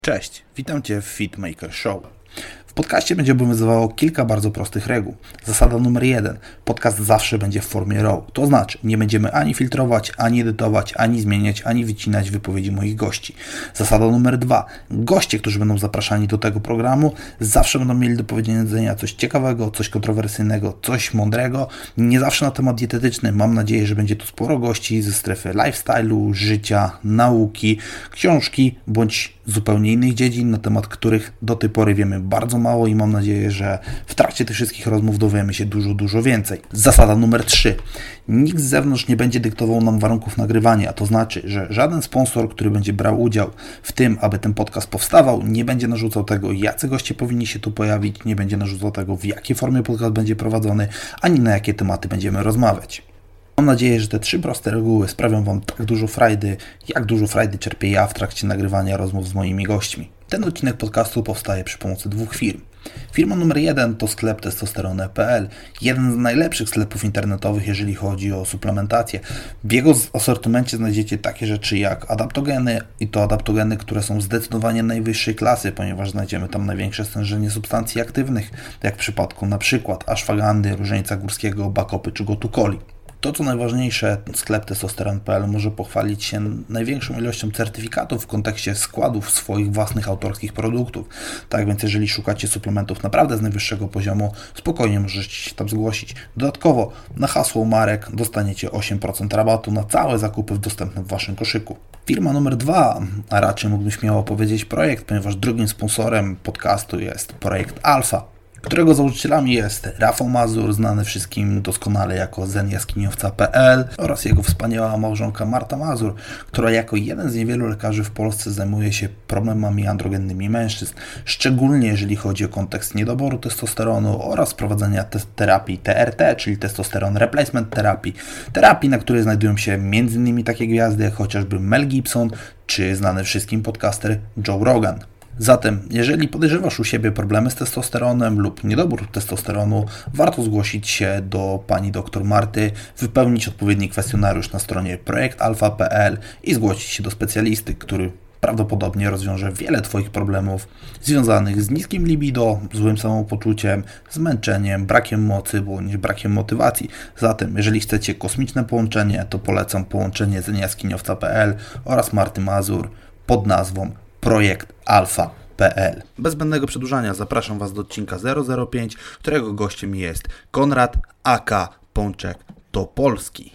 Cześć, witam Cię w Fitmaker Show. W podcaście będzie obowiązywało kilka bardzo prostych reguł. Zasada numer 1. Podcast zawsze będzie w formie RAW. To znaczy, nie będziemy ani filtrować, ani edytować, ani zmieniać, ani wycinać wypowiedzi moich gości. Zasada numer 2. Goście, którzy będą zapraszani do tego programu, zawsze będą mieli do powiedzenia coś ciekawego, coś kontrowersyjnego, coś mądrego. Nie zawsze na temat dietetyczny. Mam nadzieję, że będzie tu sporo gości ze strefy lifestyle'u, życia, nauki, książki, bądź zupełnie innych dziedzin, na temat których do tej pory wiemy bardzo mało i mam nadzieję, że w trakcie tych wszystkich rozmów dowiemy się dużo więcej. Zasada numer 3. Nikt z zewnątrz nie będzie dyktował nam warunków nagrywania, a to znaczy, że żaden sponsor, który będzie brał udział w tym, aby ten podcast powstawał, nie będzie narzucał tego, jacy goście powinni się tu pojawić, nie będzie narzucał tego, w jakiej formie podcast będzie prowadzony, ani na jakie tematy będziemy rozmawiać. Mam nadzieję, że te 3 proste reguły sprawią Wam tak dużo frajdy, jak dużo frajdy czerpię ja w trakcie nagrywania rozmów z moimi gośćmi. Ten odcinek podcastu powstaje przy pomocy 2 firm. Firma numer 1 to sklep testosterone.pl, jeden z najlepszych sklepów internetowych, jeżeli chodzi o suplementację. W jego asortymencie znajdziecie takie rzeczy jak adaptogeny i to adaptogeny, które są zdecydowanie najwyższej klasy, ponieważ znajdziemy tam największe stężenie substancji aktywnych, jak w przypadku na przykład ashwagandy, różańca górskiego, bakopy czy gotukoli. To, co najważniejsze, sklep testosteron.pl może pochwalić się największą ilością certyfikatów w kontekście składów swoich własnych autorskich produktów. Tak więc, jeżeli szukacie suplementów naprawdę z najwyższego poziomu, spokojnie możecie się tam zgłosić. Dodatkowo, na hasło marek dostaniecie 8% rabatu na całe zakupy dostępne w Waszym koszyku. Firma numer 2, a raczej mógłbym śmiało powiedzieć projekt, ponieważ drugim sponsorem podcastu jest projekt Alfa, którego założycielami jest Rafał Mazur, znany wszystkim doskonale jako zenjaskiniowca.pl oraz jego wspaniała małżonka Marta Mazur, która jako jeden z niewielu lekarzy w Polsce zajmuje się problemami androgennymi mężczyzn, szczególnie jeżeli chodzi o kontekst niedoboru testosteronu oraz prowadzenia terapii TRT, czyli Testosterone Replacement Therapy, terapii, na której znajdują się m.in. takie gwiazdy jak chociażby Mel Gibson czy znany wszystkim podcaster Joe Rogan. Zatem, jeżeli podejrzewasz u siebie problemy z testosteronem lub niedobór testosteronu, warto zgłosić się do pani dr Marty, wypełnić odpowiedni kwestionariusz na stronie projektalfa.pl i zgłosić się do specjalisty, który prawdopodobnie rozwiąże wiele Twoich problemów związanych z niskim libido, złym samopoczuciem, zmęczeniem, brakiem mocy bądź brakiem motywacji. Zatem, jeżeli chcecie kosmiczne połączenie, to polecam połączenie zenjaskiniowca.pl oraz Marty Mazur pod nazwą Projekt Alfa.pl. Bez zbędnego przedłużania zapraszam Was do odcinka 005, którego gościem jest Konrad aka Pączek Topolski.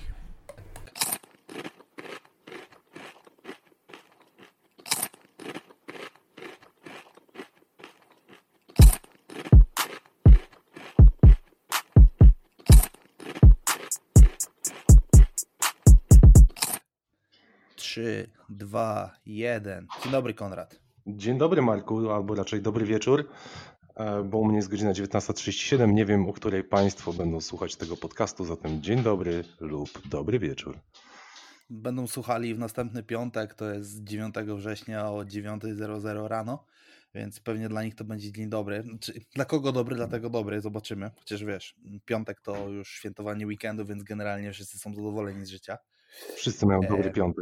Trzy, 2, 1. Dzień dobry, Konrad. Dzień dobry, Marku, albo raczej dobry wieczór, bo u mnie jest godzina 19:37. Nie wiem, o której Państwo będą słuchać tego podcastu, zatem dzień dobry lub dobry wieczór. Będą słuchali w następny piątek, to jest 9 września o 9:00 rano, więc pewnie dla nich to będzie dzień dobry. Dla kogo dobry, dlatego dobry, zobaczymy. Chociaż wiesz, piątek to już świętowanie weekendu, więc generalnie wszyscy są zadowoleni z życia. Wszyscy mają dobry piątek.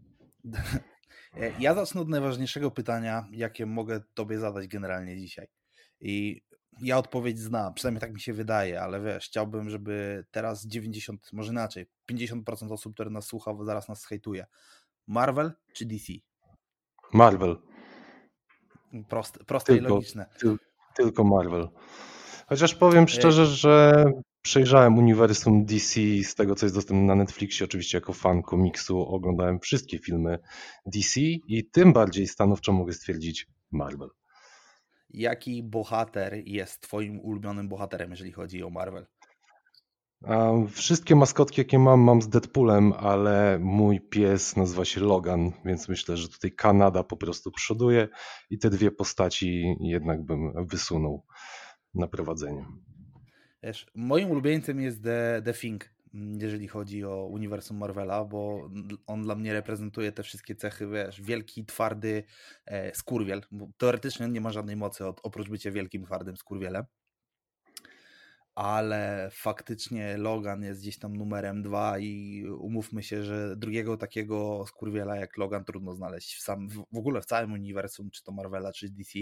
Ja zacznę od najważniejszego pytania, jakie mogę Tobie zadać generalnie dzisiaj. I ja odpowiedź znam, przynajmniej tak mi się wydaje, ale wiesz, chciałbym, żeby teraz 90, może inaczej, 50% osób, które nas słucha, zaraz nas hejtuje. Marvel czy DC? Marvel. Proste i logiczne. Tylko Marvel. Chociaż powiem szczerze, że przejrzałem uniwersum DC z tego, co jest dostępne na Netflixie. Oczywiście jako fan komiksu oglądałem wszystkie filmy DC i tym bardziej stanowczo mogę stwierdzić Marvel. Jaki bohater jest Twoim ulubionym bohaterem, jeżeli chodzi o Marvel? Wszystkie maskotki, jakie mam z Deadpoolem, ale mój pies nazywa się Logan, więc myślę, że tutaj Kanada po prostu przoduje i te dwie postaci jednak bym wysunął na prowadzenie. Wiesz, moim ulubieńcem jest The Thing, jeżeli chodzi o uniwersum Marvela, bo on dla mnie reprezentuje te wszystkie cechy, wiesz, wielki, twardy skurwiel, bo teoretycznie on nie ma żadnej mocy oprócz bycia wielkim, twardym skurwielem. ale faktycznie Logan jest gdzieś tam numerem 2 i umówmy się, że drugiego takiego skurwiela jak Logan trudno znaleźć w ogóle w całym uniwersum, czy to Marvela, czy DC.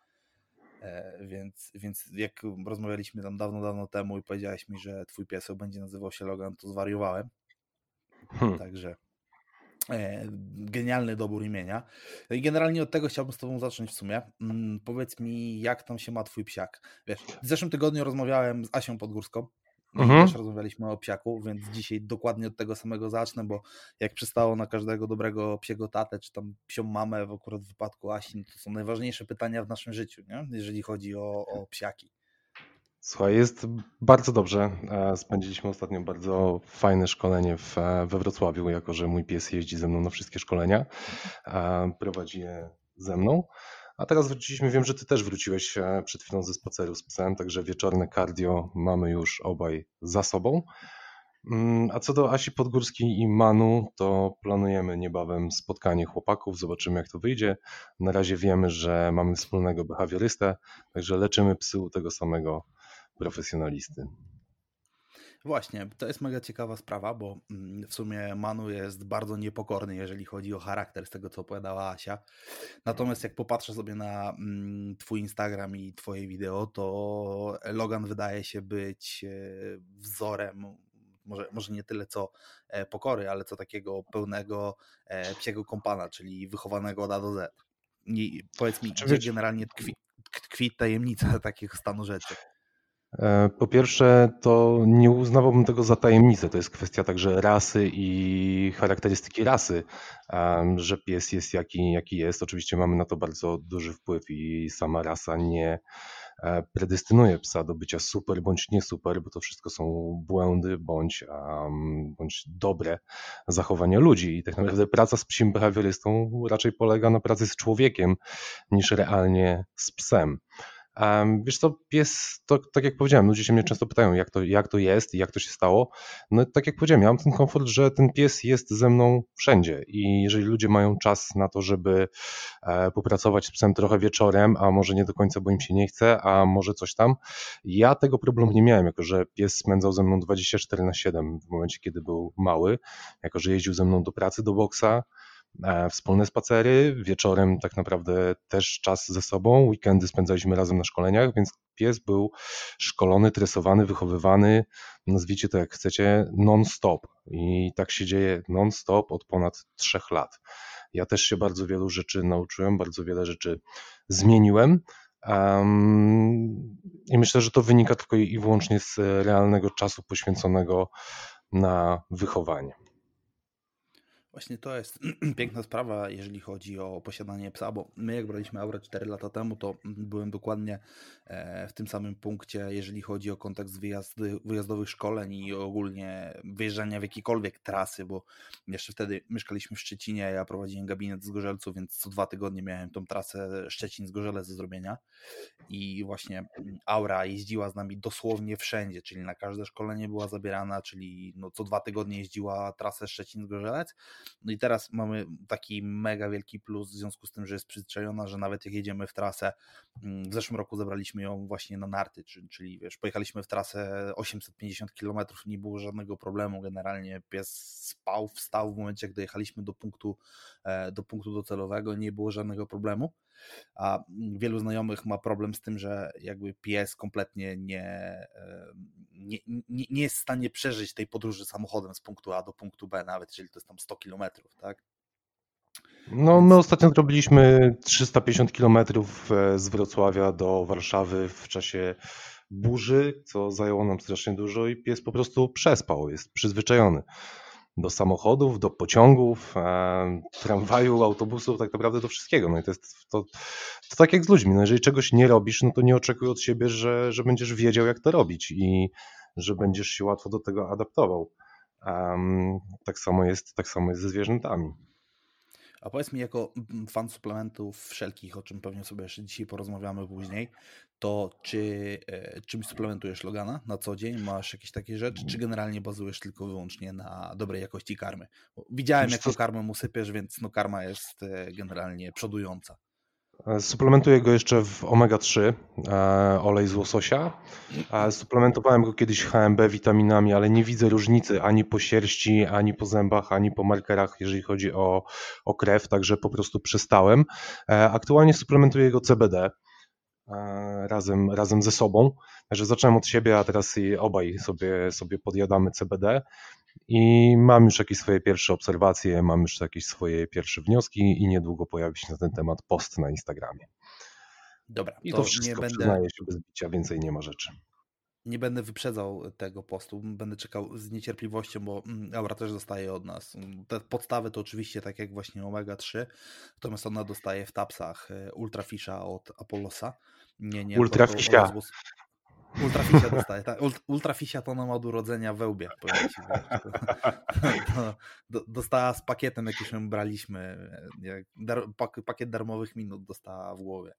Więc jak rozmawialiśmy tam dawno temu i powiedziałeś mi, że twój piesek będzie nazywał się Logan, to zwariowałem. Także genialny dobór imienia. I generalnie od tego chciałbym z tobą zacząć w sumie. Powiedz mi, jak tam się ma twój psiak? Wiesz, w zeszłym tygodniu rozmawiałem z Asią Podgórską i też rozmawialiśmy o psiaku, więc dzisiaj dokładnie od tego samego zacznę, bo jak przystało na każdego dobrego psiego tatę, czy tam psią mamę, w akurat w wypadku Asi, to są najważniejsze pytania w naszym życiu, nie? Jeżeli chodzi o psiaki. Słuchaj, jest bardzo dobrze. Spędziliśmy ostatnio bardzo fajne szkolenie we Wrocławiu, jako że mój pies jeździ ze mną na wszystkie szkolenia. Prowadzi je ze mną. A teraz wróciliśmy, wiem, że ty też wróciłeś przed chwilą ze spaceru z psem, także wieczorne cardio mamy już obaj za sobą. A co do Asi Podgórskiej i Manu, to planujemy niebawem spotkanie chłopaków, zobaczymy jak to wyjdzie. Na razie wiemy, że mamy wspólnego behawiorystę, także leczymy psy u tego samego profesjonalisty. Właśnie, to jest mega ciekawa sprawa, bo w sumie Manu jest bardzo niepokorny, jeżeli chodzi o charakter, z tego co opowiadała Asia. Natomiast jak popatrzę sobie na twój Instagram i twoje wideo, to Logan wydaje się być wzorem, może nie tyle co pokory, ale co takiego pełnego psiego kompana, czyli wychowanego od A do Z. I powiedz mi, gdzie generalnie tkwi tajemnica takiego stanu rzeczy? Po pierwsze, to nie uznawałbym tego za tajemnicę. To jest kwestia także rasy i charakterystyki rasy, że pies jest jaki jest. Oczywiście mamy na to bardzo duży wpływ i sama rasa nie predestynuje psa do bycia super bądź nie super, bo to wszystko są błędy bądź dobre zachowania ludzi. I tak naprawdę praca z psim behawiorystą raczej polega na pracy z człowiekiem niż realnie z psem. Wiesz co, pies, to tak jak powiedziałem, ludzie się mnie często pytają, jak to jest i jak to się stało. No tak jak powiedziałem, ja mam ten komfort, że ten pies jest ze mną wszędzie i jeżeli ludzie mają czas na to, żeby popracować z psem trochę wieczorem, a może nie do końca, bo im się nie chce, a może coś tam, ja tego problemu nie miałem, jako że pies spędzał ze mną 24/7 w momencie, kiedy był mały, jako że jeździł ze mną do pracy, do boksa, wspólne spacery, wieczorem tak naprawdę też czas ze sobą, weekendy spędzaliśmy razem na szkoleniach, więc pies był szkolony, tresowany, wychowywany, nazwijcie to jak chcecie, non-stop i tak się dzieje non-stop od ponad 3 lat. Ja też się bardzo wielu rzeczy nauczyłem, bardzo wiele rzeczy zmieniłem i myślę, że to wynika tylko i wyłącznie z realnego czasu poświęconego na wychowanie. Właśnie to jest piękna sprawa, jeżeli chodzi o posiadanie psa, bo my jak braliśmy Aurę 4 lata temu, to byłem dokładnie w tym samym punkcie, jeżeli chodzi o kontekst wyjazdowych szkoleń i ogólnie wyjeżdżania w jakiekolwiek trasy, bo jeszcze wtedy mieszkaliśmy w Szczecinie, ja prowadziłem gabinet z Zgorzelcu, więc co 2 tygodnie miałem tą trasę Szczecin-Zgorzelec do zrobienia i właśnie Aura jeździła z nami dosłownie wszędzie, czyli na każde szkolenie była zabierana, czyli no co 2 tygodnie jeździła trasę Szczecin-Zgorzelec. No i teraz mamy taki mega wielki plus w związku z tym, że jest przyzwyczajona, że nawet jak jedziemy w trasę, w zeszłym roku zabraliśmy ją właśnie na narty, czyli wiesz, pojechaliśmy w trasę 850 km, nie było żadnego problemu, generalnie pies spał, wstał w momencie, jak dojechaliśmy do punktu docelowego, nie było żadnego problemu. A wielu znajomych ma problem z tym, że jakby pies kompletnie nie jest w stanie przeżyć tej podróży samochodem z punktu A do punktu B, nawet jeżeli to jest tam 100 kilometrów, tak? No, my ostatnio robiliśmy 350 km z Wrocławia do Warszawy w czasie burzy, co zajęło nam strasznie dużo i pies po prostu przespał, jest przyzwyczajony do samochodów, do pociągów, tramwaju, autobusów, tak naprawdę do wszystkiego. No i to tak jak z ludźmi. No jeżeli czegoś nie robisz, no to nie oczekuj od siebie, że będziesz wiedział, jak to robić i że będziesz się łatwo do tego adaptował. Tak samo jest ze zwierzętami. A powiedz mi, jako fan suplementów wszelkich, o czym pewnie sobie jeszcze dzisiaj porozmawiamy później, to czy czymś suplementujesz Logana na co dzień? Masz jakieś takie rzeczy, czy generalnie bazujesz tylko wyłącznie na dobrej jakości karmy? Bo widziałem, jaką karmę mu sypiesz, więc no karma jest generalnie przodująca. Suplementuję go jeszcze w omega-3, olej z łososia. Suplementowałem go kiedyś HMB witaminami, ale nie widzę różnicy ani po sierści, ani po zębach, ani po markerach, jeżeli chodzi o krew, także po prostu przestałem. Aktualnie suplementuję go CBD razem ze sobą, także zacząłem od siebie, a teraz i obaj sobie podjadamy CBD. I mam już jakieś swoje pierwsze obserwacje, mam już jakieś swoje pierwsze wnioski i niedługo pojawi się na ten temat post na Instagramie. Dobra, I to wszystko, przyznaję się bez bicia, więcej nie ma rzeczy. Nie będę wyprzedzał tego postu, będę czekał z niecierpliwością, bo Aura też dostaje od nas. Te podstawy to oczywiście tak jak właśnie Omega-3, natomiast ona dostaje w tapsach Ultrafisha od Apollosa. Nie, Ultrafisha. Ultrafisia dostaje, tak. Ultrafisia to ona ma od urodzenia we łbie, powiem ci. Dostała z pakietem, jak już ją braliśmy, pakiet darmowych minut dostała w głowie.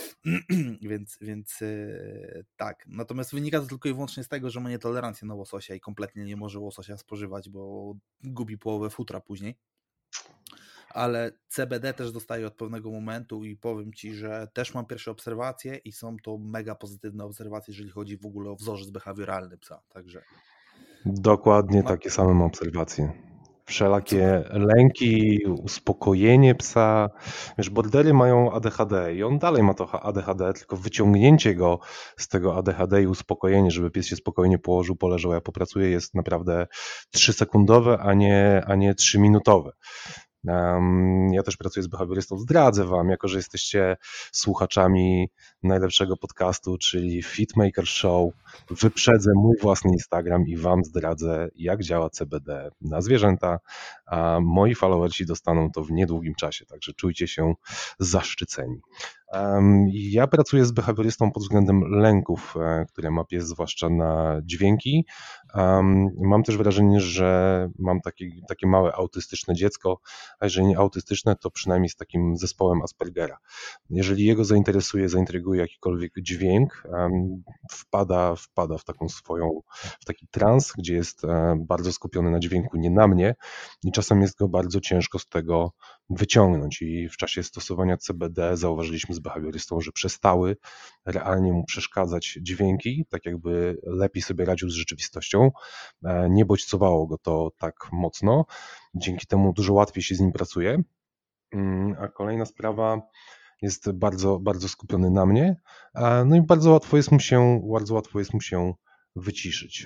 Więc tak. Natomiast wynika to tylko i wyłącznie z tego, że ma nietolerancję na łososia i kompletnie nie może łososia spożywać, bo gubi połowę futra później. Ale CBD też dostaję od pewnego momentu i powiem ci, że też mam pierwsze obserwacje i są to mega pozytywne obserwacje, jeżeli chodzi w ogóle o wzorzec behawioralny psa. Także dokładnie takie same mam obserwacje. Wszelakie lęki, uspokojenie psa. Wiesz, bordery mają ADHD i on dalej ma to ADHD, tylko wyciągnięcie go z tego ADHD i uspokojenie, żeby pies się spokojnie położył, poleżał, ja popracuję, jest naprawdę 3-sekundowe, a nie 3-minutowe. Ja też pracuję z behawiorystą. Zdradzę wam, jako że jesteście słuchaczami najlepszego podcastu, czyli Fitmaker Show, wyprzedzę mój własny Instagram i wam zdradzę, jak działa CBD na zwierzęta, a moi followersi dostaną to w niedługim czasie, także czujcie się zaszczyceni. Ja pracuję z behawiorystą pod względem lęków, które ma pies, zwłaszcza na dźwięki. Mam też wrażenie, że mam takie małe autystyczne dziecko, a jeżeli nie autystyczne, to przynajmniej z takim zespołem Aspergera. Jeżeli jego zaintryguje jakikolwiek dźwięk, wpada w taki trans, gdzie jest bardzo skupiony na dźwięku, nie na mnie, i czasem jest go bardzo ciężko z tego wyciągnąć. I w czasie stosowania CBD zauważyliśmy z behawiorystą, że przestały realnie mu przeszkadzać dźwięki, tak jakby lepiej sobie radził z rzeczywistością. Nie bodźcowało go to tak mocno. Dzięki temu dużo łatwiej się z nim pracuje. A kolejna sprawa, jest bardzo, bardzo skupiony na mnie, no i bardzo łatwo jest mu się wyciszyć.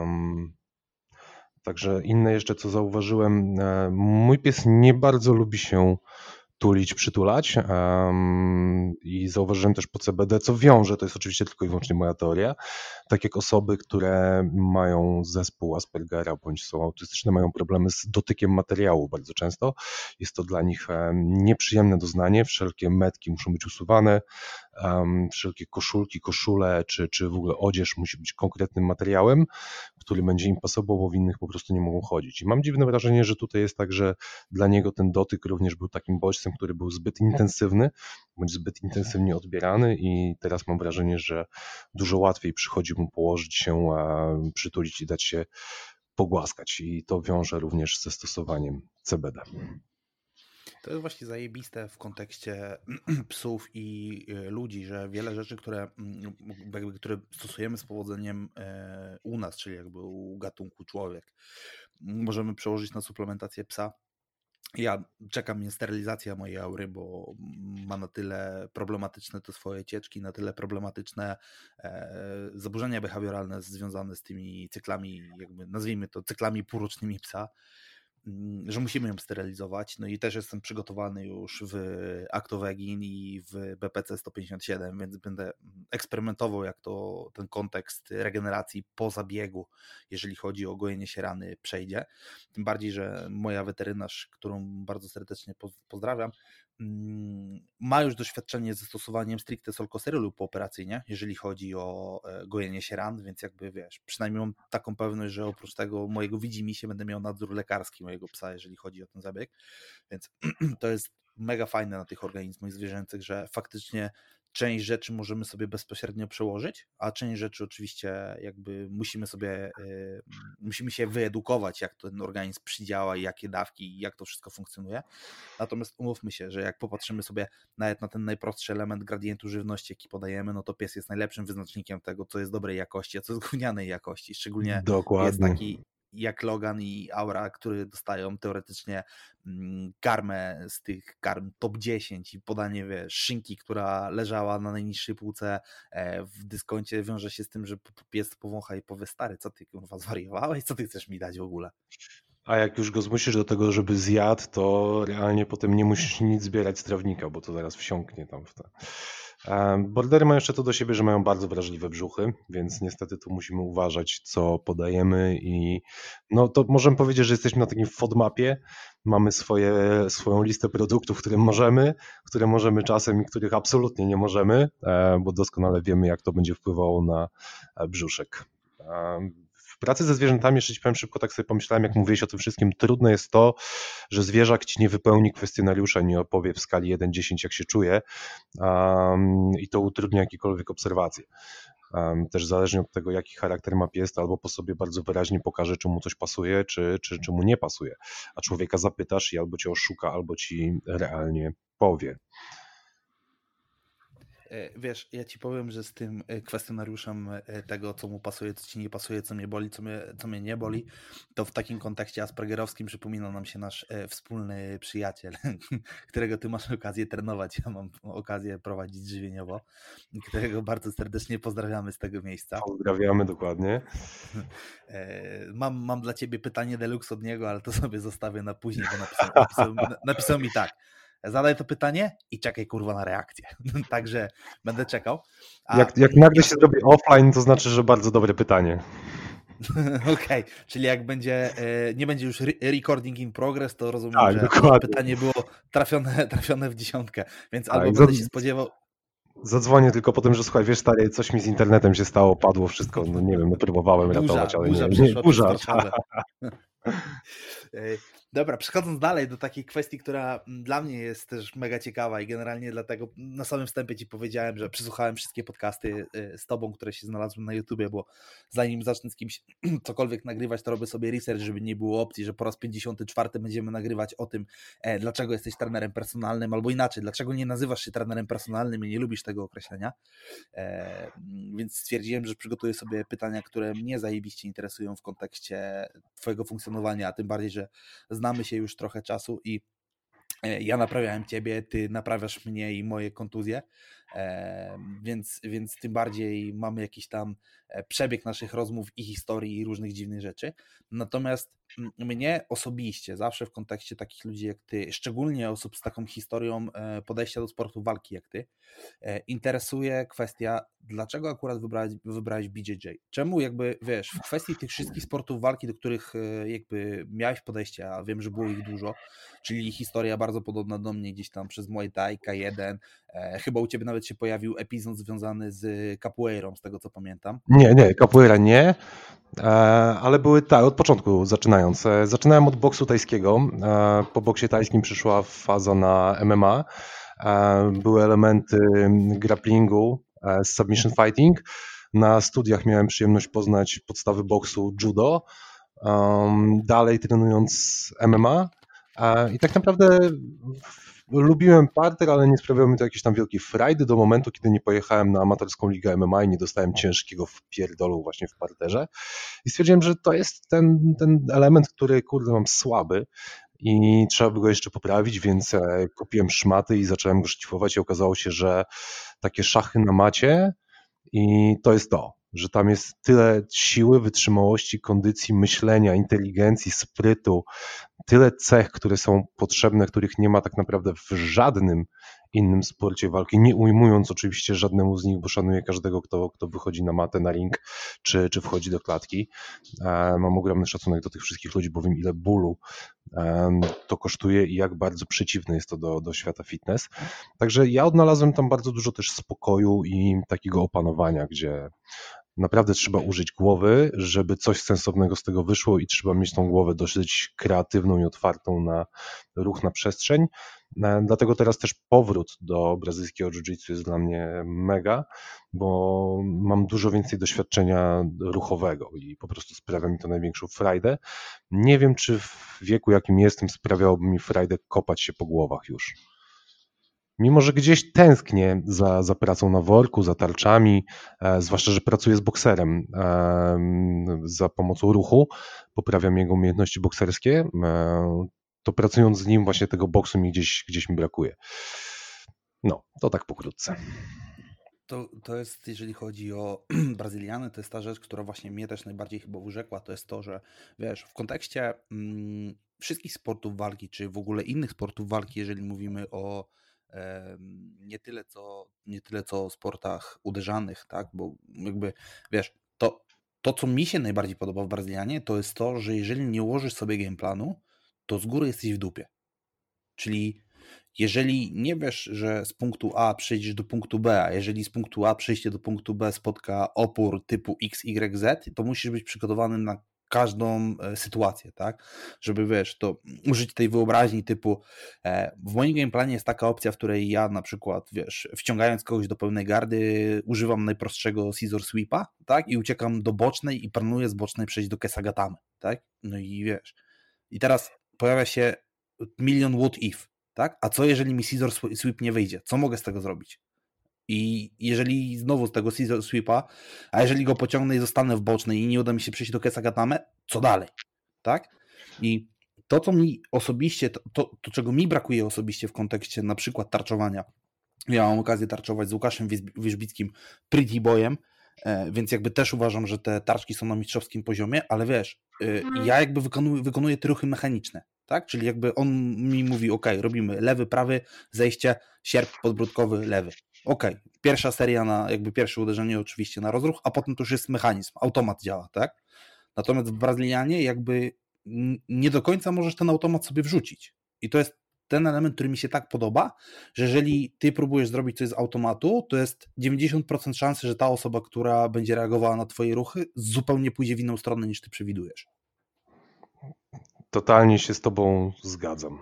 Także inne jeszcze, co zauważyłem, mój pies nie bardzo lubi się tulić, przytulać, i zauważyłem też po CBD, co wiąże, to jest oczywiście tylko i wyłącznie moja teoria, tak jak osoby, które mają zespół Aspergera bądź są autystyczne, mają problemy z dotykiem materiału bardzo często. Jest to dla nich nieprzyjemne doznanie, wszelkie metki muszą być usuwane, wszelkie koszulki, koszule czy w ogóle odzież musi być konkretnym materiałem, który będzie im pasował, bo w innych po prostu nie mogą chodzić. I mam dziwne wrażenie, że tutaj jest tak, że dla niego ten dotyk również był takim bodźcem, który był zbyt intensywny, bądź zbyt intensywnie odbierany i teraz mam wrażenie, że dużo łatwiej przychodzi mu położyć się, przytulić i dać się pogłaskać i to wiąże również ze stosowaniem CBD. To jest właśnie zajebiste w kontekście psów i ludzi, że wiele rzeczy, które stosujemy z powodzeniem u nas, czyli jakby u gatunku człowiek, możemy przełożyć na suplementację psa. Ja czekam na sterylizację mojej aury, bo ma na tyle problematyczne te swoje cieczki, na tyle problematyczne zaburzenia behawioralne związane z tymi cyklami, jakby nazwijmy to cyklami półrocznymi psa, że musimy ją sterylizować. No i też jestem przygotowany już w Actovegin i w BPC 157, więc będę eksperymentował, jak to ten kontekst regeneracji po zabiegu, jeżeli chodzi o gojenie się rany, przejdzie. Tym bardziej, że moja weterynarz, którą bardzo serdecznie pozdrawiam, ma już doświadczenie ze stosowaniem stricte solkosterylu pooperacyjnie, jeżeli chodzi o gojenie się ran, więc jakby wiesz, przynajmniej mam taką pewność, że oprócz tego mojego widzimisię będę miał nadzór lekarski mojego psa, jeżeli chodzi o ten zabieg, więc to jest mega fajne na tych organizmach zwierzęcych, że faktycznie część rzeczy możemy sobie bezpośrednio przełożyć, a część rzeczy oczywiście jakby musimy się wyedukować, jak ten organizm przydziała, jakie dawki, jak to wszystko funkcjonuje. Natomiast umówmy się, że jak popatrzymy sobie nawet na ten najprostszy element gradientu żywności, jaki podajemy, no to pies jest najlepszym wyznacznikiem tego, co jest dobrej jakości, a co jest gównianej jakości. Szczególnie pies taki jak Logan i Aura, który dostają teoretycznie karmę z tych karm top 10 i podanie, wiesz, szynki, która leżała na najniższej półce w dyskoncie, wiąże się z tym, że pies powącha i powie: stary, co ty kurwa zwariowałeś, co ty chcesz mi dać w ogóle? A jak już go zmusisz do tego, żeby zjadł, to realnie potem nie musisz nic zbierać z trawnika, bo to zaraz wsiąknie tam w to. Bordery mają jeszcze to do siebie, że mają bardzo wrażliwe brzuchy, więc niestety tu musimy uważać, co podajemy i no to możemy powiedzieć, że jesteśmy na takim FODMAPie, mamy swoją listę produktów, które możemy czasem i których absolutnie nie możemy, bo doskonale wiemy, jak to będzie wpływało na brzuszek. W pracy ze zwierzętami, jeszcze ci powiem szybko, tak sobie pomyślałem, jak mówiłeś o tym wszystkim, trudne jest to, że zwierzak ci nie wypełni kwestionariusza, nie opowie w skali 1-10, jak się czuje, i to utrudnia jakiekolwiek obserwacje. Też zależnie od tego, jaki charakter ma pies, to albo po sobie bardzo wyraźnie pokaże, czy mu coś pasuje, czy mu nie pasuje. A człowieka zapytasz i albo cię oszuka, albo ci realnie powie. Wiesz, ja ci powiem, że z tym kwestionariuszem tego, co mu pasuje, co ci nie pasuje, co mnie boli, co mnie nie boli, to w takim kontekście aspergerowskim przypomina nam się nasz wspólny przyjaciel, którego ty masz okazję trenować, ja mam okazję prowadzić żywieniowo, którego bardzo serdecznie pozdrawiamy z tego miejsca. Pozdrawiamy, dokładnie. Mam dla ciebie pytanie deluxe od niego, ale to sobie zostawię na później, bo napisał mi tak: zadaj to pytanie i czekaj kurwa na reakcję. Także będę czekał. Jak nagle się zrobi offline, to znaczy, że bardzo dobre pytanie. Okej, czyli jak nie będzie już recording in progress, to rozumiem, tak, że dokładnie. Pytanie było trafione w 10, więc albo będę się spodziewał... Zadzwonię tylko po tym, że słuchaj, wiesz stary, coś mi z internetem się stało, padło wszystko, no nie wiem, no próbowałem ratować, ale nie. Burza. Dobra, przechodząc dalej do takiej kwestii, która dla mnie jest też mega ciekawa i generalnie dlatego na samym wstępie ci powiedziałem, że przesłuchałem wszystkie podcasty z tobą, które się znalazły na YouTubie, bo zanim zacznę z kimś cokolwiek nagrywać, to robię sobie research, żeby nie było opcji, że po raz 54 będziemy nagrywać o tym, dlaczego jesteś trenerem personalnym, albo inaczej, dlaczego nie nazywasz się trenerem personalnym i nie lubisz tego określenia. Więc stwierdziłem, że przygotuję sobie pytania, które mnie zajebiście interesują w kontekście twojego funkcjonowania, a tym bardziej, że znamy się już trochę czasu i ja naprawiałem ciebie, ty naprawiasz mnie i moje kontuzje, więc tym bardziej mamy jakiś tam przebieg naszych rozmów i historii i różnych dziwnych rzeczy. Natomiast mnie osobiście, zawsze w kontekście takich ludzi jak ty, szczególnie osób z taką historią podejścia do sportu walki jak ty, interesuje kwestia, dlaczego akurat wybrałeś BJJ? Czemu jakby, wiesz, w kwestii tych wszystkich sportów walki, do których jakby miałeś podejście, a wiem, że było ich dużo, czyli historia bardzo podobna do mnie gdzieś tam przez Muay Thai, K1, chyba u ciebie nawet się pojawił epizod związany z capoeirą, z tego co pamiętam. Nie, capoeira nie, ale były tak, od początku zaczynając. Zaczynałem od boksu tajskiego, po boksie tajskim przyszła faza na MMA, były elementy grapplingu, submission fighting. Na studiach miałem przyjemność poznać podstawy boksu, judo, dalej trenując MMA i tak naprawdę lubiłem parter, ale nie sprawiało mi to jakiejś tam wielkiej frajdy do momentu, kiedy nie pojechałem na amatorską ligę MMA i nie dostałem ciężkiego wpierdolu właśnie w parterze i stwierdziłem, że to jest ten element, który kurde mam słaby i trzeba by go jeszcze poprawić, więc kupiłem szmaty i zacząłem go szlifować i okazało się, że takie szachy na macie i to jest to, że tam jest tyle siły, wytrzymałości, kondycji, myślenia, inteligencji, sprytu, tyle cech, które są potrzebne, których nie ma tak naprawdę w żadnym innym sporcie walki, nie ujmując oczywiście żadnemu z nich, bo szanuję każdego, kto wychodzi na matę, na ring, czy wchodzi do klatki. Mam ogromny szacunek do tych wszystkich ludzi, bo wiem, ile bólu to kosztuje i jak bardzo przeciwne jest to do świata fitness. Także ja odnalazłem tam bardzo dużo też spokoju i takiego opanowania, gdzie naprawdę trzeba użyć głowy, żeby coś sensownego z tego wyszło i trzeba mieć tą głowę dosyć kreatywną i otwartą na ruch, na przestrzeń. Dlatego teraz też powrót do brazylijskiego jiu-jitsu jest dla mnie mega, bo mam dużo więcej doświadczenia ruchowego i po prostu sprawia mi to największą frajdę. Nie wiem, czy w wieku, jakim jestem, sprawiałoby mi frajdę kopać się po głowach już. Mimo że gdzieś tęsknię za pracą na worku, za tarczami, zwłaszcza, że pracuję z bokserem za pomocą ruchu, poprawiam jego umiejętności bokserskie, to pracując z nim właśnie tego boksu mi gdzieś mi brakuje. No, to tak pokrótce. To jest, jeżeli chodzi o Brazyliany, to jest ta rzecz, która właśnie mnie też najbardziej chyba urzekła, to jest to, że wiesz, w kontekście wszystkich sportów walki, czy w ogóle innych sportów walki, jeżeli mówimy o nie tyle co o sportach uderzanych, tak, bo jakby wiesz, to co mi się najbardziej podoba w Brazylianie, to jest to, że jeżeli nie ułożysz sobie game planu, to z góry jesteś w dupie. Czyli jeżeli nie wiesz, że z punktu A przejdziesz do punktu B, a jeżeli z punktu A przejście do punktu B spotka opór typu X, Y, Z, to musisz być przygotowany na każdą sytuację, tak? Żeby wiesz, to użyć tej wyobraźni typu w moim gameplanie jest taka opcja, w której ja na przykład, wiesz, wciągając kogoś do pełnej gardy, używam najprostszego scissor sweepa, tak? I uciekam do bocznej i planuję z bocznej przejść do kesagatamy, tak? No i wiesz, i teraz pojawia się milion what if, tak? A co jeżeli mi scissor sweep nie wyjdzie? Co mogę z tego zrobić? I jeżeli znowu z tego scissor sweepa, a jeżeli go pociągnę i zostanę w bocznej i nie uda mi się przejść do kesagatame, co dalej? Tak? I to, co mi osobiście, to czego mi brakuje osobiście w kontekście na przykład tarczowania, ja mam okazję tarczować z Łukaszem Wierzbickim, Pretty Boyem, więc jakby też uważam, że te tarczki są na mistrzowskim poziomie, ale wiesz, ja jakby wykonuję te ruchy mechaniczne, tak? Czyli jakby on mi mówi, ok, robimy lewy, prawy, zejście, sierp podbródkowy, lewy. Ok, pierwsza seria na jakby pierwsze uderzenie oczywiście na rozruch, a potem to już jest mechanizm, automat działa, tak? Natomiast w Brazylianie jakby nie do końca możesz ten automat sobie wrzucić. I to jest ten element, który mi się tak podoba, że jeżeli ty próbujesz zrobić coś z automatu, to jest 90% szansy, że ta osoba, która będzie reagowała na twoje ruchy, zupełnie pójdzie w inną stronę niż ty przewidujesz. Totalnie się z tobą zgadzam.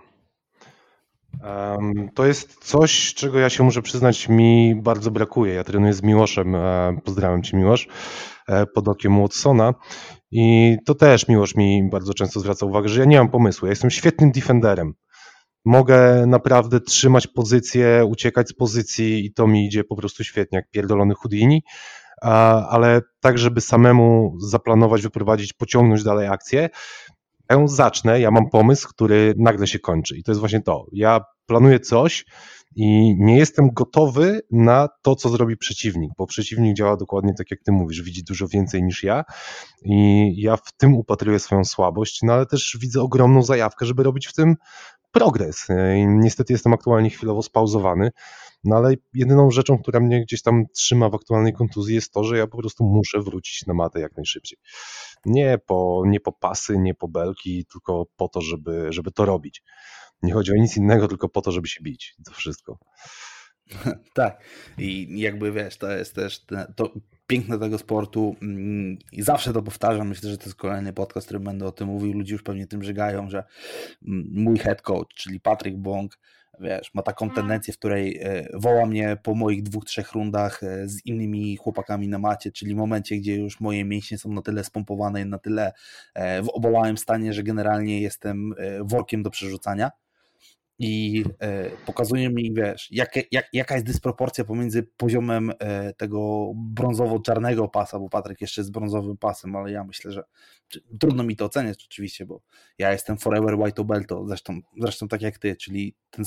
To jest coś, czego ja się muszę przyznać, mi bardzo brakuje. Ja trenuję z Miłoszem, pozdrawiam cię Miłosz, pod okiem Watsona i to też Miłosz mi bardzo często zwraca uwagę, że ja nie mam pomysłu, ja jestem świetnym defenderem. Mogę naprawdę trzymać pozycję, uciekać z pozycji i to mi idzie po prostu świetnie, jak pierdolony Houdini, ale tak, żeby samemu zaplanować, wyprowadzić, pociągnąć dalej akcję, ja ją zacznę, ja mam pomysł, który nagle się kończy i to jest właśnie to. Ja planuję coś i nie jestem gotowy na to, co zrobi przeciwnik, bo przeciwnik działa dokładnie tak, jak ty mówisz, widzi dużo więcej niż ja i ja w tym upatruję swoją słabość, no ale też widzę ogromną zajawkę, żeby robić w tym progres. Niestety jestem aktualnie chwilowo spauzowany, no ale jedyną rzeczą, która mnie gdzieś tam trzyma w aktualnej kontuzji jest to, że ja po prostu muszę wrócić na matę jak najszybciej. Nie po pasy, nie po belki, tylko po to, żeby to robić. Nie chodzi o nic innego, tylko po to, żeby się bić. To wszystko. Tak. I jakby wiesz, to jest też to piękne tego sportu i zawsze to powtarzam, myślę, że to jest kolejny podcast, w którym będę o tym mówił, ludzie już pewnie tym żygają, że mój head coach, czyli Patryk Bąk, wiesz, ma taką tendencję, w której woła mnie po moich 2-3 rundach z innymi chłopakami na macie, czyli w momencie, gdzie już moje mięśnie są na tyle spompowane i na tyle w obolałym stanie, że generalnie jestem workiem do przerzucania. I pokazuje mi, wiesz, jaka jest dysproporcja pomiędzy poziomem tego brązowo-czarnego pasa, bo Patryk jeszcze jest brązowym pasem, ale ja myślę, że trudno mi to oceniać oczywiście, bo ja jestem forever white belt, zresztą tak jak ty, czyli ten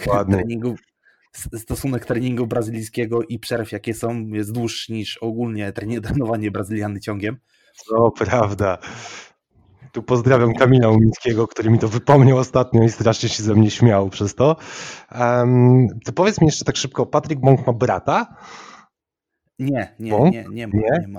stosunek treningu brazylijskiego i przerw, jakie są, jest dłuższy niż ogólnie trenowanie Brazyliany ciągiem. To prawda. Tu pozdrawiam Kamila Umickiego, który mi to wypomniał ostatnio i strasznie się ze mnie śmiał przez to. To powiedz mi jeszcze tak szybko, Patryk Bąk ma brata? Nie ma.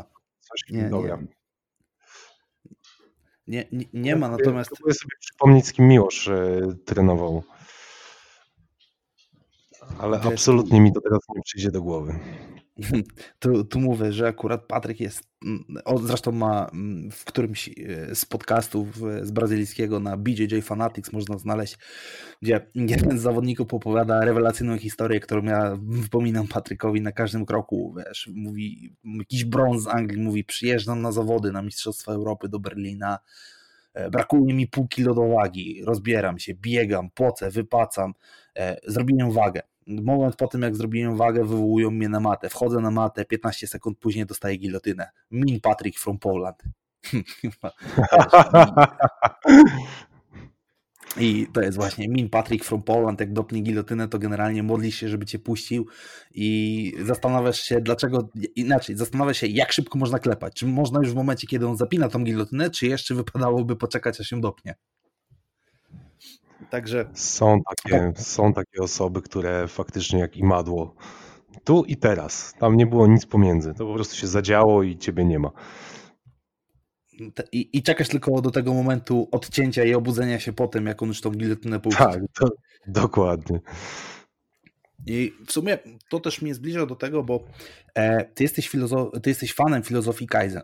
Nie ma, natomiast... Próbuję sobie przypomnieć, z kim Miłosz trenował. Ale absolutnie mi to teraz nie przyjdzie do głowy. Tu mówię, że akurat Patryk jest, zresztą ma w którymś z podcastów z brazylijskiego na BJJ Fanatics można znaleźć, gdzie jeden z zawodników opowiada rewelacyjną historię, którą ja wypominam Patrykowi na każdym kroku, wiesz, mówi, jakiś brąz z Anglii, mówi, przyjeżdżam na zawody na Mistrzostwa Europy do Berlina, brakuje mi pół kilo do wagi, rozbieram się, biegam, pocę, wypacam, zrobiłem wagę. Moment po tym, jak zrobiłem wagę, wywołują mnie na matę. Wchodzę na matę, 15 sekund później dostaję gilotynę. Mean Patrick from Poland. I to jest właśnie Mean Patrick from Poland. Jak dopnie gilotynę, to generalnie modlisz się, żeby cię puścił i zastanawiasz się, dlaczego, inaczej, zastanawiasz się, jak szybko można klepać. Czy można już w momencie, kiedy on zapina tą gilotynę, czy jeszcze wypadałoby poczekać, aż się dopnie. Także są takie osoby, które faktycznie jak imadło, tu i teraz, tam nie było nic pomiędzy, to po prostu się zadziało i ciebie nie ma. I czekasz tylko do tego momentu odcięcia i obudzenia się potem, jak on już tą gilotynę puści. Tak, dokładnie. I w sumie to też mnie zbliża do tego, bo ty jesteś fanem filozofii Kaizen.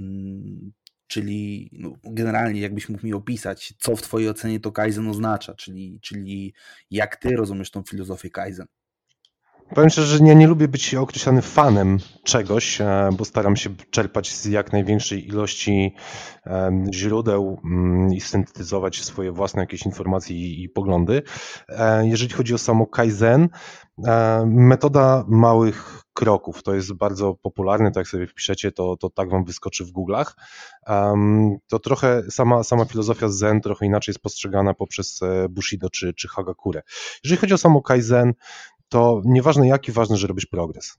Czyli generalnie jakbyś mógł mi opisać, co w twojej ocenie to Kaizen oznacza, czyli jak ty rozumiesz tą filozofię Kaizen. Powiem szczerze, że ja nie lubię być określany fanem czegoś, bo staram się czerpać z jak największej ilości źródeł i syntetyzować swoje własne jakieś informacje i poglądy. Jeżeli chodzi o samo Kaizen, metoda małych kroków, to jest bardzo popularne, tak jak sobie wpiszecie, to tak wam wyskoczy w Google'ach. To trochę sama filozofia Zen trochę inaczej jest postrzegana poprzez Bushido czy Hagakure. Jeżeli chodzi o samo Kaizen, to nieważne jaki, ważne, że robisz progres.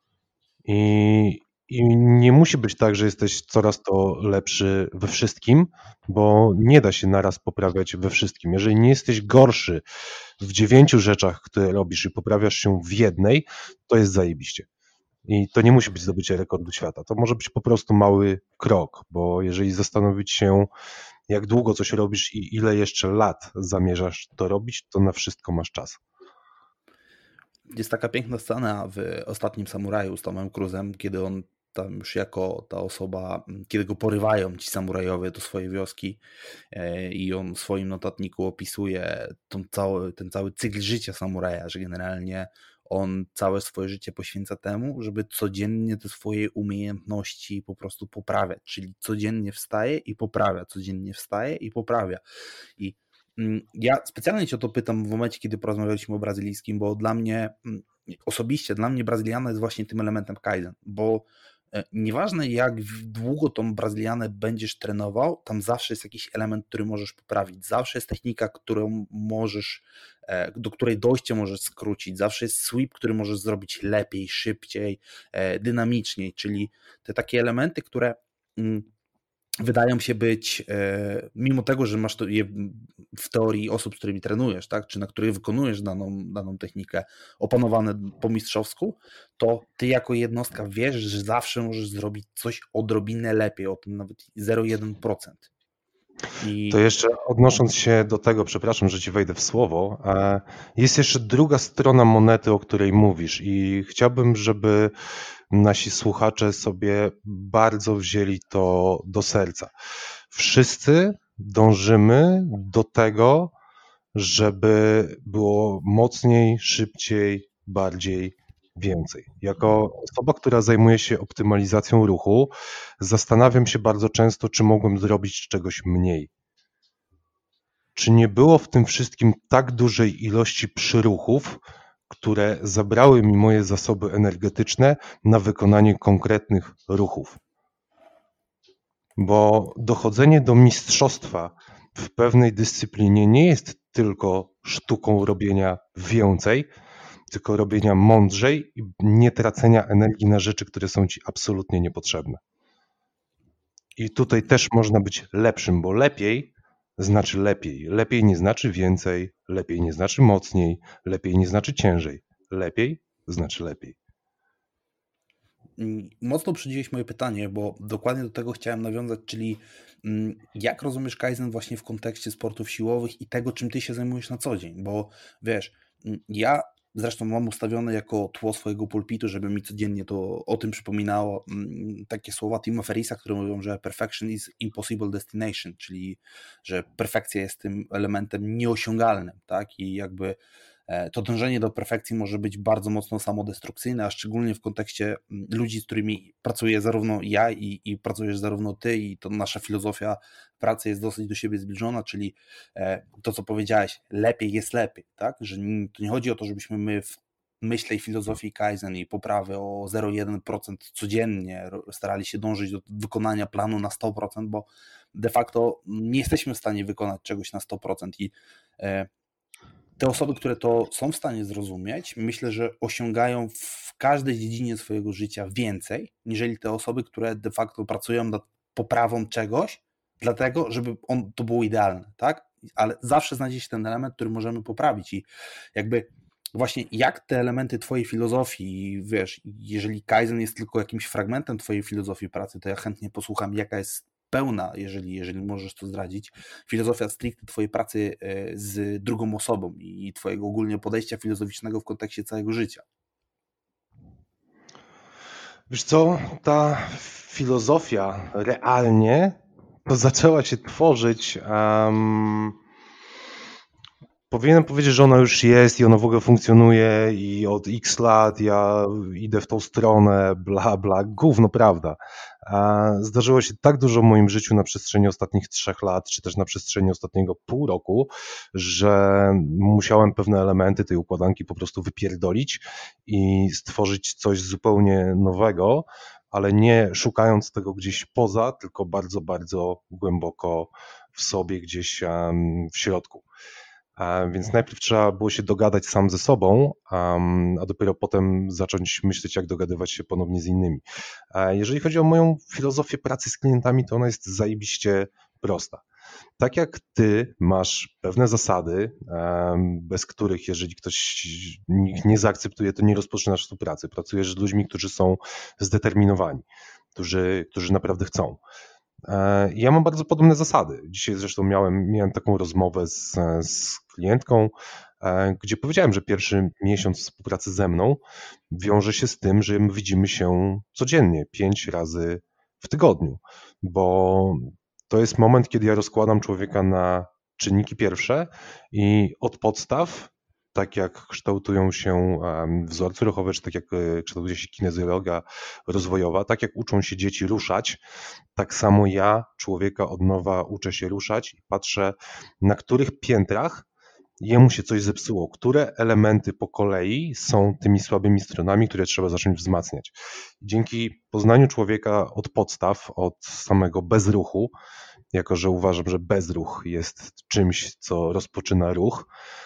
I nie musi być tak, że jesteś coraz to lepszy we wszystkim, bo nie da się naraz poprawiać we wszystkim. Jeżeli nie jesteś gorszy w 9 rzeczach, które robisz i poprawiasz się w jednej, to jest zajebiście. I to nie musi być zdobycie rekordu świata. To może być po prostu mały krok, bo jeżeli zastanowić się, jak długo coś robisz i ile jeszcze lat zamierzasz to robić, to na wszystko masz czas. Jest taka piękna scena w Ostatnim Samuraju z Tomem Cruise'em, kiedy on tam już jako ta osoba, kiedy go porywają ci samurajowie do swojej wioski i on w swoim notatniku opisuje ten cały cykl życia samuraja, że generalnie on całe swoje życie poświęca temu, żeby codziennie te swoje umiejętności po prostu poprawiać, czyli codziennie wstaje i poprawia, codziennie wstaje i poprawia. I ja specjalnie cię o to pytam w momencie, kiedy porozmawialiśmy o brazylijskim, bo osobiście dla mnie Brazyliana jest właśnie tym elementem Kaizen, bo nieważne jak długo tą Brazylianę będziesz trenował, tam zawsze jest jakiś element, który możesz poprawić, zawsze jest technika, do której dojście możesz skrócić, zawsze jest sweep, który możesz zrobić lepiej, szybciej, dynamiczniej, czyli te takie elementy, które wydają się być, mimo tego, że masz to je w teorii osób, z którymi trenujesz, tak, czy na których wykonujesz daną technikę opanowane po mistrzowsku, to ty jako jednostka wiesz, że zawsze możesz zrobić coś odrobinę lepiej, o tym nawet 0,1%. To jeszcze odnosząc się do tego, przepraszam, że ci wejdę w słowo, jest jeszcze druga strona monety, o której mówisz i chciałbym, żeby nasi słuchacze sobie bardzo wzięli to do serca. Wszyscy dążymy do tego, żeby było mocniej, szybciej, bardziej, więcej. Jako osoba, która zajmuje się optymalizacją ruchu, zastanawiam się bardzo często, czy mogłem zrobić czegoś mniej. Czy nie było w tym wszystkim tak dużej ilości przyruchów, które zabrały mi moje zasoby energetyczne na wykonanie konkretnych ruchów? Bo dochodzenie do mistrzostwa w pewnej dyscyplinie nie jest tylko sztuką robienia więcej, tylko robienia mądrzej i nie tracenia energii na rzeczy, które są ci absolutnie niepotrzebne. I tutaj też można być lepszym, bo lepiej znaczy lepiej. Lepiej nie znaczy więcej, lepiej nie znaczy mocniej, lepiej nie znaczy ciężej. Lepiej znaczy lepiej. Mocno przydzieliłeś moje pytanie, bo dokładnie do tego chciałem nawiązać, czyli jak rozumiesz Kaizen właśnie w kontekście sportów siłowych i tego, czym ty się zajmujesz na co dzień, bo wiesz, ja Zresztą mam ustawione jako tło swojego pulpitu, żeby mi codziennie to o tym przypominało. Takie słowa Tima Ferrissa, które mówią, że perfection is impossible destination, czyli że perfekcja jest tym elementem nieosiągalnym, tak? I jakby to dążenie do perfekcji może być bardzo mocno samodestrukcyjne, a szczególnie w kontekście ludzi, z którymi pracuję zarówno ja i pracujesz zarówno ty, i to nasza filozofia pracy jest dosyć do siebie zbliżona, czyli to, co powiedziałeś, lepiej jest lepiej, tak? Że to nie chodzi o to, żebyśmy my w myśle i filozofii Kaizen i poprawy o 0,1% codziennie starali się dążyć do wykonania planu na 100%, bo de facto nie jesteśmy w stanie wykonać czegoś na 100% i te osoby, które to są w stanie zrozumieć, myślę, że osiągają w każdej dziedzinie swojego życia więcej, niżeli te osoby, które de facto pracują nad poprawą czegoś, dlatego, żeby to było idealne, tak? Ale zawsze znajdzie się ten element, który możemy poprawić i jakby właśnie jak te elementy twojej filozofii, wiesz, jeżeli Kaizen jest tylko jakimś fragmentem twojej filozofii pracy, to ja chętnie posłucham, jaka jest pełna, jeżeli możesz to zdradzić, filozofia stricte twojej pracy z drugą osobą i twojego ogólnie podejścia filozoficznego w kontekście całego życia. Wiesz co, ta filozofia realnie to zaczęła się tworzyć. Powinienem powiedzieć, że ona już jest i ona w ogóle funkcjonuje i od x lat ja idę w tą stronę, bla, bla, gówno prawda. Zdarzyło się tak dużo w moim życiu na przestrzeni ostatnich 3 lat, czy też na przestrzeni ostatniego pół roku, że musiałem pewne elementy tej układanki po prostu wypierdolić i stworzyć coś zupełnie nowego, ale nie szukając tego gdzieś poza, tylko bardzo, bardzo głęboko w sobie, gdzieś w środku. Więc najpierw trzeba było się dogadać sam ze sobą, a dopiero potem zacząć myśleć, jak dogadywać się ponownie z innymi. Jeżeli chodzi o moją filozofię pracy z klientami, to ona jest zajebiście prosta. Tak jak ty masz pewne zasady, bez których jeżeli ktoś nie zaakceptuje, to nie rozpoczynasz współpracy. Pracujesz z ludźmi, którzy są zdeterminowani, którzy naprawdę chcą. Ja mam bardzo podobne zasady. Dzisiaj zresztą miałem taką rozmowę z klientką, gdzie powiedziałem, że pierwszy miesiąc współpracy ze mną wiąże się z tym, że my widzimy się codziennie, 5 razy w tygodniu, bo to jest moment, kiedy ja rozkładam człowieka na czynniki pierwsze i od podstaw, tak jak kształtują się wzorce ruchowe, czy tak jak kształtuje się kinezjologia rozwojowa, tak jak uczą się dzieci ruszać, tak samo ja człowieka od nowa uczę się ruszać i patrzę, na których piętrach jemu się coś zepsuło, które elementy po kolei są tymi słabymi stronami, które trzeba zacząć wzmacniać. Dzięki poznaniu człowieka od podstaw, od samego bezruchu, jako że uważam, że bezruch jest czymś, co rozpoczyna ruch,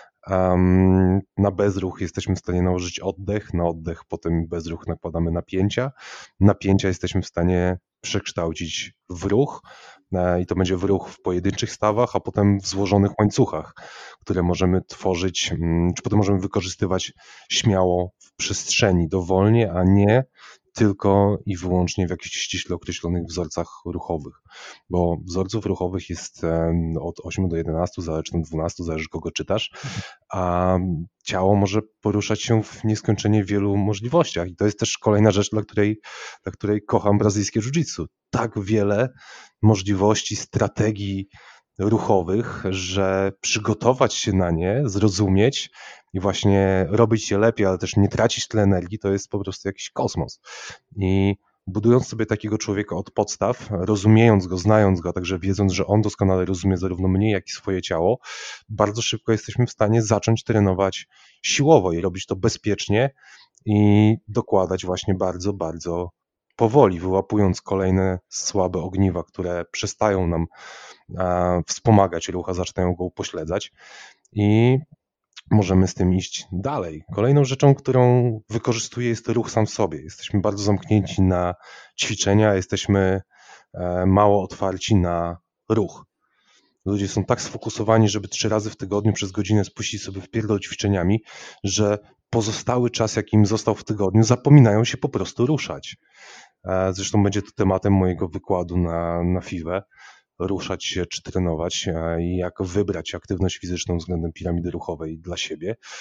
na bezruch jesteśmy w stanie nałożyć oddech, na oddech potem bezruch nakładamy napięcia jesteśmy w stanie przekształcić w ruch i to będzie w ruch w pojedynczych stawach, a potem w złożonych łańcuchach, które możemy tworzyć, czy potem możemy wykorzystywać śmiało w przestrzeni, dowolnie, a nie tylko i wyłącznie w jakichś ściśle określonych wzorcach ruchowych, bo wzorców ruchowych jest od 8 do 11, zależy tam 12, zależy kogo czytasz, a ciało może poruszać się w nieskończenie wielu możliwościach i to jest też kolejna rzecz, dla której kocham brazylijskie jiu-jitsu. Tak wiele możliwości, strategii ruchowych, że przygotować się na nie, zrozumieć i właśnie robić je lepiej, ale też nie tracić tyle energii, to jest po prostu jakiś kosmos. I budując sobie takiego człowieka od podstaw, rozumiejąc go, znając go, a także wiedząc, że on doskonale rozumie zarówno mnie, jak i swoje ciało, bardzo szybko jesteśmy w stanie zacząć trenować siłowo i robić to bezpiecznie i dokładać właśnie bardzo, bardzo powoli, wyłapując kolejne słabe ogniwa, które przestają nam wspomagać ruch, a zaczynają go upośledzać i możemy z tym iść dalej. Kolejną rzeczą, którą wykorzystuję, jest ruch sam w sobie. Jesteśmy bardzo zamknięci na ćwiczenia, jesteśmy mało otwarci na ruch. Ludzie są tak sfokusowani, żeby 3 razy w tygodniu przez godzinę spuścić sobie w pierdol ćwiczeniami, że pozostały czas, jaki im został w tygodniu, zapominają się po prostu ruszać. Zresztą będzie to tematem mojego wykładu na FIWE. Ruszać się czy trenować i jak wybrać aktywność fizyczną względem piramidy ruchowej dla siebie.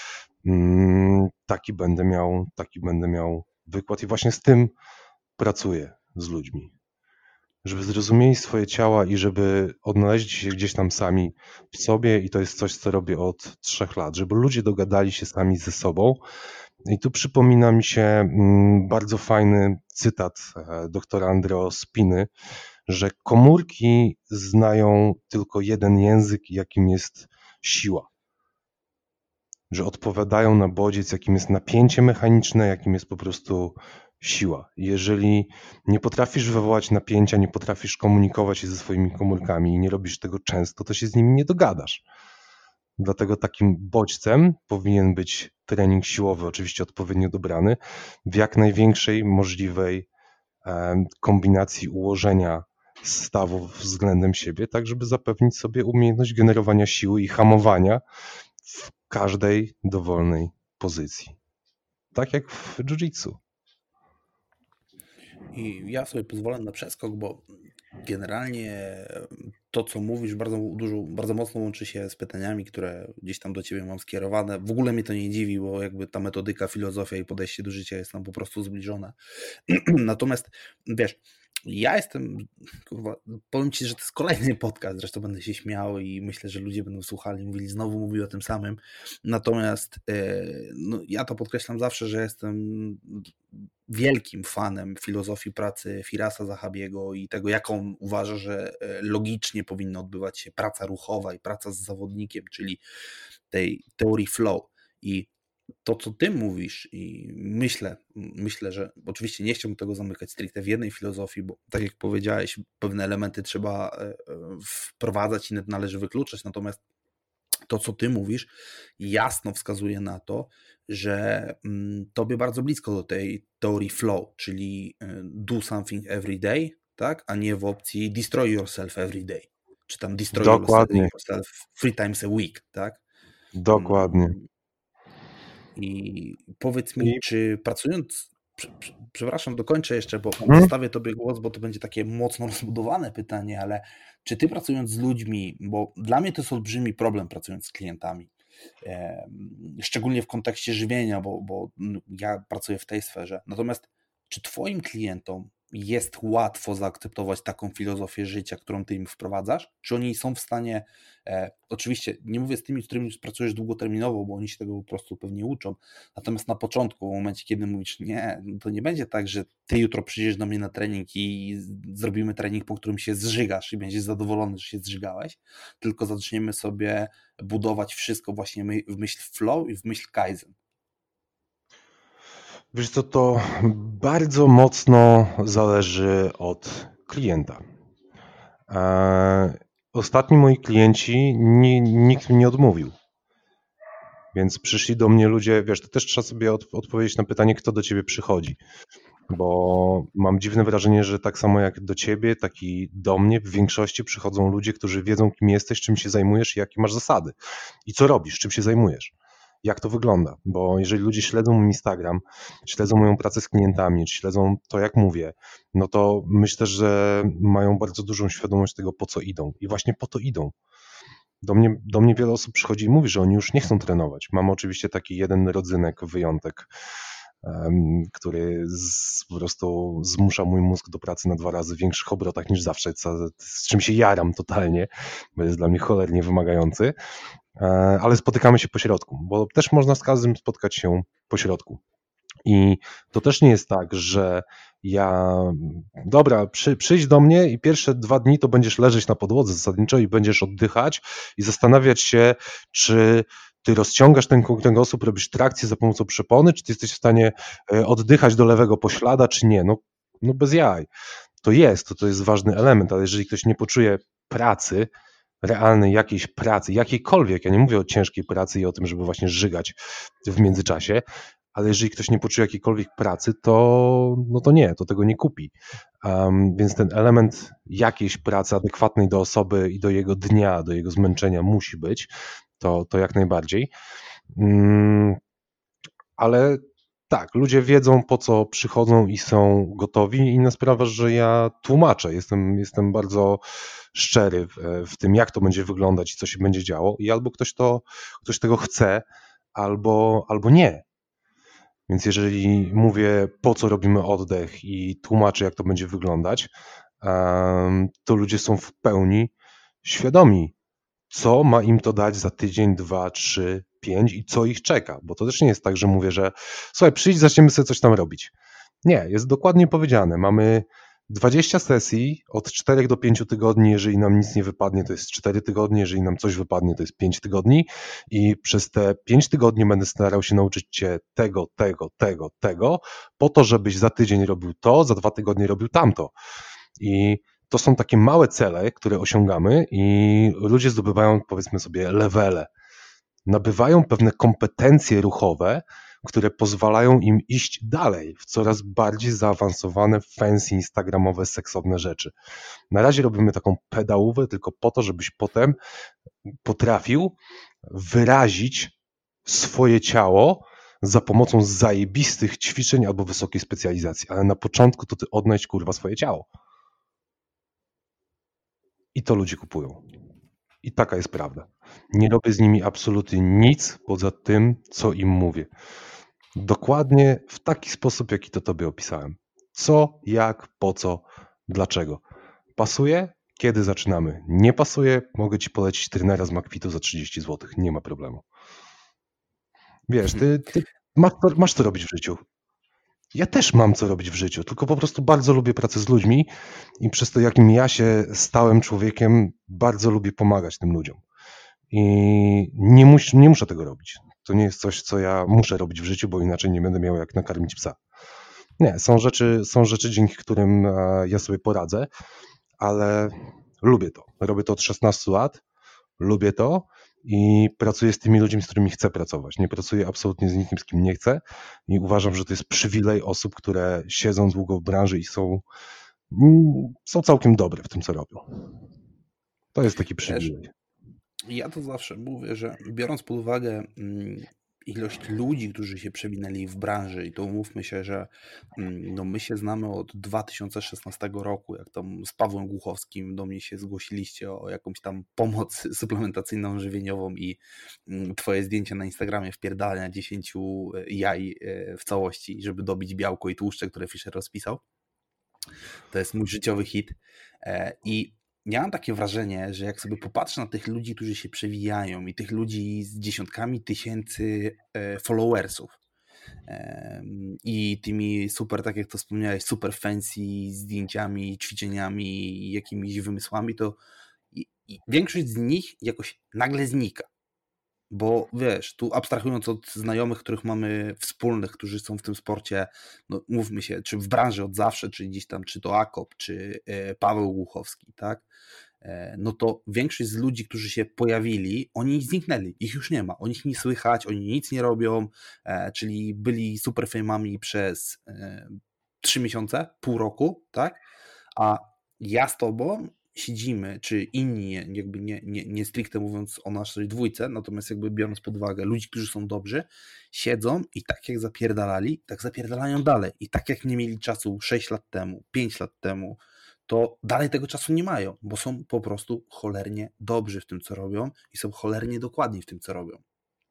taki będę miał wykład i właśnie z tym pracuję z ludźmi. Żeby zrozumieli swoje ciała i żeby odnaleźli się gdzieś tam sami w sobie i to jest coś, co robię od 3 lat, żeby ludzie dogadali się sami ze sobą. I tu przypomina mi się bardzo fajny cytat doktora Andreo Spiny, że komórki znają tylko jeden język, jakim jest siła. Że odpowiadają na bodziec, jakim jest napięcie mechaniczne, jakim jest po prostu siła. Jeżeli nie potrafisz wywołać napięcia, nie potrafisz komunikować się ze swoimi komórkami i nie robisz tego często, to się z nimi nie dogadasz. Dlatego takim bodźcem powinien być trening siłowy, oczywiście odpowiednio dobrany, w jak największej możliwej kombinacji ułożenia stawów względem siebie, tak żeby zapewnić sobie umiejętność generowania siły i hamowania w każdej dowolnej pozycji. Tak jak w jiu-jitsu. I ja sobie pozwolę na przeskok, bo generalnie to, co mówisz, bardzo mocno łączy się z pytaniami, które gdzieś tam do ciebie mam skierowane. W ogóle mnie to nie dziwi, bo jakby ta metodyka, filozofia i podejście do życia jest nam po prostu zbliżone. Natomiast wiesz, ja jestem, powiem ci, że to jest kolejny podcast, zresztą będę się śmiał i myślę, że ludzie będą słuchali, znowu mówił o tym samym. Natomiast ja to podkreślam zawsze, że jestem wielkim fanem filozofii pracy Firasa Zahabiego i tego, jak on uważa, że logicznie powinna odbywać się praca ruchowa i praca z zawodnikiem, czyli tej teorii flow. I to, co ty mówisz, i myślę, że oczywiście nie chciałbym tego zamykać stricte w jednej filozofii, bo tak jak powiedziałeś, pewne elementy trzeba wprowadzać i należy wykluczać, natomiast to, co ty mówisz, jasno wskazuje na to, że tobie bardzo blisko do tej teorii flow, czyli do something every day, tak, a nie w opcji destroy yourself every day, czy tam destroy yourself 3 times a week, tak? Dokładnie. I powiedz mi, czy pracując, przepraszam, dokończę jeszcze, bo zostawię tobie głos, bo to będzie takie mocno rozbudowane pytanie, ale czy ty pracując z ludźmi, bo dla mnie to jest olbrzymi problem pracując z klientami, szczególnie w kontekście żywienia, bo ja pracuję w tej sferze, natomiast czy twoim klientom jest łatwo zaakceptować taką filozofię życia, którą ty im wprowadzasz? Czy oni są w stanie, oczywiście nie mówię z tymi, z którymi pracujesz długoterminowo, bo oni się tego po prostu pewnie uczą, natomiast na początku, w momencie, kiedy mówisz, nie, to nie będzie tak, że ty jutro przyjdziesz do mnie na trening i zrobimy trening, po którym się zżygasz i będziesz zadowolony, że się zżygałeś, tylko zaczniemy sobie budować wszystko właśnie w myśl flow i w myśl kaizen. Wiesz co, to bardzo mocno zależy od klienta. Ostatni moi klienci nikt mi nie odmówił. Więc przyszli do mnie ludzie, wiesz, to też trzeba sobie odpowiedzieć na pytanie, kto do ciebie przychodzi. Bo mam dziwne wrażenie, że tak samo jak do ciebie, tak i do mnie w większości przychodzą ludzie, którzy wiedzą, kim jesteś, czym się zajmujesz i jakie masz zasady. I co robisz, czym się zajmujesz. Jak to wygląda, bo jeżeli ludzie śledzą mój Instagram, śledzą moją pracę z klientami, śledzą to, jak mówię, no to myślę, że mają bardzo dużą świadomość tego, po co idą i właśnie po to idą. Do mnie wiele osób przychodzi i mówi, że oni już nie chcą trenować. Mam oczywiście taki jeden rodzynek, wyjątek, który po prostu zmusza mój mózg do pracy na 2 razy większych obrotach niż zawsze, z czym się jaram totalnie, bo jest dla mnie cholernie wymagający. Ale spotykamy się po środku, bo też można z każdym spotkać się po środku. I to też nie jest tak, że przyjdź do mnie i pierwsze 2 dni to będziesz leżeć na podłodze zasadniczo i będziesz oddychać i zastanawiać się, czy ty rozciągasz ten kręgosłup, robisz trakcję za pomocą przepony, czy ty jesteś w stanie oddychać do lewego poślada, czy nie. No bez jaj. To jest ważny element, ale jeżeli ktoś nie poczuje pracy, realnej jakiejś pracy, jakiejkolwiek, ja nie mówię o ciężkiej pracy i o tym, żeby właśnie żygać w międzyczasie, ale jeżeli ktoś nie poczuje jakiejkolwiek pracy, to nie, to tego nie kupi. Więc ten element jakiejś pracy adekwatnej do osoby i do jego dnia, do jego zmęczenia musi być, to jak najbardziej. Ale tak, ludzie wiedzą, po co przychodzą i są gotowi. Inna sprawa, że ja tłumaczę, jestem bardzo szczery w tym, jak to będzie wyglądać i co się będzie działo i albo ktoś tego chce, albo nie. Więc jeżeli mówię, po co robimy oddech i tłumaczę, jak to będzie wyglądać, to ludzie są w pełni świadomi, co ma im to dać za tydzień, 2, 3, 5 i co ich czeka. Bo to też nie jest tak, że mówię, że słuchaj, przyjdź, zaczniemy sobie coś tam robić. Nie, jest dokładnie powiedziane. Mamy 20 sesji od 4 do 5 tygodni, jeżeli nam nic nie wypadnie, to jest 4 tygodnie, jeżeli nam coś wypadnie, to jest 5 tygodni i przez te 5 tygodni będę starał się nauczyć Cię tego, po to, żebyś za tydzień robił to, za 2 tygodnie robił tamto. I to są takie małe cele, które osiągamy i ludzie zdobywają, powiedzmy sobie, levele. Nabywają pewne kompetencje ruchowe, które pozwalają im iść dalej w coraz bardziej zaawansowane, fancy, instagramowe, seksowne rzeczy. Na razie robimy taką pedałówę tylko po to, żebyś potem potrafił wyrazić swoje ciało za pomocą zajebistych ćwiczeń albo wysokiej specjalizacji. Ale na początku to ty odnajdź, kurwa, swoje ciało. I to ludzie kupują. I taka jest prawda. Nie robię z nimi absolutnie nic poza tym, co im mówię. Dokładnie w taki sposób, jaki to tobie opisałem. Co, jak, po co, dlaczego. Pasuje? Kiedy zaczynamy? Nie pasuje? Mogę ci polecić trenera z McFitu za 30 zł. Nie ma problemu. Wiesz, ty masz co robić w życiu. Ja też mam co robić w życiu, tylko po prostu bardzo lubię pracę z ludźmi i przez to, jakim ja się stałem człowiekiem, bardzo lubię pomagać tym ludziom. I nie muszę tego robić. To nie jest coś, co ja muszę robić w życiu, bo inaczej nie będę miał jak nakarmić psa. Nie, są rzeczy, dzięki którym ja sobie poradzę, ale lubię to. Robię to od 16 lat, lubię to i pracuję z tymi ludźmi, z którymi chcę pracować. Nie pracuję absolutnie z nikim, z kim nie chcę i uważam, że to jest przywilej osób, które siedzą długo w branży i są całkiem dobre w tym, co robią. To jest taki przywilej. Ja to zawsze mówię, że biorąc pod uwagę ilość ludzi, którzy się przewinęli w branży i to umówmy się, że no my się znamy od 2016 roku, jak tam z Pawłem Głuchowskim do mnie się zgłosiliście o jakąś tam pomoc suplementacyjną, żywieniową i twoje zdjęcie na Instagramie wpierdalania 10 jaj w całości, żeby dobić białko i tłuszcze, które Fisher rozpisał. To jest mój życiowy hit i ja mam takie wrażenie, że jak sobie popatrzę na tych ludzi, którzy się przewijają i tych ludzi z dziesiątkami tysięcy followersów i tymi super, tak jak to wspomniałeś, super fancy zdjęciami, ćwiczeniami, jakimiś wymysłami, to większość z nich jakoś nagle znika. Bo wiesz, tu abstrahując od znajomych, których mamy wspólnych, którzy są w tym sporcie, no mówmy się, czy w branży od zawsze, czy gdzieś tam, czy to Akop, czy Paweł Głuchowski, tak? No to większość z ludzi, którzy się pojawili, oni zniknęli, ich już nie ma, o nich nie słychać, oni nic nie robią, czyli byli super fejmami przez 3 miesiące, pół roku, tak? A ja z tobą siedzimy, czy inni, jakby nie stricte mówiąc o naszej dwójce, natomiast jakby biorąc pod uwagę ludzi, którzy są dobrzy, siedzą i tak jak zapierdalali, tak zapierdalają dalej. I tak jak nie mieli czasu 6 lat temu, 5 lat temu, to dalej tego czasu nie mają, bo są po prostu cholernie dobrzy w tym, co robią i są cholernie dokładni w tym, co robią.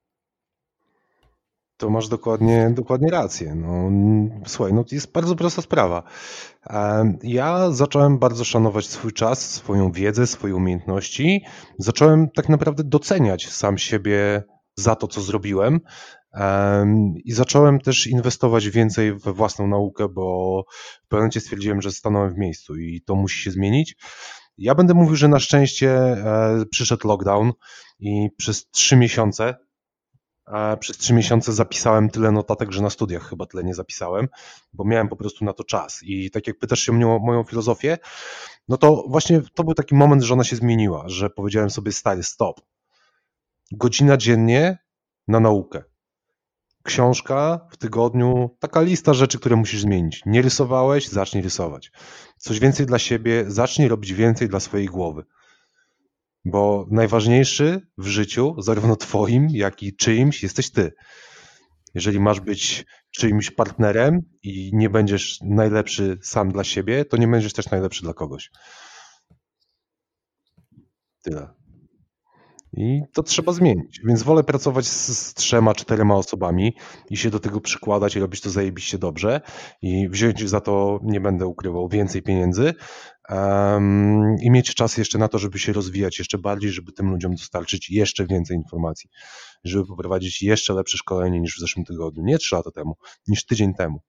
To masz dokładnie rację. No, słuchaj, no to jest bardzo prosta sprawa. Ja zacząłem bardzo szanować swój czas, swoją wiedzę, swoje umiejętności. Zacząłem tak naprawdę doceniać sam siebie za to, co zrobiłem. I zacząłem też inwestować więcej we własną naukę, bo w pewnym momencie stwierdziłem, że stanąłem w miejscu i to musi się zmienić. Ja będę mówił, że na szczęście przyszedł lockdown i przez 3 miesiące zapisałem tyle notatek, że na studiach chyba tyle nie zapisałem, bo miałem po prostu na to czas. I tak jak pytasz się mnie o moją filozofię, no to właśnie to był taki moment, że ona się zmieniła, że powiedziałem sobie, stary, stop. Godzina dziennie na naukę. Książka w tygodniu, taka lista rzeczy, które musisz zmienić. Nie rysowałeś? Zacznij rysować. Coś więcej dla siebie, zacznij robić więcej dla swojej głowy. Bo najważniejszy w życiu, zarówno twoim, jak i czyimś, jesteś ty. Jeżeli masz być czyimś partnerem i nie będziesz najlepszy sam dla siebie, to nie będziesz też najlepszy dla kogoś. Tyle. I to trzeba zmienić, więc wolę pracować z 3-4 osobami i się do tego przykładać i robić to zajebiście dobrze i wziąć za to, nie będę ukrywał, więcej pieniędzy i mieć czas jeszcze na to, żeby się rozwijać jeszcze bardziej, żeby tym ludziom dostarczyć jeszcze więcej informacji, żeby poprowadzić jeszcze lepsze szkolenie niż w zeszłym tygodniu, nie 3 lata temu, niż tydzień temu,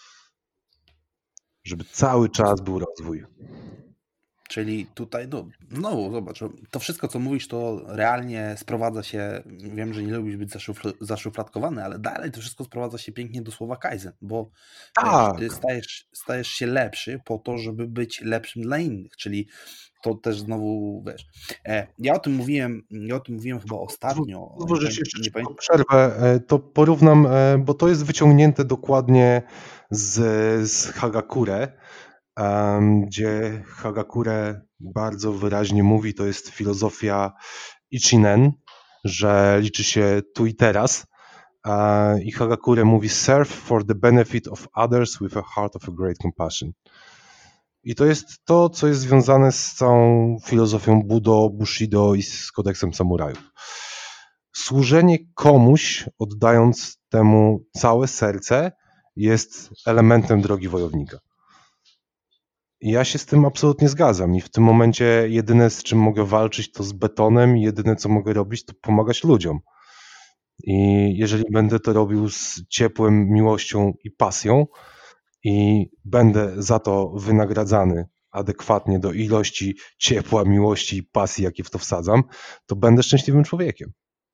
żeby cały czas był rozwój. Czyli tutaj, no znowu zobacz, to wszystko co mówisz to realnie sprowadza się, wiem, że nie lubisz być zaszufladkowany, ale dalej to wszystko sprowadza się pięknie do słowa Kaizen, bo wiesz, ty stajesz się lepszy po to, żeby być lepszym dla innych, czyli to też znowu, wiesz, ja o tym mówiłem chyba ostatnio. Pozwól, że się jeszcze przerwę, to porównam, bo to jest wyciągnięte dokładnie z Hagakure, gdzie Hagakure bardzo wyraźnie mówi, to jest filozofia Ichinen, że liczy się tu i teraz. I Hagakure mówi serve for the benefit of others with a heart of a great compassion. I to jest to, co jest związane z całą filozofią Budo, Bushido i z kodeksem samurajów. Służenie komuś, oddając temu całe serce, jest elementem drogi wojownika. I ja się z tym absolutnie zgadzam i w tym momencie jedyne, z czym mogę walczyć, to z betonem i jedyne, co mogę robić, to pomagać ludziom. I jeżeli będę to robił z ciepłem, miłością i pasją i będę za to wynagradzany adekwatnie do ilości ciepła, miłości i pasji, jakie w to wsadzam, to będę szczęśliwym człowiekiem.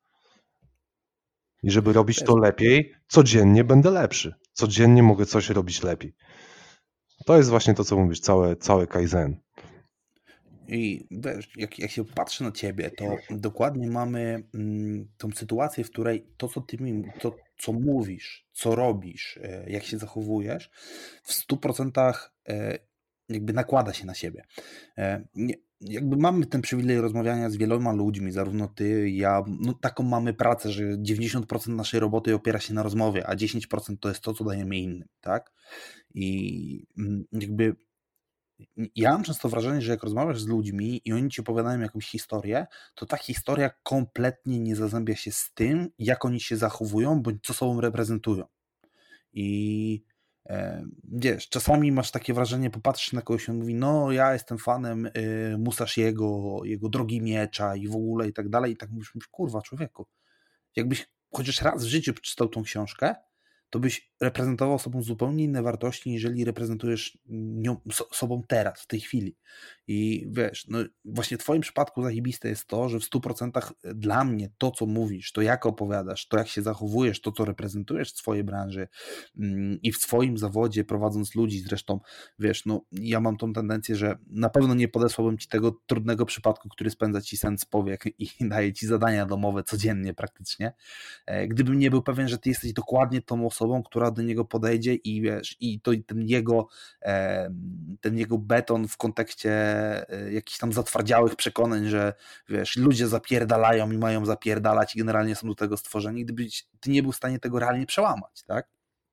I żeby robić to lepiej, codziennie będę lepszy. Codziennie mogę coś robić lepiej. To jest właśnie to, co mówisz, całe Kaizen. I wiesz, jak się patrzy na ciebie, to dokładnie mamy tą sytuację, w której to, co mówisz, co robisz, jak się zachowujesz, w 100% jakby nakłada się na siebie. Jakby mamy ten przywilej rozmawiania z wieloma ludźmi, zarówno ty, ja, no taką mamy pracę, że 90% naszej roboty opiera się na rozmowie, a 10% to jest to, co dajemy innym, tak? I jakby ja mam często wrażenie, że jak rozmawiasz z ludźmi i oni ci opowiadają jakąś historię, to ta historia kompletnie nie zazębia się z tym, jak oni się zachowują, bądź co sobą reprezentują. I wiesz, czasami masz takie wrażenie, popatrzysz na kogoś i on mówi, no ja jestem fanem Musashiego, jego Drogi Miecza i w ogóle i tak dalej, i tak mówisz, kurwa człowieku, jakbyś chociaż raz w życiu przeczytał tą książkę, to byś reprezentował sobą zupełnie inne wartości, jeżeli reprezentujesz sobą teraz, w tej chwili. I wiesz, no właśnie w twoim przypadku zajebiste jest to, że w 100% dla mnie to, co mówisz, to jak opowiadasz, to jak się zachowujesz, to co reprezentujesz w swojej branży i w swoim zawodzie, prowadząc ludzi, zresztą wiesz, no ja mam tą tendencję, że na pewno nie podesłałbym ci tego trudnego przypadku, który spędza ci sen z powiek i daje ci zadania domowe codziennie praktycznie, gdybym nie był pewien, że ty jesteś dokładnie tą osobą, która do niego podejdzie i wiesz, i to ten jego beton w kontekście jakichś tam zatwardziałych przekonań, że wiesz, ludzie zapierdalają i mają zapierdalać i generalnie są do tego stworzeni, gdybyś ty nie był w stanie tego realnie przełamać, tak?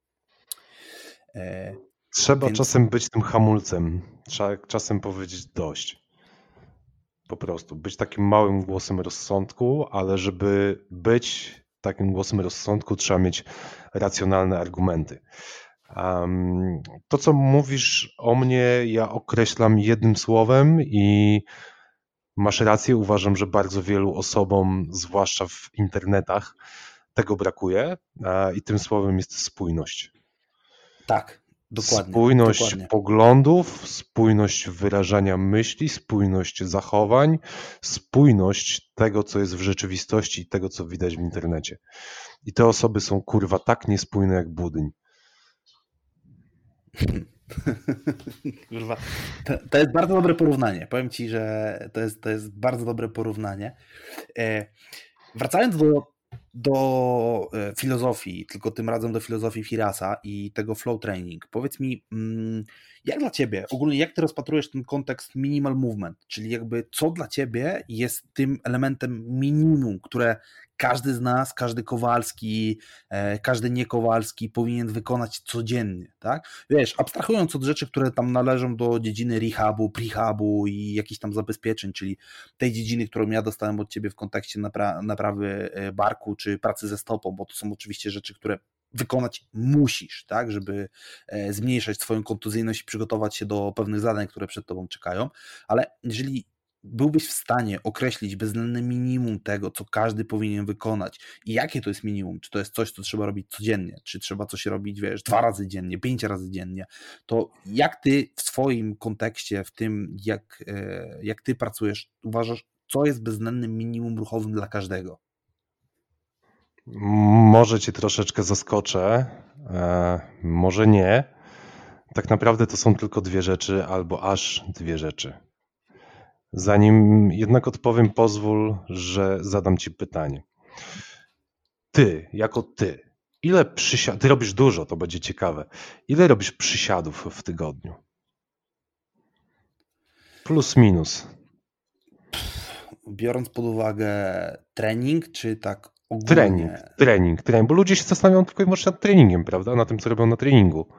Trzeba czasem być tym hamulcem, trzeba czasem powiedzieć dość. Po prostu być takim małym głosem rozsądku, ale żeby być takim głosem rozsądku, trzeba mieć racjonalne argumenty. To, co mówisz o mnie, ja określam jednym słowem i masz rację, uważam, że bardzo wielu osobom, zwłaszcza w internetach, tego brakuje i tym słowem jest spójność. Tak, dokładnie. Spójność poglądów, spójność wyrażania myśli, spójność zachowań, spójność tego, co jest w rzeczywistości i tego, co widać w internecie. I te osoby są kurwa tak niespójne jak budyń. Kurwa, to jest bardzo dobre porównanie. Powiem ci, że to jest bardzo dobre porównanie. Wracając do filozofii, tylko tym razem do filozofii Firasa i tego flow training. Powiedz mi, jak dla ciebie, ogólnie jak ty rozpatrujesz ten kontekst minimal movement, czyli jakby co dla ciebie jest tym elementem minimum, które każdy z nas, każdy Kowalski, każdy nie Kowalski powinien wykonać codziennie, tak? Wiesz, abstrahując od rzeczy, które tam należą do dziedziny rehabu, prehabu i jakichś tam zabezpieczeń, czyli tej dziedziny, którą ja dostałem od ciebie w kontekście naprawy barku czy pracy ze stopą, bo to są oczywiście rzeczy, które wykonać musisz, tak, żeby zmniejszać swoją kontuzyjność i przygotować się do pewnych zadań, które przed tobą czekają, ale jeżeli byłbyś w stanie określić bezwzględne minimum tego, co każdy powinien wykonać i jakie to jest minimum, czy to jest coś, co trzeba robić codziennie, czy trzeba coś robić, wiesz, 2 razy dziennie, 5 razy dziennie, to jak ty w swoim kontekście, w tym jak ty pracujesz, uważasz, co jest bezwzględnym minimum ruchowym dla każdego? Może cię troszeczkę zaskoczę, może nie. Tak naprawdę to są tylko 2 rzeczy, albo aż 2 rzeczy. Zanim jednak odpowiem, pozwól, że zadam ci pytanie. Ty, jako ty, ile przysiadów, ty robisz dużo, to będzie ciekawe. Ile robisz przysiadów w tygodniu? Plus minus. Biorąc pod uwagę trening, czy tak ogólnie? Trening, bo ludzie się zastanawiają tylko i wyłącznie nad treningiem, prawda? Na tym, co robią na treningu.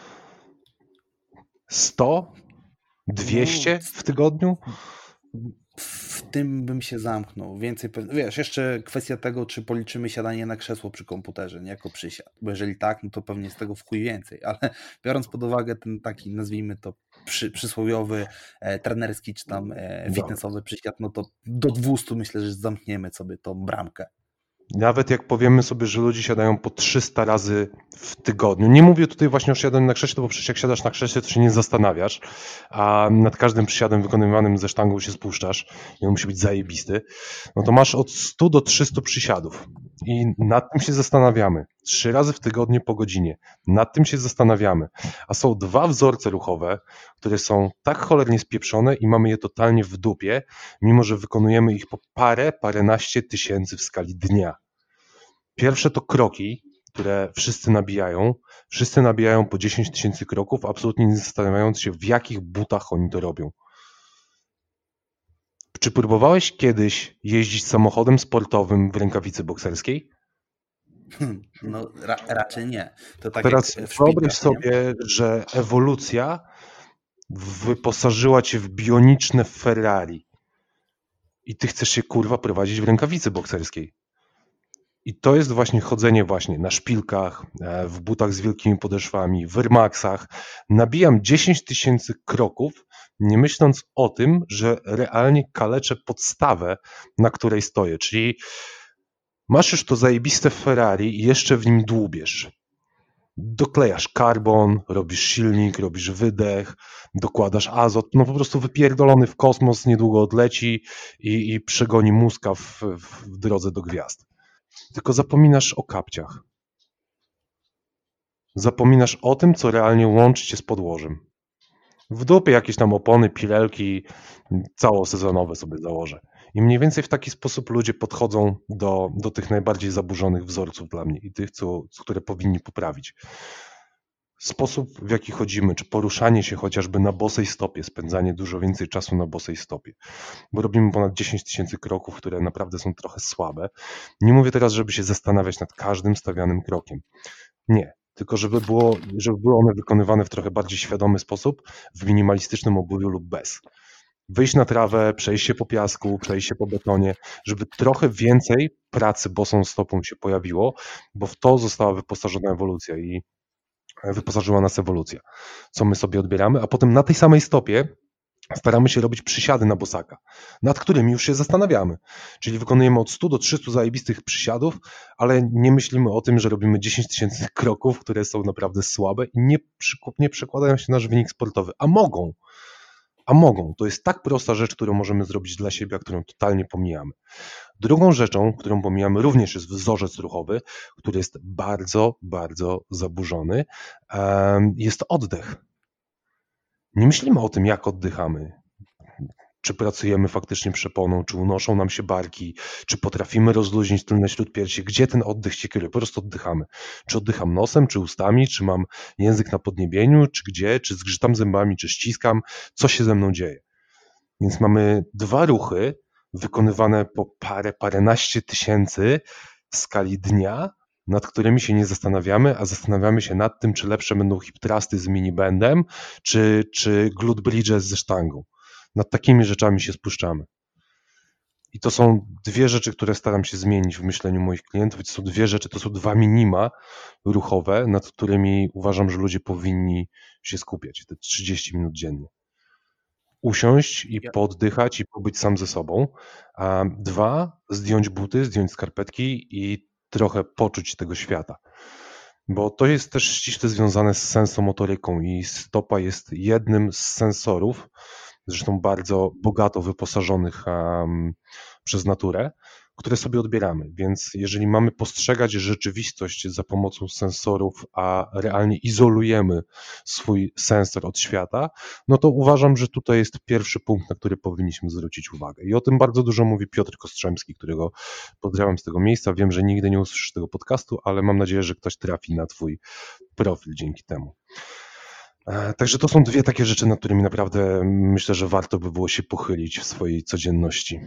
100? 200 w tygodniu? W tym bym się zamknął. Więcej, wiesz, jeszcze kwestia tego, czy policzymy siadanie na krzesło przy komputerze, nie jako przysiad. Bo jeżeli tak, no to pewnie z tego w chuj więcej. Ale biorąc pod uwagę ten taki, nazwijmy to przysłowiowy, trenerski czy tam fitnessowy przysiad, no to do 200 myślę, że zamkniemy sobie tą bramkę. Nawet jak powiemy sobie, że ludzie siadają po 300 razy w tygodniu. Nie mówię tutaj właśnie o siadaniu na krześle, bo przecież jak siadasz na krześle, to się nie zastanawiasz, a nad każdym przysiadem wykonywanym ze sztangą się spuszczasz i on musi być zajebisty, no to masz od 100 do 300 przysiadów i nad tym się zastanawiamy. 3 razy w tygodniu po godzinie. Nad tym się zastanawiamy. A są 2 wzorce ruchowe, które są tak cholernie spieprzone i mamy je totalnie w dupie, mimo że wykonujemy ich po paręnaście tysięcy w skali dnia. Pierwsze to kroki, które wszyscy nabijają. Wszyscy nabijają po 10 tysięcy kroków, absolutnie nie zastanawiając się, w jakich butach oni to robią. Czy próbowałeś kiedyś jeździć samochodem sportowym w rękawicy bokserskiej? No raczej nie. To tak teraz jak w wyobraź szpilkach, sobie, że ewolucja wyposażyła cię w bioniczne Ferrari i ty chcesz się kurwa prowadzić w rękawicy bokserskiej. I to jest właśnie chodzenie właśnie na szpilkach, w butach z wielkimi podeszwami, w Air Maxach. Nabijam 10 tysięcy kroków, nie myśląc o tym, że realnie kaleczę podstawę, na której stoję. Czyli masz już to zajebiste Ferrari i jeszcze w nim dłubiesz. Doklejasz karbon, robisz silnik, robisz wydech, dokładasz azot, no po prostu wypierdolony w kosmos, niedługo odleci i przegoni mózga w drodze do gwiazd. Tylko zapominasz o kapciach. Zapominasz o tym, co realnie łączy cię z podłożem. W dupie jakieś tam opony, pilelki, całosezonowe sobie założę. I mniej więcej w taki sposób ludzie podchodzą do tych najbardziej zaburzonych wzorców dla mnie i tych, które powinni poprawić. Sposób, w jaki chodzimy, czy poruszanie się chociażby na bosej stopie, spędzanie dużo więcej czasu na bosej stopie, bo robimy ponad 10 tysięcy kroków, które naprawdę są trochę słabe. Nie mówię teraz, żeby się zastanawiać nad każdym stawianym krokiem. Nie, tylko żeby były one wykonywane w trochę bardziej świadomy sposób, w minimalistycznym obuwiu lub bez. Wyjść na trawę, przejść się po piasku, przejść się po betonie, żeby trochę więcej pracy bosą stopą się pojawiło, bo w to została wyposażona ewolucja i wyposażyła nas ewolucja, co my sobie odbieramy, a potem na tej samej stopie staramy się robić przysiady na bosaka, nad którymi już się zastanawiamy. Czyli wykonujemy od 100 do 300 zajebistych przysiadów, ale nie myślimy o tym, że robimy 10 tysięcy kroków, które są naprawdę słabe i nie przekładają się na nasz wynik sportowy. A mogą. To jest tak prosta rzecz, którą możemy zrobić dla siebie, a którą totalnie pomijamy. Drugą rzeczą, którą pomijamy, również jest wzorzec ruchowy, który jest bardzo, bardzo zaburzony, jest oddech. Nie myślimy o tym, jak oddychamy. Czy pracujemy faktycznie przeponą, czy unoszą nam się barki, czy potrafimy rozluźnić tylne śródpiersie, gdzie ten oddech się kieruje, po prostu oddychamy. Czy oddycham nosem, czy ustami, czy mam język na podniebieniu, czy gdzie, czy zgrzytam zębami, czy ściskam, co się ze mną dzieje. Więc mamy 2 ruchy wykonywane po paręnaście tysięcy w skali dnia, nad którymi się nie zastanawiamy, a zastanawiamy się nad tym, czy lepsze będą hip thrusty z minibandem, czy glute bridges ze sztangą. Nad takimi rzeczami się spuszczamy. I to są dwie rzeczy, które staram się zmienić w myśleniu moich klientów. To są dwie rzeczy, to są dwa minima ruchowe, nad którymi uważam, że ludzie powinni się skupiać te 30 minut dziennie. Usiąść i pooddychać i pobyć sam ze sobą. A dwa, zdjąć buty, zdjąć skarpetki i trochę poczuć tego świata. Bo to jest też ściśle związane z sensomotoryką i stopa jest jednym z sensorów, zresztą bardzo bogato wyposażonych przez naturę, które sobie odbieramy. Więc jeżeli mamy postrzegać rzeczywistość za pomocą sensorów, a realnie izolujemy swój sensor od świata, no to uważam, że tutaj jest pierwszy punkt, na który powinniśmy zwrócić uwagę. I o tym bardzo dużo mówi Piotr Kostrzemski, którego pozdrawiam z tego miejsca. Wiem, że nigdy nie usłyszysz tego podcastu, ale mam nadzieję, że ktoś trafi na twój profil dzięki temu. Także to są dwie takie rzeczy, nad którymi naprawdę myślę, że warto by było się pochylić w swojej codzienności.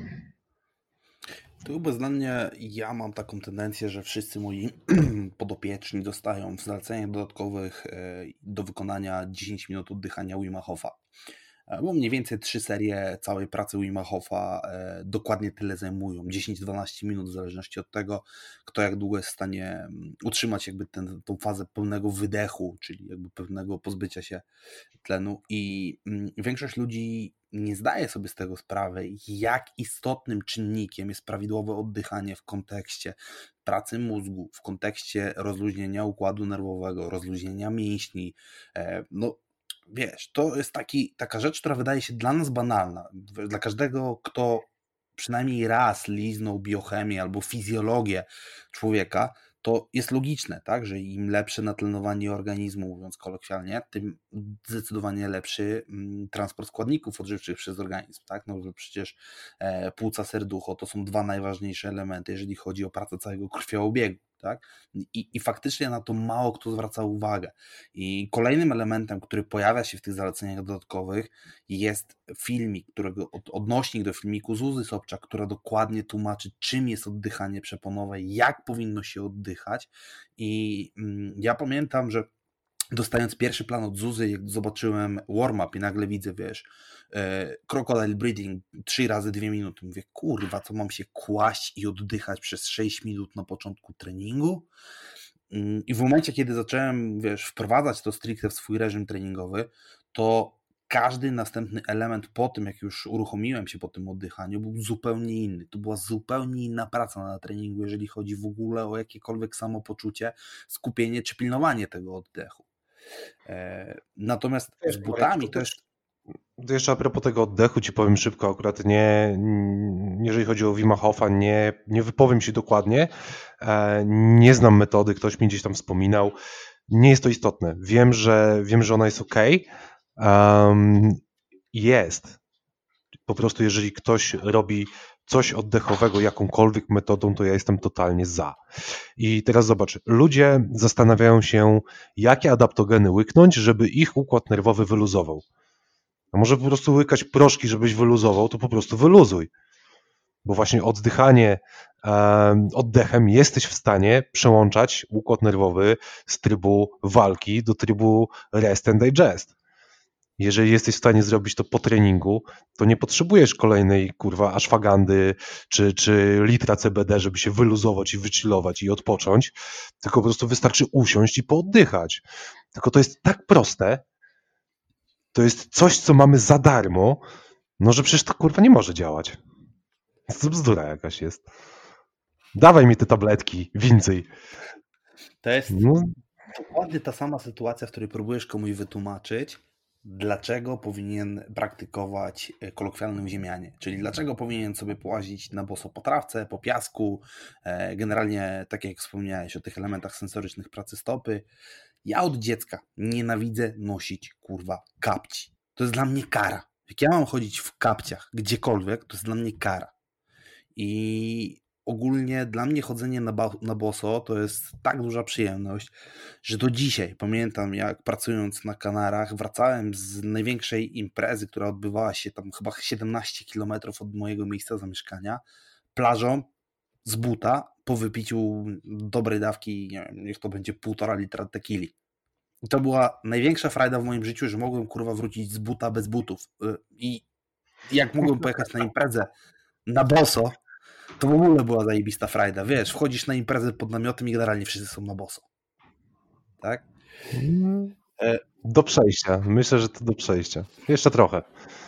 Tu bezwzględnie ja mam taką tendencję, że wszyscy moi podopieczni dostają w zaleceniach dodatkowych do wykonania 10 minut oddychania Wima Hofa. Bo mniej więcej 3 serie całej pracy Wima Hofa dokładnie tyle zajmują. 10-12 minut w zależności od tego, kto jak długo jest w stanie utrzymać jakby tą fazę pełnego wydechu, czyli jakby pewnego pozbycia się tlenu. I większość ludzi nie zdaje sobie z tego sprawy, jak istotnym czynnikiem jest prawidłowe oddychanie w kontekście pracy mózgu, w kontekście rozluźnienia układu nerwowego, rozluźnienia mięśni. No wiesz, to jest taka rzecz, która wydaje się dla nas banalna. Dla każdego, kto przynajmniej raz liznął biochemię albo fizjologię człowieka, to jest logiczne, tak, że im lepsze natlenowanie organizmu, mówiąc kolokwialnie, tym zdecydowanie lepszy transport składników odżywczych przez organizm, tak, no że przecież płuca, serducho to są dwa najważniejsze elementy, jeżeli chodzi o pracę całego krwiobiegu. Tak? I faktycznie na to mało kto zwraca uwagę. I kolejnym elementem, który pojawia się w tych zaleceniach dodatkowych, jest filmik, odnośnik do filmiku Zuzy Sobczak, która dokładnie tłumaczy, czym jest oddychanie przeponowe, jak powinno się oddychać. I ja pamiętam, że dostając pierwszy plan od Zuzy, jak zobaczyłem warm-up i nagle widzę, wiesz, crocodile breathing 3 razy 2 minuty. Mówię, kurwa, co mam się kłaść i oddychać przez 6 minut na początku treningu? I w momencie, kiedy zacząłem, wiesz, wprowadzać to stricte w swój reżim treningowy, to każdy następny element po tym, jak już uruchomiłem się po tym oddychaniu, był zupełnie inny. To była zupełnie inna praca na treningu, jeżeli chodzi w ogóle o jakiekolwiek samopoczucie, skupienie czy pilnowanie tego oddechu. Natomiast z butami to jest... To jeszcze a propos tego oddechu ci powiem szybko, akurat jeżeli chodzi o Wima Hofa, nie wypowiem się dokładnie, nie znam metody, ktoś mi gdzieś tam wspominał, nie jest to istotne, wiem, że ona jest ok, jest, po prostu jeżeli ktoś robi coś oddechowego jakąkolwiek metodą, to ja jestem totalnie za. I teraz zobacz, ludzie zastanawiają się, jakie adaptogeny łyknąć, żeby ich układ nerwowy wyluzował. A może po prostu łykać proszki, żebyś wyluzował, to po prostu wyluzuj. Bo właśnie oddechem jesteś w stanie przełączać układ nerwowy z trybu walki do trybu rest and digest. Jeżeli jesteś w stanie zrobić to po treningu, to nie potrzebujesz kolejnej ashwagandy czy litra CBD, żeby się wyluzować i wychillować i odpocząć, tylko po prostu wystarczy usiąść i pooddychać. Tylko to jest tak proste, to jest coś, co mamy za darmo, no że przecież to nie może działać. To bzdura jakaś jest. Dawaj mi te tabletki, więcej. To jest dokładnie ta sama sytuacja, w której próbujesz komuś wytłumaczyć, dlaczego powinien praktykować kolokwialne uziemianie, czyli dlaczego powinien sobie połazić na boso po trawce, po piasku, generalnie tak jak wspomniałeś o tych elementach sensorycznych pracy stopy. Ja od dziecka nienawidzę nosić, kapci. To jest dla mnie kara. Jak ja mam chodzić w kapciach gdziekolwiek, to jest dla mnie kara. I ogólnie dla mnie chodzenie na boso to jest tak duża przyjemność, że do dzisiaj pamiętam, jak pracując na Kanarach wracałem z największej imprezy, która odbywała się tam chyba 17 km od mojego miejsca zamieszkania, plażą z buta po wypiciu dobrej dawki, nie wiem, niech to będzie 1,5 litra tequili. I to była największa frajda w moim życiu, że mogłem kurwa wrócić z buta bez butów. I jak mogłem pojechać na imprezę na boso, to w ogóle była zajebista frajda. Wiesz, wchodzisz na imprezę pod namiotem i generalnie wszyscy są na boso. Tak? Do przejścia. Myślę, że to do przejścia. Jeszcze trochę.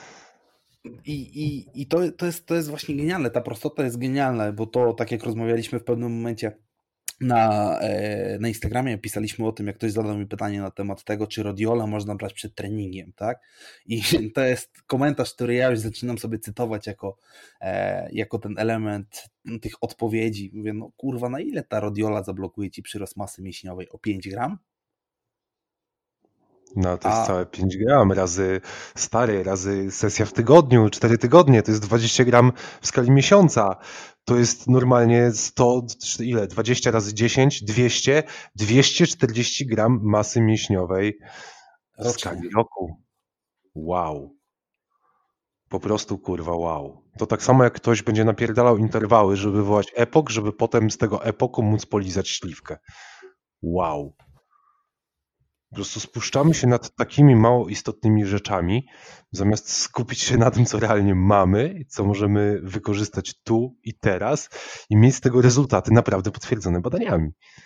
I to jest właśnie genialne. Ta prostota jest genialna, bo to tak jak rozmawialiśmy w pewnym momencie na Instagramie, pisaliśmy o tym, jak ktoś zadał mi pytanie na temat tego, czy Rodiola można brać przed treningiem, tak? I to jest komentarz, który ja już zaczynam sobie cytować jako ten element tych odpowiedzi. Mówię, no kurwa, na ile ta Rodiola zablokuje ci przyrost masy mięśniowej? O 5 gram? No to jest całe 5 gram razy sesja w tygodniu, 4 tygodnie, to jest 20 gram w skali miesiąca. To jest normalnie 100, ile? 20 razy 10, 200, 240 gram masy mięśniowej w skali roku. Wow. Po prostu kurwa wow. To tak samo jak ktoś będzie napierdalał interwały, żeby wywołać epok, żeby potem z tego epoku móc polizać śliwkę. Wow. Po prostu spuszczamy się nad takimi mało istotnymi rzeczami, zamiast skupić się na tym, co realnie mamy, co możemy wykorzystać tu i teraz i mieć z tego rezultaty naprawdę potwierdzone badaniami.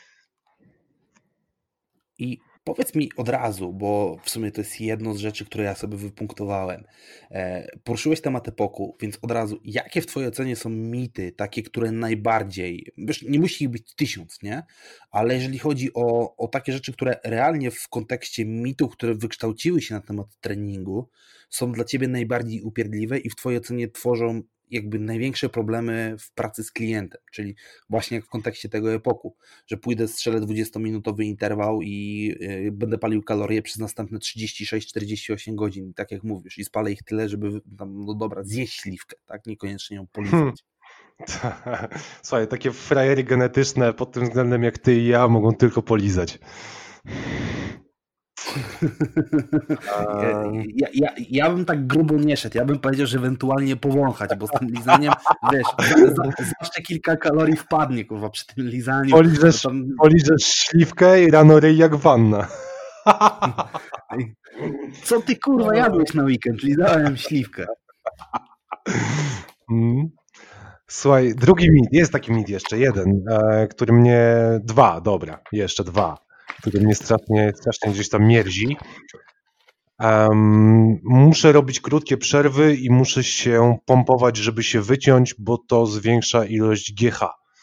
I powiedz mi od razu, bo w sumie to jest jedno z rzeczy, które ja sobie wypunktowałem. Poruszyłeś temat epoku, więc od razu, jakie w twojej ocenie są mity, takie, które najbardziej, wiesz, nie musi ich być 1000, nie? Ale jeżeli chodzi o takie rzeczy, które realnie w kontekście mitów, które wykształciły się na temat treningu, są dla ciebie najbardziej upierdliwe i w twojej ocenie tworzą jakby największe problemy w pracy z klientem, czyli właśnie jak w kontekście tego epoku, że pójdę, strzelę 20-minutowy interwał i będę palił kalorie przez następne 36-48 godzin, tak jak mówisz, i spalę ich tyle, żeby tam, no dobra, zjeść śliwkę, tak, niekoniecznie ją polizać. Słuchaj, takie frajery genetyczne pod tym względem jak ty i ja mogą tylko polizać. Ja bym tak grubo nie szedł. Ja bym powiedział, że ewentualnie powąchać, bo z tym lizaniem, wiesz, zawsze kilka kalorii wpadnie, kurwa, przy tym lizaniu. Poliżesz śliwkę i rano ryj jak wanna. Co ty, kurwa, jadłeś na weekend? Lizałem śliwkę. Słuchaj, drugi mit, jest taki mit jeszcze, jeden, który mnie, jeszcze dwa, który mnie strasznie gdzieś tam mierzi. Muszę robić krótkie przerwy i muszę się pompować, żeby się wyciąć, bo to zwiększa ilość GH.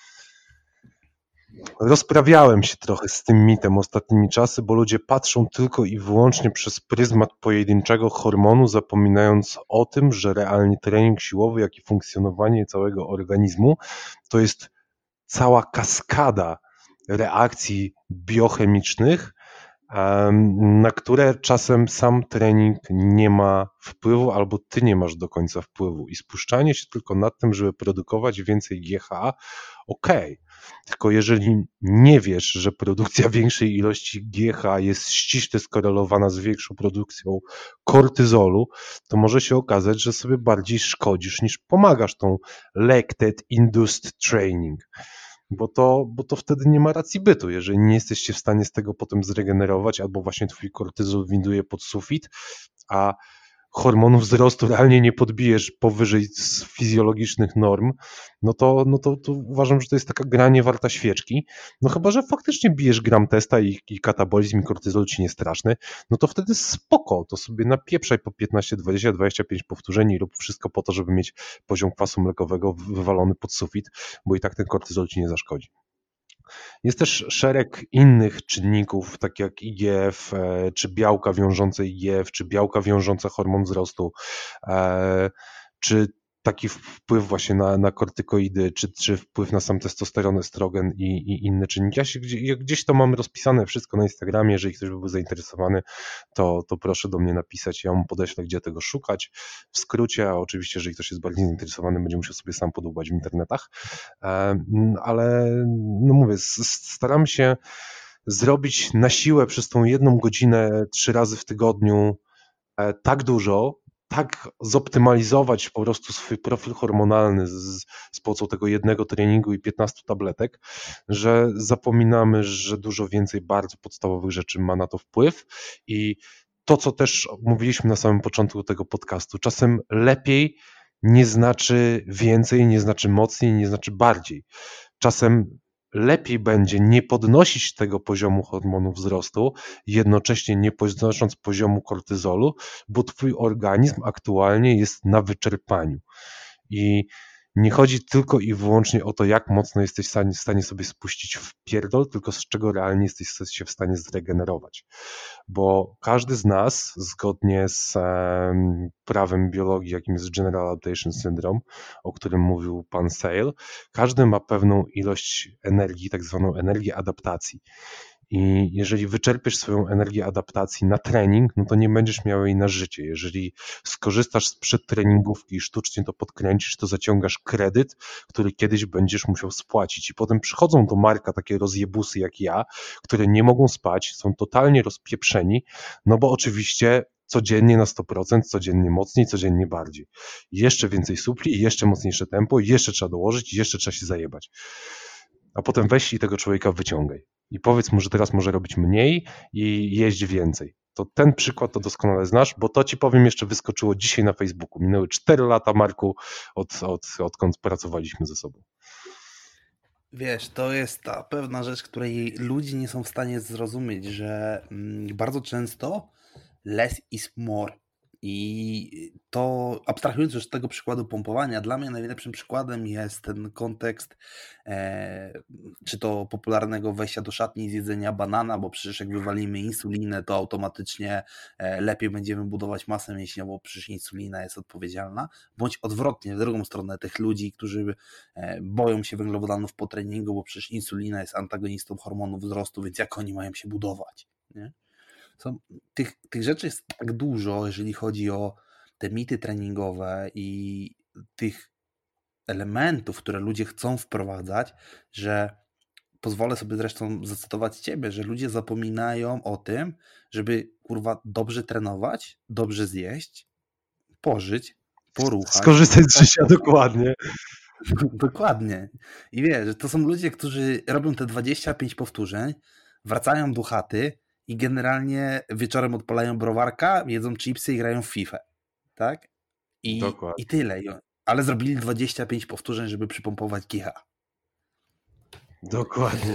Rozprawiałem się trochę z tym mitem ostatnimi czasy, bo ludzie patrzą tylko i wyłącznie przez pryzmat pojedynczego hormonu, zapominając o tym, że realnie trening siłowy, jak i funkcjonowanie całego organizmu to jest cała kaskada reakcji biochemicznych, na które czasem sam trening nie ma wpływu albo ty nie masz do końca wpływu i spuszczanie się tylko nad tym, żeby produkować więcej GH, okej. Tylko jeżeli nie wiesz, że produkcja większej ilości GH jest ściśle skorelowana z większą produkcją kortyzolu, to może się okazać, że sobie bardziej szkodzisz niż pomagasz tą lactate induced training. Bo to wtedy nie ma racji bytu, jeżeli nie jesteście w stanie z tego potem zregenerować, albo właśnie twój kortyzol winduje pod sufit, a hormonu wzrostu realnie nie podbijesz powyżej fizjologicznych norm, no to uważam, że to jest taka gra nie warta świeczki. No chyba, że faktycznie bijesz gram testa i katabolizm i kortyzol ci nie straszny, no to wtedy spoko, to sobie napieprzaj po 15, 20, 25 powtórzeń i rób wszystko po to, żeby mieć poziom kwasu mlekowego wywalony pod sufit, bo i tak ten kortyzol ci nie zaszkodzi. Jest też szereg innych czynników, tak jak IGF, czy białka wiążące IGF, czy białka wiążące hormon wzrostu, czy taki wpływ właśnie na kortykoidy, czy wpływ na sam testosteron, estrogen i inne czynniki. Ja gdzieś to mam rozpisane wszystko na Instagramie, jeżeli ktoś by był zainteresowany, to proszę do mnie napisać, ja mu podeślę, gdzie tego szukać. W skrócie, a oczywiście, jeżeli ktoś jest bardziej zainteresowany, będzie musiał sobie sam podłubać w internetach, ale no mówię, staram się zrobić na siłę przez tą 1 godzinę 3 razy w tygodniu tak dużo, tak zoptymalizować po prostu swój profil hormonalny z pomocą tego 1 treningu i 15 tabletek, że zapominamy, że dużo więcej bardzo podstawowych rzeczy ma na to wpływ i to, co też mówiliśmy na samym początku tego podcastu, czasem lepiej nie znaczy więcej, nie znaczy mocniej, nie znaczy bardziej. Czasem lepiej będzie nie podnosić tego poziomu hormonu wzrostu, jednocześnie nie podnosząc poziomu kortyzolu, bo twój organizm aktualnie jest na wyczerpaniu. I nie chodzi tylko i wyłącznie o to, jak mocno jesteś w stanie sobie spuścić w pierdol, tylko z czego realnie jesteś się w stanie zregenerować. Bo każdy z nas, zgodnie z prawem biologii, jakim jest General Adaptation Syndrome, o którym mówił pan Sale, każdy ma pewną ilość energii, tak zwaną energię adaptacji. I jeżeli wyczerpiesz swoją energię adaptacji na trening, no to nie będziesz miał jej na życie. Jeżeli skorzystasz z przedtreningówki i sztucznie to podkręcisz, to zaciągasz kredyt, który kiedyś będziesz musiał spłacić. I potem przychodzą do Marka takie rozjebusy jak ja, które nie mogą spać, są totalnie rozpieprzeni, no bo oczywiście codziennie na 100%, codziennie mocniej, codziennie bardziej. Jeszcze więcej supli, jeszcze mocniejsze tempo, jeszcze trzeba dołożyć, jeszcze trzeba się zajebać. A potem weź i tego człowieka wyciągaj. I powiedz mu, że teraz może robić mniej i jeść więcej. To ten przykład to doskonale znasz, bo to ci powiem jeszcze wyskoczyło dzisiaj na Facebooku. Minęły 4 lata, Marku, odkąd pracowaliśmy ze sobą. Wiesz, to jest ta pewna rzecz, której ludzie nie są w stanie zrozumieć, że bardzo często less is more. I to, abstrahując już z tego przykładu pompowania, dla mnie najlepszym przykładem jest ten kontekst czy to popularnego wejścia do szatni i zjedzenia banana, bo przecież jak wywalimy insulinę, to automatycznie lepiej będziemy budować masę mięśniową, bo przecież insulina jest odpowiedzialna, bądź odwrotnie, w drugą stronę tych ludzi, którzy boją się węglowodanów po treningu, bo przecież insulina jest antagonistą hormonu wzrostu, więc jak oni mają się budować, nie? Tych rzeczy jest tak dużo, jeżeli chodzi o te mity treningowe i tych elementów, które ludzie chcą wprowadzać, że pozwolę sobie zresztą zacytować ciebie, że ludzie zapominają o tym, żeby kurwa dobrze trenować, dobrze zjeść, pożyć, poruchać. Skorzystać z życia, dokładnie. Dokładnie. I wiesz, że to są ludzie, którzy robią te 25 powtórzeń, wracają do chaty i generalnie wieczorem odpalają browarka, jedzą chipsy i grają w FIFA. Tak? I tyle. Ale zrobili 25 powtórzeń, żeby przypompować kicha. Dokładnie.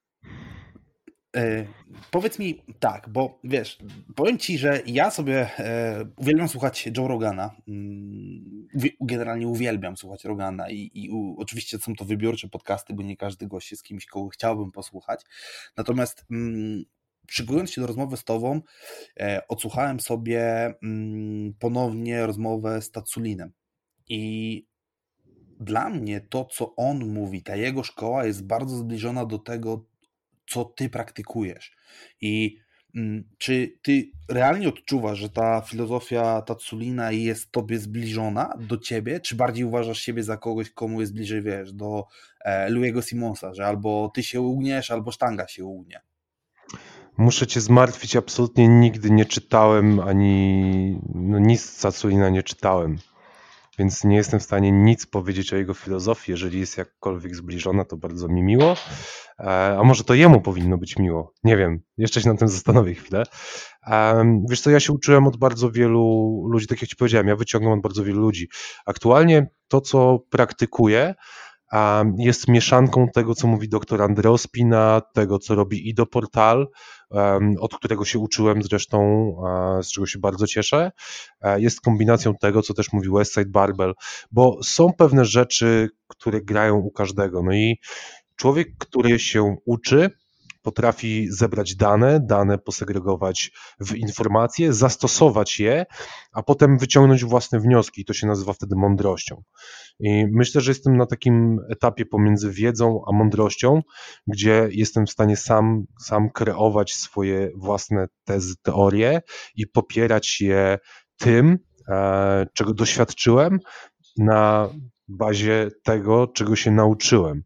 Powiedz mi tak, bo wiesz, powiem ci, że ja sobie uwielbiam słuchać Joe Rogana. Generalnie uwielbiam słuchać Rogana i oczywiście są to wybiórcze podcasty, bo nie każdy gość jest kimś, kogo chciałbym posłuchać. Natomiast szykując się do rozmowy z tobą, odsłuchałem sobie ponownie rozmowę z Tatsulinem. I dla mnie to, co on mówi, ta jego szkoła jest bardzo zbliżona do tego, co ty praktykujesz. I czy ty realnie odczuwasz, że ta filozofia Tatsulina jest tobie zbliżona do ciebie, czy bardziej uważasz siebie za kogoś, komu jest bliżej, wiesz, do Louis'ego Simonsa, że albo ty się ugniesz, albo sztanga się ugnie? Muszę cię zmartwić, absolutnie nigdy nie czytałem nic z Tatsulina nie czytałem, więc nie jestem w stanie nic powiedzieć o jego filozofii. Jeżeli jest jakkolwiek zbliżona, to bardzo mi miło, a może to jemu powinno być miło, nie wiem, jeszcze się nad tym zastanowię chwilę. Wiesz co, ja się uczyłem od bardzo wielu ludzi, tak jak ci powiedziałem, ja wyciągam od bardzo wielu ludzi. Aktualnie to, co praktykuję, jest mieszanką tego, co mówi dr Andreo Spina, tego, co robi Ido Portal, od którego się uczyłem zresztą, z czego się bardzo cieszę. Jest kombinacją tego, co też mówi Westside Barbell, bo są pewne rzeczy, które grają u każdego. No i człowiek, który się uczy, potrafi zebrać dane posegregować w informacje, zastosować je, a potem wyciągnąć własne wnioski. To się nazywa wtedy mądrością. I myślę, że jestem na takim etapie pomiędzy wiedzą a mądrością, gdzie jestem w stanie sam kreować swoje własne tezy, teorie i popierać je tym, czego doświadczyłem, na bazie tego, czego się nauczyłem.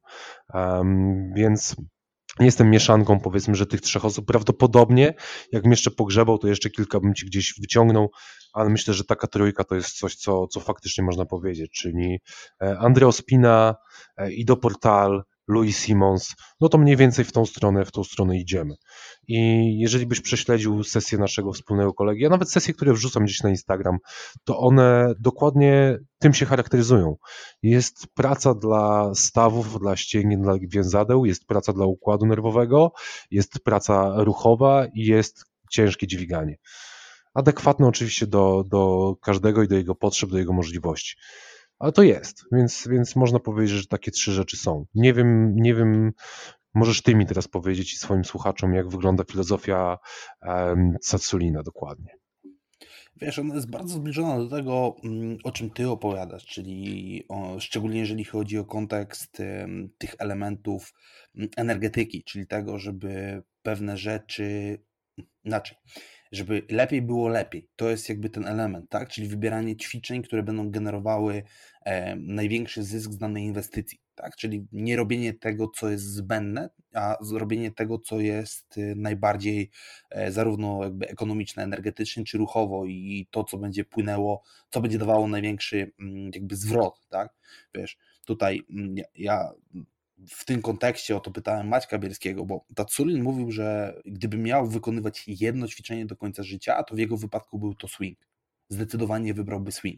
Więc jestem mieszanką, powiedzmy, że tych trzech osób. Prawdopodobnie, jakbym jeszcze pogrzebał, to jeszcze kilka bym ci gdzieś wyciągnął, ale myślę, że taka trójka to jest coś, co faktycznie można powiedzieć, czyli Andrea Ospina, Ido Portal, Louis Simmons, no to mniej więcej w tą stronę idziemy. I jeżeli byś prześledził sesję naszego wspólnego kolegi, a nawet sesje, które wrzucam gdzieś na Instagram, to one dokładnie tym się charakteryzują. Jest praca dla stawów, dla ścięgien, dla więzadeł, jest praca dla układu nerwowego, jest praca ruchowa i jest ciężkie dźwiganie. Adekwatne oczywiście do każdego i do jego potrzeb, do jego możliwości. Ale to jest, więc można powiedzieć, że takie trzy rzeczy są. Nie wiem, możesz ty mi teraz powiedzieć i swoim słuchaczom, jak wygląda filozofia Tsatsouline dokładnie. Wiesz, ona jest bardzo zbliżona do tego, o czym ty opowiadasz, czyli szczególnie jeżeli chodzi o kontekst tych elementów energetyki, czyli tego, żeby pewne rzeczy inaczej, żeby lepiej było lepiej. To jest jakby ten element, tak? Czyli wybieranie ćwiczeń, które będą generowały największy zysk z danej inwestycji, tak? Czyli nie robienie tego, co jest zbędne, a zrobienie tego, co jest najbardziej zarówno jakby ekonomiczne, energetycznie, czy ruchowo i to, co będzie płynęło, co będzie dawało największy jakby zwrot, tak? Wiesz, tutaj ja w tym kontekście o to pytałem Maćka Bielskiego, bo Tsatsouline mówił, że gdyby miał wykonywać jedno ćwiczenie do końca życia, to w jego wypadku był to swing. Zdecydowanie wybrałby swing.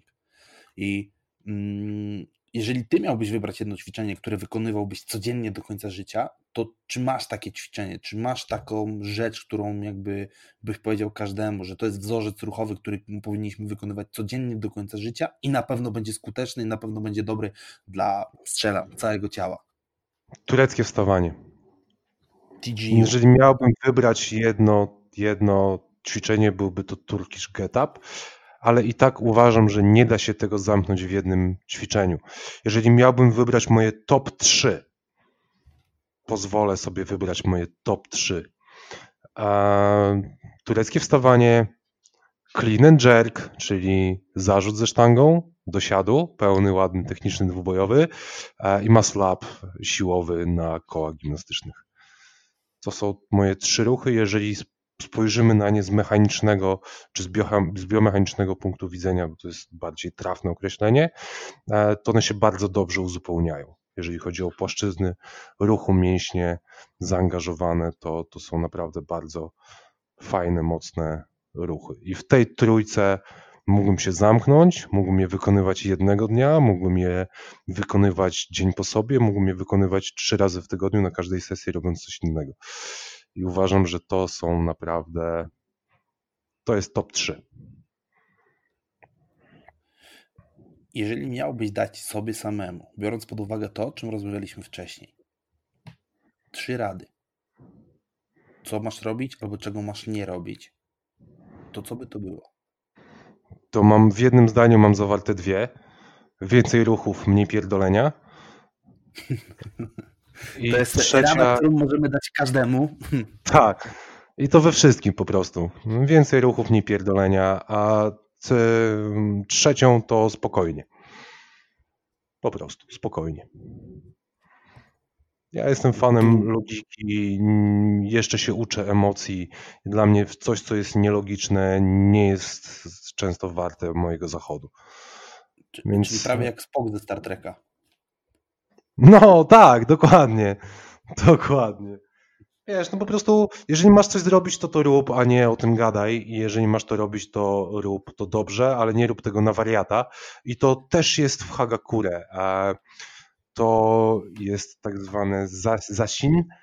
I jeżeli ty miałbyś wybrać jedno ćwiczenie, które wykonywałbyś codziennie do końca życia, to czy masz takie ćwiczenie, czy masz taką rzecz, którą jakby byś powiedział każdemu, że to jest wzorzec ruchowy, który powinniśmy wykonywać codziennie do końca życia i na pewno będzie skuteczny i na pewno będzie dobry dla całego ciała? Tureckie wstawanie. TGU. Jeżeli miałbym wybrać jedno ćwiczenie, byłby to Turkish Get Up, ale i tak uważam, że nie da się tego zamknąć w jednym ćwiczeniu. Jeżeli miałbym wybrać moje top 3, pozwolę sobie wybrać moje top 3. Tureckie wstawanie, clean and jerk, czyli zarzut ze sztangą do siadu, pełny, ładny, techniczny, dwubojowy i muscle up siłowy na kołach gimnastycznych. To są moje 3 ruchy. Jeżeli spojrzymy na nie z mechanicznego czy z biomechanicznego punktu widzenia, bo to jest bardziej trafne określenie, to one się bardzo dobrze uzupełniają. Jeżeli chodzi o płaszczyzny ruchu, mięśnie zaangażowane, to są naprawdę bardzo fajne, mocne ruchy. I w tej trójce mógłbym się zamknąć, mógłbym je wykonywać jednego dnia, mógłbym je wykonywać dzień po sobie, mógłbym je wykonywać 3 razy w tygodniu na każdej sesji, robiąc coś innego. I uważam, że to są naprawdę, to jest top 3. Jeżeli miałbyś dać sobie samemu, biorąc pod uwagę to, o czym rozmawialiśmy wcześniej, 3 rady, co masz robić albo czego masz nie robić, to co by to było? To mam w jednym zdaniu mam zawarte 2. Więcej ruchów, mniej pierdolenia. I to jest rada, którą możemy dać każdemu. Tak. I to we wszystkim po prostu. Więcej ruchów, mniej pierdolenia, a 3 to spokojnie. Po prostu, spokojnie. Ja jestem fanem logiki, jeszcze się uczę emocji. Dla mnie coś, co jest nielogiczne, nie jest często warte mojego zachodu. Czyli prawie jak Spock ze Star Treka. No tak, dokładnie. Wiesz, no po prostu, jeżeli masz coś zrobić, to rób, a nie o tym gadaj. I jeżeli masz to robić, to rób to dobrze, ale nie rób tego na wariata. I to też jest w Hagakure. To jest tak zwane zasin,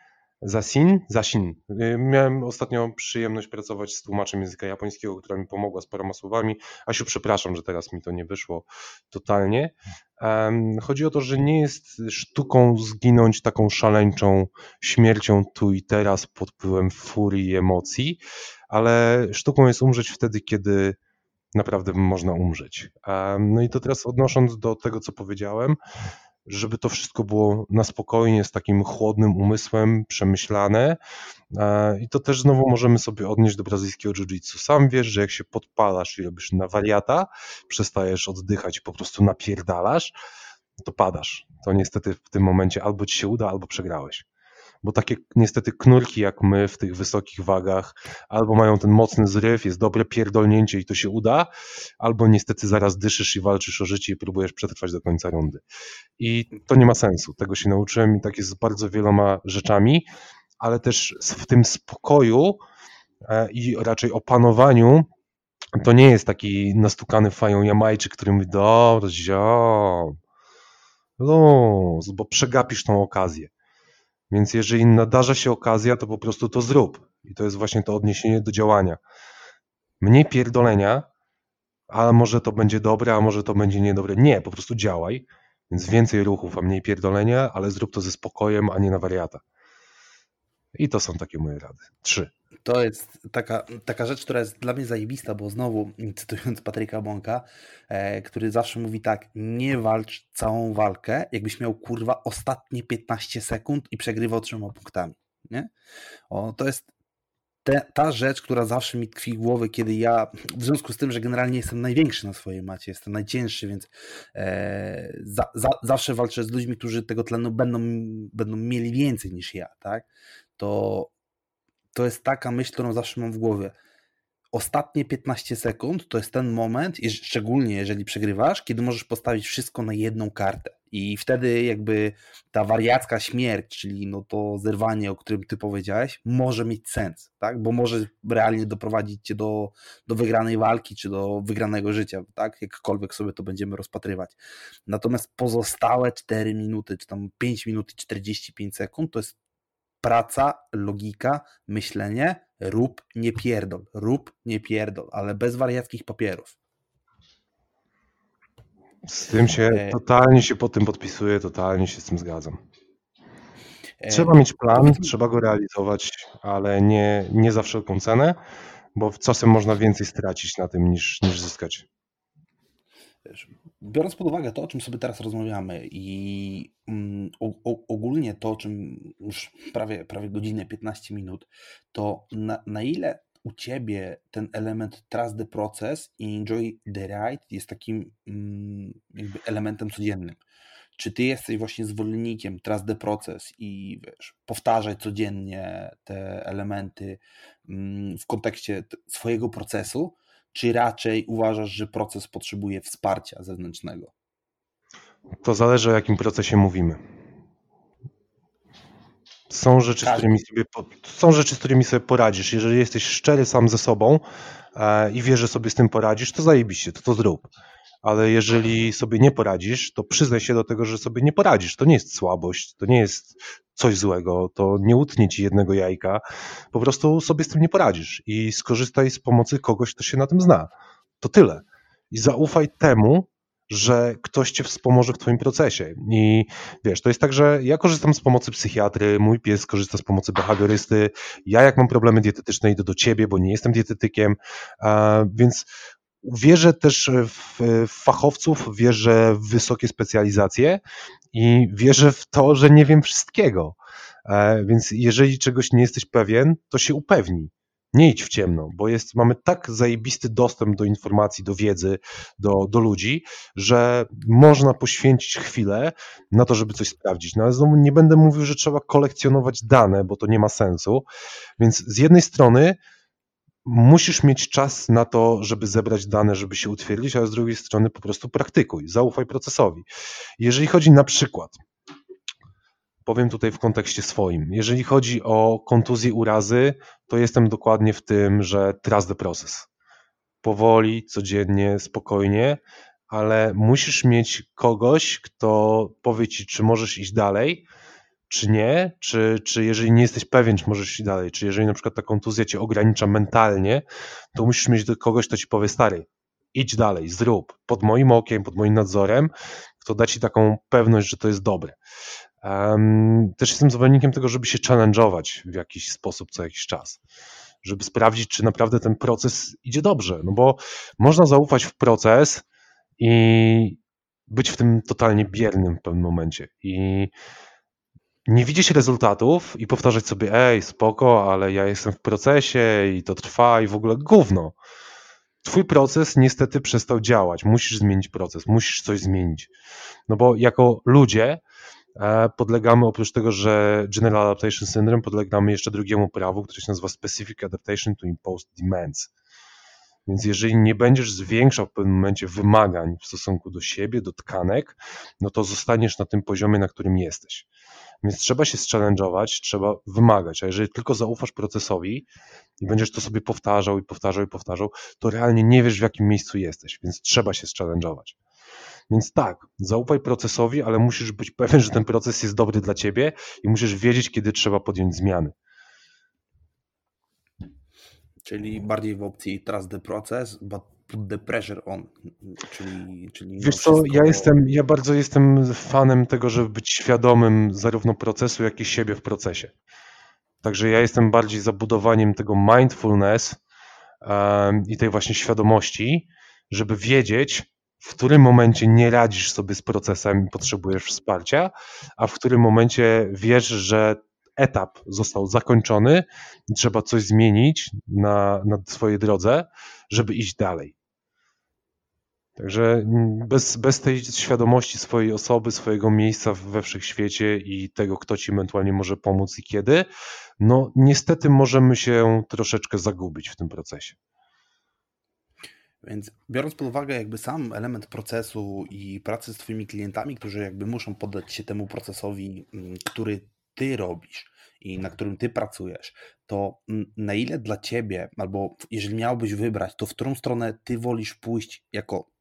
Zasin. Miałem ostatnio przyjemność pracować z tłumaczem języka japońskiego, która mi pomogła z paroma słowami. Asiu, przepraszam, że teraz mi to nie wyszło totalnie. Chodzi o to, że nie jest sztuką zginąć taką szaleńczą śmiercią tu i teraz pod wpływem furii i emocji, ale sztuką jest umrzeć wtedy, kiedy naprawdę można umrzeć. No i to teraz odnosząc do tego, co powiedziałem, żeby to wszystko było na spokojnie, z takim chłodnym umysłem, przemyślane. I to też znowu możemy sobie odnieść do brazylijskiego jiu-jitsu. Sam wiesz, że jak się podpalasz i robisz na wariata, przestajesz oddychać i po prostu napierdalasz, to padasz. To niestety w tym momencie albo ci się uda, albo przegrałeś. Bo takie niestety knurki jak my w tych wysokich wagach albo mają ten mocny zryw, jest dobre pierdolnięcie i to się uda, albo niestety zaraz dyszysz i walczysz o życie i próbujesz przetrwać do końca rundy. I to nie ma sensu. Tego się nauczyłem i tak jest z bardzo wieloma rzeczami, ale też w tym spokoju i raczej opanowaniu to nie jest taki nastukany fają Jamajczyk, który mówi, dobra, ziom, luz, bo przegapisz tą okazję. Więc jeżeli nadarza się okazja, to po prostu to zrób. I to jest właśnie to odniesienie do działania. Mniej pierdolenia, a może to będzie dobre, a może to będzie niedobre. Nie, po prostu działaj. Więc więcej ruchów, a mniej pierdolenia, ale zrób to ze spokojem, a nie na wariata. I to są takie moje rady. 3. To jest taka rzecz, która jest dla mnie zajebista, bo znowu, cytując Patryka Bąka, który zawsze mówi tak, nie walcz całą walkę, jakbyś miał kurwa ostatnie 15 sekund i przegrywał 3 punktami. Nie? To jest ta rzecz, która zawsze mi tkwi w głowie, kiedy ja, w związku z tym, że generalnie jestem największy na swojej macie, jestem najcięższy, więc zawsze walczę z ludźmi, którzy tego tlenu będą mieli więcej niż ja, tak? To jest taka myśl, którą zawsze mam w głowie. Ostatnie 15 sekund to jest ten moment, szczególnie jeżeli przegrywasz, kiedy możesz postawić wszystko na jedną kartę. I wtedy jakby ta wariacka śmierć, czyli no to zerwanie, o którym ty powiedziałeś, może mieć sens, tak? Bo może realnie doprowadzić cię do wygranej walki, czy do wygranego życia, tak? Jakkolwiek sobie to będziemy rozpatrywać. Natomiast pozostałe 4 minuty, czy tam 5 minut i 45 sekund, to jest praca, logika, myślenie, rób, nie pierdol, ale bez wariackich papierów. Z tym się totalnie się pod tym podpisuję, totalnie się z tym zgadzam. Trzeba mieć plan, trzeba go realizować, ale nie za wszelką cenę, bo czasem można więcej stracić na tym niż zyskać. Biorąc pod uwagę to, o czym sobie teraz rozmawiamy i ogólnie to, o czym już prawie godzinę, 15 minut, to na ile u Ciebie ten element trust the process i enjoy the ride jest takim jakby elementem codziennym? Czy Ty jesteś właśnie zwolennikiem trust the process i wiesz, powtarzać codziennie te elementy w kontekście swojego procesu, czy raczej uważasz, że proces potrzebuje wsparcia zewnętrznego? To zależy, o jakim procesie mówimy. Są rzeczy, z którymi sobie poradzisz. Jeżeli jesteś szczery sam ze sobą i wiesz, że sobie z tym poradzisz, to zajebiście, to zrób. Ale jeżeli sobie nie poradzisz, to przyznaj się do tego, że sobie nie poradzisz. To nie jest słabość, to nie jest coś złego, to nie utnie ci jednego jajka. Po prostu sobie z tym nie poradzisz i skorzystaj z pomocy kogoś, kto się na tym zna. To tyle. I zaufaj temu, że ktoś cię wspomoże w twoim procesie. I wiesz, to jest tak, że ja korzystam z pomocy psychiatry, mój pies korzysta z pomocy behawiorysty, ja jak mam problemy dietetyczne idę do ciebie, bo nie jestem dietetykiem, więc wierzę też w fachowców, wierzę w wysokie specjalizacje i wierzę w to, że nie wiem wszystkiego. Więc jeżeli czegoś nie jesteś pewien, to się upewnij. Nie idź w ciemno, bo mamy tak zajebisty dostęp do informacji, do wiedzy, do ludzi, że można poświęcić chwilę na to, żeby coś sprawdzić. No ale znowu nie będę mówił, że trzeba kolekcjonować dane, bo to nie ma sensu. Więc z jednej strony musisz mieć czas na to, żeby zebrać dane, żeby się utwierdzić, a z drugiej strony po prostu praktykuj, zaufaj procesowi. Jeżeli chodzi na przykład, powiem tutaj w kontekście swoim, jeżeli chodzi o kontuzje, urazy, to jestem dokładnie w tym, że trust the process. Powoli, codziennie, spokojnie, ale musisz mieć kogoś, kto powie ci, czy możesz iść dalej, czy nie, czy jeżeli nie jesteś pewien, czy możesz iść dalej, czy jeżeli na przykład ta kontuzja cię ogranicza mentalnie, to musisz mieć do kogoś, kto ci powie, stary, idź dalej, zrób, pod moim okiem, pod moim nadzorem, kto da ci taką pewność, że to jest dobre. Też jestem zwolennikiem tego, żeby się challenge'ować w jakiś sposób co jakiś czas, żeby sprawdzić, czy naprawdę ten proces idzie dobrze, no bo można zaufać w proces i być w tym totalnie biernym w pewnym momencie i nie widzieć rezultatów i powtarzać sobie, ej, spoko, ale ja jestem w procesie i to trwa i w ogóle gówno. Twój proces niestety przestał działać, musisz zmienić proces, musisz coś zmienić. No bo jako ludzie podlegamy oprócz tego, że General Adaptation Syndrome, podlegamy jeszcze drugiemu prawu, które się nazywa Specific Adaptation to Imposed Demands. Więc jeżeli nie będziesz zwiększał w pewnym momencie wymagań w stosunku do siebie, do tkanek, no to zostaniesz na tym poziomie, na którym jesteś. Więc trzeba się challenge'ować, trzeba wymagać, a jeżeli tylko zaufasz procesowi i będziesz to sobie powtarzał i powtarzał i powtarzał, to realnie nie wiesz, w jakim miejscu jesteś, więc trzeba się challenge'ować. Więc tak, zaufaj procesowi, ale musisz być pewien, że ten proces jest dobry dla ciebie i musisz wiedzieć, kiedy trzeba podjąć zmiany. Czyli bardziej w opcji trust the process, but put the pressure on. Czyli wiesz co, ja bardzo jestem fanem tego, żeby być świadomym zarówno procesu, jak i siebie w procesie. Także ja jestem bardziej za budowaniem tego mindfulness i tej właśnie świadomości, żeby wiedzieć, w którym momencie nie radzisz sobie z procesem i potrzebujesz wsparcia, a w którym momencie wiesz, że etap został zakończony i trzeba coś zmienić na swojej drodze, żeby iść dalej. Także bez tej świadomości swojej osoby, swojego miejsca we wszechświecie i tego, kto ci ewentualnie może pomóc i kiedy, no niestety możemy się troszeczkę zagubić w tym procesie. Więc biorąc pod uwagę jakby sam element procesu i pracy z twoimi klientami, którzy jakby muszą poddać się temu procesowi, który ty robisz i na którym ty pracujesz, to na ile dla ciebie, albo jeżeli miałbyś wybrać, to w którą stronę ty wolisz pójść jako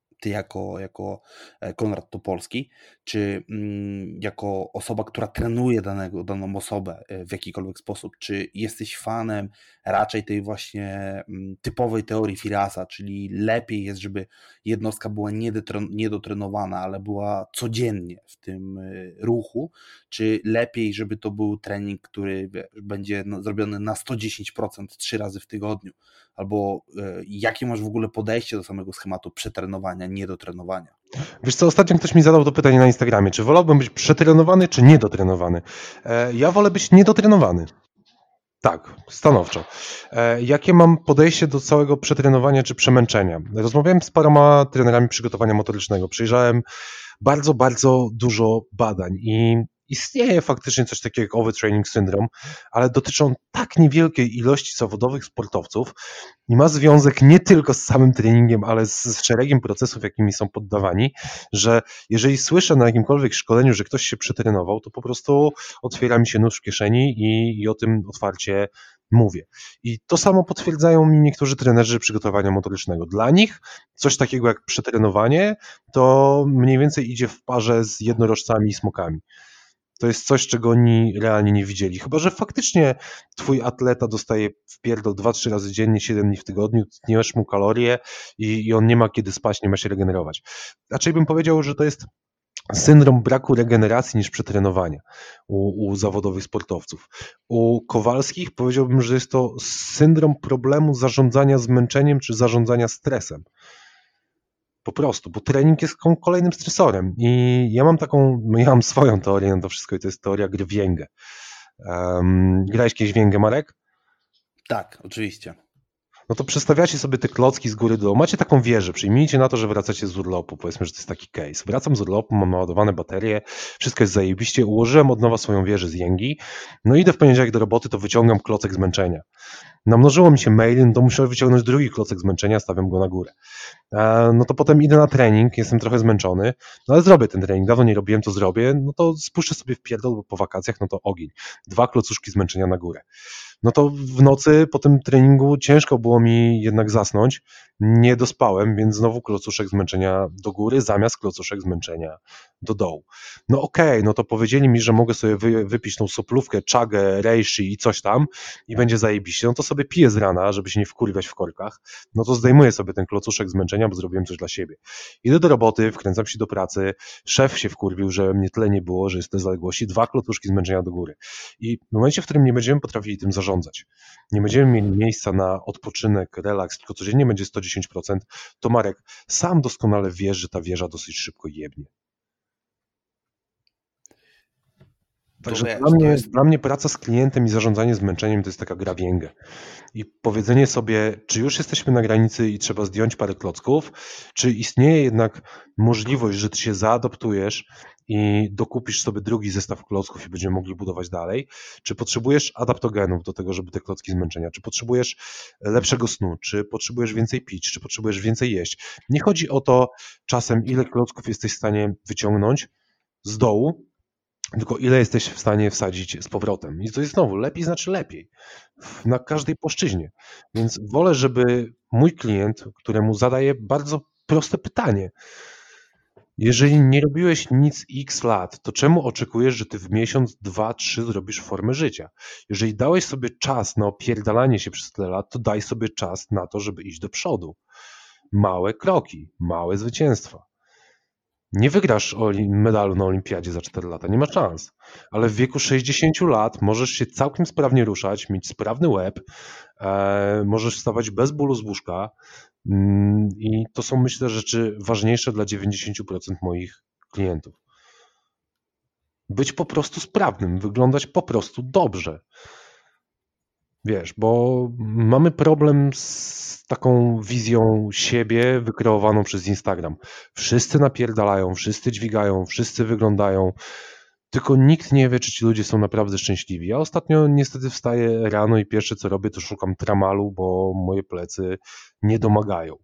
Konrad Topolski, czy jako osoba, która trenuje daną osobę w jakikolwiek sposób, czy jesteś fanem raczej tej właśnie typowej teorii Firasa, czyli lepiej jest, żeby jednostka była niedotrenowana, ale była codziennie w tym ruchu, czy lepiej, żeby to był trening, który będzie zrobiony na 110% 3 razy w tygodniu, albo jakie masz w ogóle podejście do samego schematu przetrenowania, niedotrenowania? Wiesz co, ostatnio ktoś mi zadał to pytanie na Instagramie, czy wolałbym być przetrenowany, czy niedotrenowany? Ja wolę być niedotrenowany. Tak, stanowczo. Jakie mam podejście do całego przetrenowania czy przemęczenia? Rozmawiałem z paroma trenerami przygotowania motorycznego, przejrzałem bardzo, bardzo dużo badań i istnieje faktycznie coś takiego jak overtraining syndrome, ale dotyczy on tak niewielkiej ilości zawodowych sportowców i ma związek nie tylko z samym treningiem, ale z szeregiem procesów, jakimi są poddawani, że jeżeli słyszę na jakimkolwiek szkoleniu, że ktoś się przetrenował, to po prostu otwiera mi się nóż w kieszeni i o tym otwarcie mówię. I to samo potwierdzają mi niektórzy trenerzy przygotowania motorycznego. Dla nich coś takiego jak przetrenowanie to mniej więcej idzie w parze z jednorożcami i smokami. To jest coś, czego oni realnie nie widzieli. Chyba że faktycznie twój atleta dostaje wpierdol 2-3 razy dziennie, 7 dni w tygodniu, tniesz mu kalorie i on nie ma kiedy spać, nie ma się regenerować. Raczej bym powiedział, że to jest syndrom braku regeneracji niż przetrenowania u zawodowych sportowców. U Kowalskich powiedziałbym, że jest to syndrom problemu zarządzania zmęczeniem czy zarządzania stresem. Po prostu, bo trening jest kolejnym stresorem i ja mam swoją teorię na to wszystko i to jest teoria gry w Jęgę. Grałeś kiedyś w Jęgę, Marek? Tak, oczywiście. No to przestawiacie sobie te klocki z góry do dołu. Macie taką wieżę, przyjmijcie na to, że wracacie z urlopu, powiedzmy, że to jest taki case. Wracam z urlopu, mam naładowane baterie, wszystko jest zajebiście, ułożyłem od nowa swoją wieżę z Jęgi, no idę w poniedziałek do roboty, to wyciągam klocek zmęczenia. Namnożyło mi się mail, no to musiałem wyciągnąć drugi klocek zmęczenia, stawiam go na górę. No to potem idę na trening, jestem trochę zmęczony, no ale zrobię ten trening, dawno nie robiłem, to zrobię, no to spuszczę sobie w pierdol, bo po wakacjach, no to ogień. 2 klocuszki zmęczenia na górę. no to w nocy po tym treningu ciężko było mi jednak zasnąć, nie dospałem, więc znowu klocuszek zmęczenia do góry zamiast klocuszek zmęczenia do dołu. No okej, no to powiedzieli mi, że mogę sobie wypić tą soplówkę, czagę, reishi i coś tam i będzie zajebiście, no to sobie piję z rana, żeby się nie wkurwiać w korkach, no to zdejmuję sobie ten klocuszek zmęczenia, bo zrobiłem coś dla siebie. Idę do roboty, wkręcam się do pracy, szef się wkurwił, że mnie tyle nie było, że jest te zaległości, 2 klocuszki zmęczenia do góry. I w momencie, w którym nie będziemy potrafili tym zarządzać, nie będziemy mieli miejsca na odpoczynek, relaks, tylko codziennie będzie 110%, to Marek, sam doskonale wiesz, że ta wieża dosyć szybko jebnie. Także dla mnie praca z klientem i zarządzanie zmęczeniem to jest taka gra w jęgę. I powiedzenie sobie, czy już jesteśmy na granicy i trzeba zdjąć parę klocków, czy istnieje jednak możliwość, że ty się zaadaptujesz i dokupisz sobie drugi zestaw klocków i będziemy mogli budować dalej, czy potrzebujesz adaptogenów do tego, żeby te klocki zmęczenia, czy potrzebujesz lepszego snu, czy potrzebujesz więcej pić, czy potrzebujesz więcej jeść. Nie chodzi o to czasem, ile klocków jesteś w stanie wyciągnąć z dołu, tylko ile jesteś w stanie wsadzić z powrotem. I to jest znowu, lepiej znaczy lepiej. Na każdej płaszczyźnie. Więc wolę, żeby mój klient, któremu zadaję bardzo proste pytanie, jeżeli nie robiłeś nic x lat, to czemu oczekujesz, że ty w miesiąc, 2, 3 zrobisz formę życia? Jeżeli dałeś sobie czas na opierdalanie się przez tyle lat, to daj sobie czas na to, żeby iść do przodu. Małe kroki, małe zwycięstwa. Nie wygrasz medalu na olimpiadzie za 4 lata, nie ma szans. Ale w wieku 60 lat możesz się całkiem sprawnie ruszać, mieć sprawny łeb, możesz wstawać bez bólu z łóżka i to są, myślę, rzeczy ważniejsze dla 90% moich klientów. Być po prostu sprawnym, wyglądać po prostu dobrze. Wiesz, bo mamy problem z taką wizją siebie wykreowaną przez Instagram. Wszyscy napierdalają, wszyscy dźwigają, wszyscy wyglądają, tylko nikt nie wie, czy ci ludzie są naprawdę szczęśliwi. Ja ostatnio niestety wstaję rano i pierwsze co robię, to szukam tramalu, bo moje plecy nie domagają.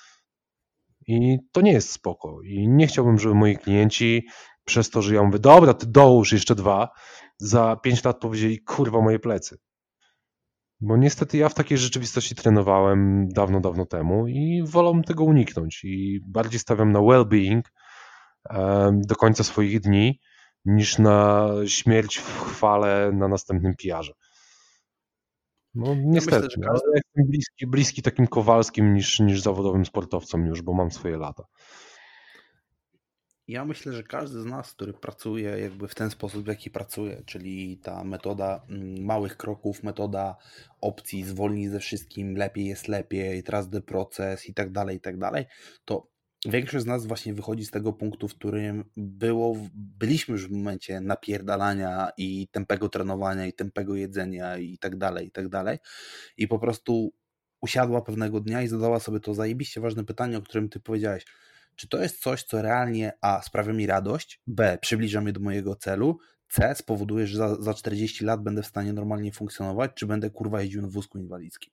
I to nie jest spoko. I nie chciałbym, żeby moi klienci przez to, że ja mówię, dobra, ty dołóż jeszcze 2, za 5 lat powiedzieli, kurwa, moje plecy. Bo niestety ja w takiej rzeczywistości trenowałem dawno, dawno temu i wolę tego uniknąć i bardziej stawiam na well-being do końca swoich dni niż na śmierć w chwale na następnym PR-ze. No niestety, ja myślę, ale jestem bliski takim Kowalskim niż zawodowym sportowcom już, bo mam swoje lata. Ja myślę, że każdy z nas, który pracuje jakby w ten sposób, w jaki pracuje, czyli ta metoda małych kroków, metoda opcji, zwolnij ze wszystkim, lepiej jest lepiej, trust the proces i tak dalej, to większość z nas właśnie wychodzi z tego punktu, w którym byliśmy już w momencie napierdalania i tępego trenowania i tępego jedzenia i tak dalej i po prostu usiadła pewnego dnia i zadała sobie to zajebiście ważne pytanie, o którym ty powiedziałeś. Czy to jest coś, co realnie A, sprawia mi radość, B, przybliża mnie do mojego celu, C, spowoduje, że za 40 lat będę w stanie normalnie funkcjonować, czy będę kurwa jeździł na wózku inwalidzkim?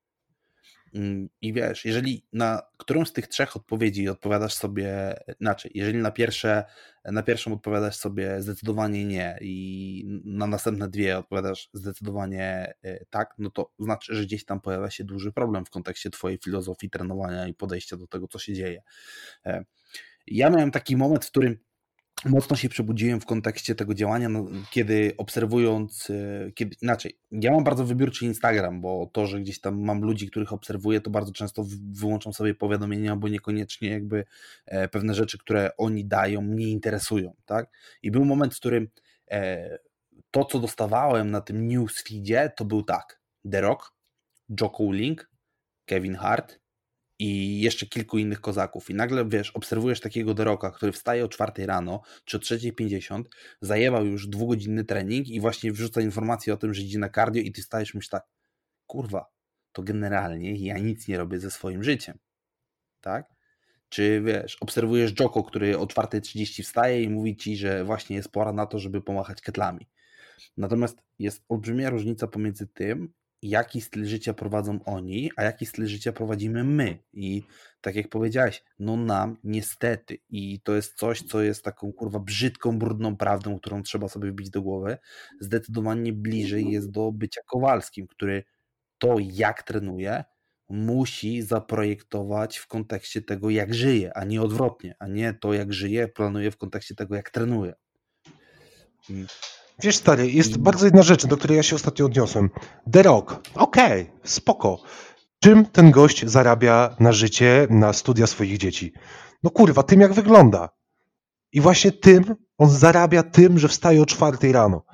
I wiesz, jeżeli na którą z tych 3 odpowiedzi odpowiadasz sobie inaczej, jeżeli na pierwszą odpowiadasz sobie zdecydowanie nie i na następne 2 odpowiadasz zdecydowanie tak, no to znaczy, że gdzieś tam pojawia się duży problem w kontekście twojej filozofii trenowania i podejścia do tego, co się dzieje. Ja miałem taki moment, w którym mocno się przebudziłem w kontekście tego działania, kiedy obserwując, ja mam bardzo wybiórczy Instagram, bo to, że gdzieś tam mam ludzi, których obserwuję, to bardzo często wyłączam sobie powiadomienia, bo niekoniecznie jakby pewne rzeczy, które oni dają, mnie interesują, tak? I był moment, w którym to, co dostawałem na tym newsfeedzie, to był tak, The Rock, Jocko Willink, Kevin Hart, i jeszcze kilku innych kozaków. I nagle, wiesz, obserwujesz takiego The Rocka, który wstaje o 4 rano, czy o 3:50, zajebał już 2-godzinny trening i właśnie wrzuca informację o tym, że idzie na cardio i ty stajesz, myślisz tak, kurwa, to generalnie ja nic nie robię ze swoim życiem. Tak? Czy wiesz, obserwujesz Jocko, który o 4:30 wstaje i mówi ci, że właśnie jest pora na to, żeby pomachać ketlami. Natomiast jest olbrzymia różnica pomiędzy tym, jaki styl życia prowadzą oni, a jaki styl życia prowadzimy my. I tak jak powiedziałeś, no nam niestety, i to jest coś, co jest taką kurwa brzydką, brudną prawdą, którą trzeba sobie wbić do głowy, zdecydowanie bliżej jest do bycia Kowalskim, który to jak trenuje musi zaprojektować w kontekście tego jak żyje, a nie odwrotnie, a nie to jak żyje planuje w kontekście tego jak trenuje. Wiesz, stary, jest bardzo jedna rzecz, do której ja się ostatnio odniosłem. The Rock. Okej, spoko. Czym ten gość zarabia na życie, na studia swoich dzieci? No kurwa, tym jak wygląda. I właśnie tym, on zarabia tym, że wstaje o 4 rano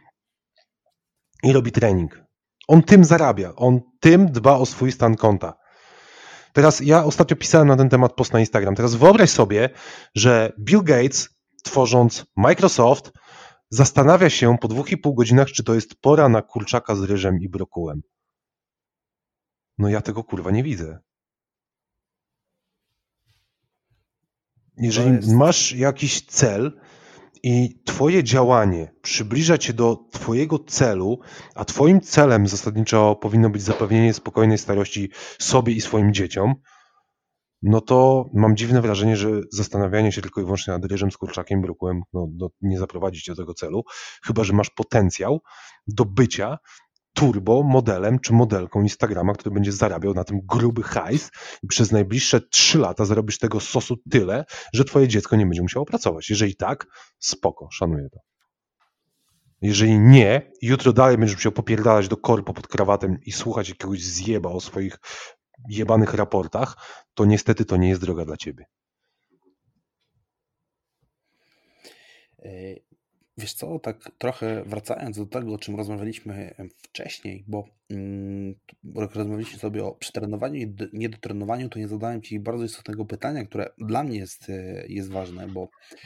i robi trening. On tym zarabia, on tym dba o swój stan konta. Teraz ja ostatnio pisałem na ten temat post na Instagram. Teraz wyobraź sobie, że Bill Gates, tworząc Microsoft, zastanawia się po 2,5 godzinach, czy to jest pora na kurczaka z ryżem i brokułem. No ja tego kurwa nie widzę. Jeżeli masz jakiś cel i twoje działanie przybliża cię do twojego celu, a twoim celem zasadniczo powinno być zapewnienie spokojnej starości sobie i swoim dzieciom, no to mam dziwne wrażenie, że zastanawianie się tylko i wyłącznie nad ryżem z kurczakiem, brokułem, nie zaprowadzi cię do tego celu, chyba że masz potencjał do bycia turbo modelem czy modelką Instagrama, który będzie zarabiał na tym gruby hajs i przez najbliższe 3 lata zarobisz tego sosu tyle, że twoje dziecko nie będzie musiało pracować. Jeżeli tak, spoko, szanuję to. Jeżeli nie, jutro dalej będziesz musiał popierdalać do korpo pod krawatem i słuchać jakiegoś zjeba o swoich jebanych raportach, to niestety to nie jest droga dla ciebie. Wiesz co, tak trochę wracając do tego, o czym rozmawialiśmy wcześniej, bo jak rozmawialiśmy sobie o przetrenowaniu i niedotrenowaniu, to nie zadałem Ci bardzo istotnego pytania, które dla mnie jest ważne, bo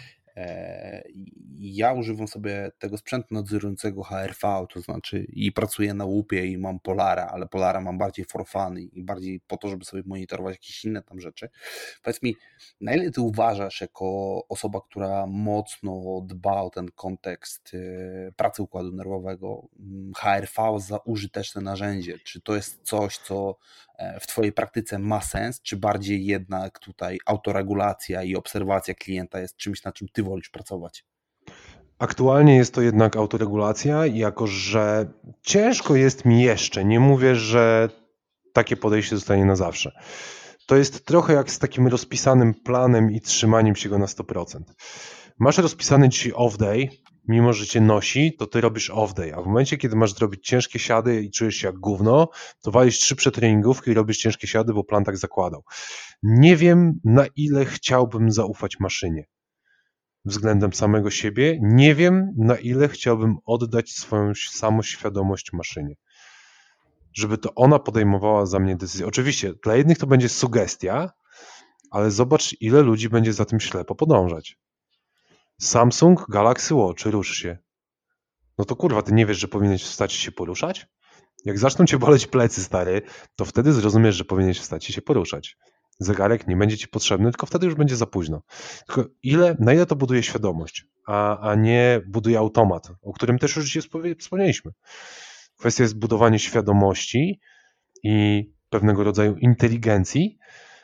ja używam sobie tego sprzętu nadzorującego HRV, to znaczy i pracuję na łupie i mam Polara, ale Polara mam bardziej for fun i bardziej po to, żeby sobie monitorować jakieś inne tam rzeczy. Powiedz mi, na ile Ty uważasz jako osoba, która mocno dba o ten kontekst pracy układu nerwowego, HRV za użyteczne narzędzie? Czy to jest coś, co w Twojej praktyce ma sens, czy bardziej jednak tutaj autoregulacja i obserwacja klienta jest czymś, na czym Ty wolisz pracować? Aktualnie jest to jednak autoregulacja, jako że ciężko jest mi jeszcze, nie mówię, że takie podejście zostanie na zawsze. To jest trochę jak z takim rozpisanym planem i trzymaniem się go na 100%. Masz rozpisany dzisiaj off day, mimo że cię nosi, to ty robisz off day, a w momencie, kiedy masz zrobić ciężkie siady i czujesz się jak gówno, to walisz 3 przetreningówki i robisz ciężkie siady, bo plan tak zakładał. Nie wiem, na ile chciałbym zaufać maszynie względem samego siebie. Nie wiem, na ile chciałbym oddać swoją samoświadomość maszynie. Żeby to ona podejmowała za mnie decyzję. Oczywiście, dla jednych to będzie sugestia, ale zobacz, ile ludzi będzie za tym ślepo podążać. Samsung Galaxy Watch, rusz się. No to kurwa, ty nie wiesz, że powinieneś wstać i się poruszać? Jak zaczną cię boleć plecy, stary, to wtedy zrozumiesz, że powinieneś wstać i się poruszać. Zegarek nie będzie ci potrzebny, tylko wtedy już będzie za późno. Tylko na ile to buduje świadomość, a nie buduje automat, o którym też już dzisiaj wspomnieliśmy. Kwestia jest budowanie świadomości i pewnego rodzaju inteligencji,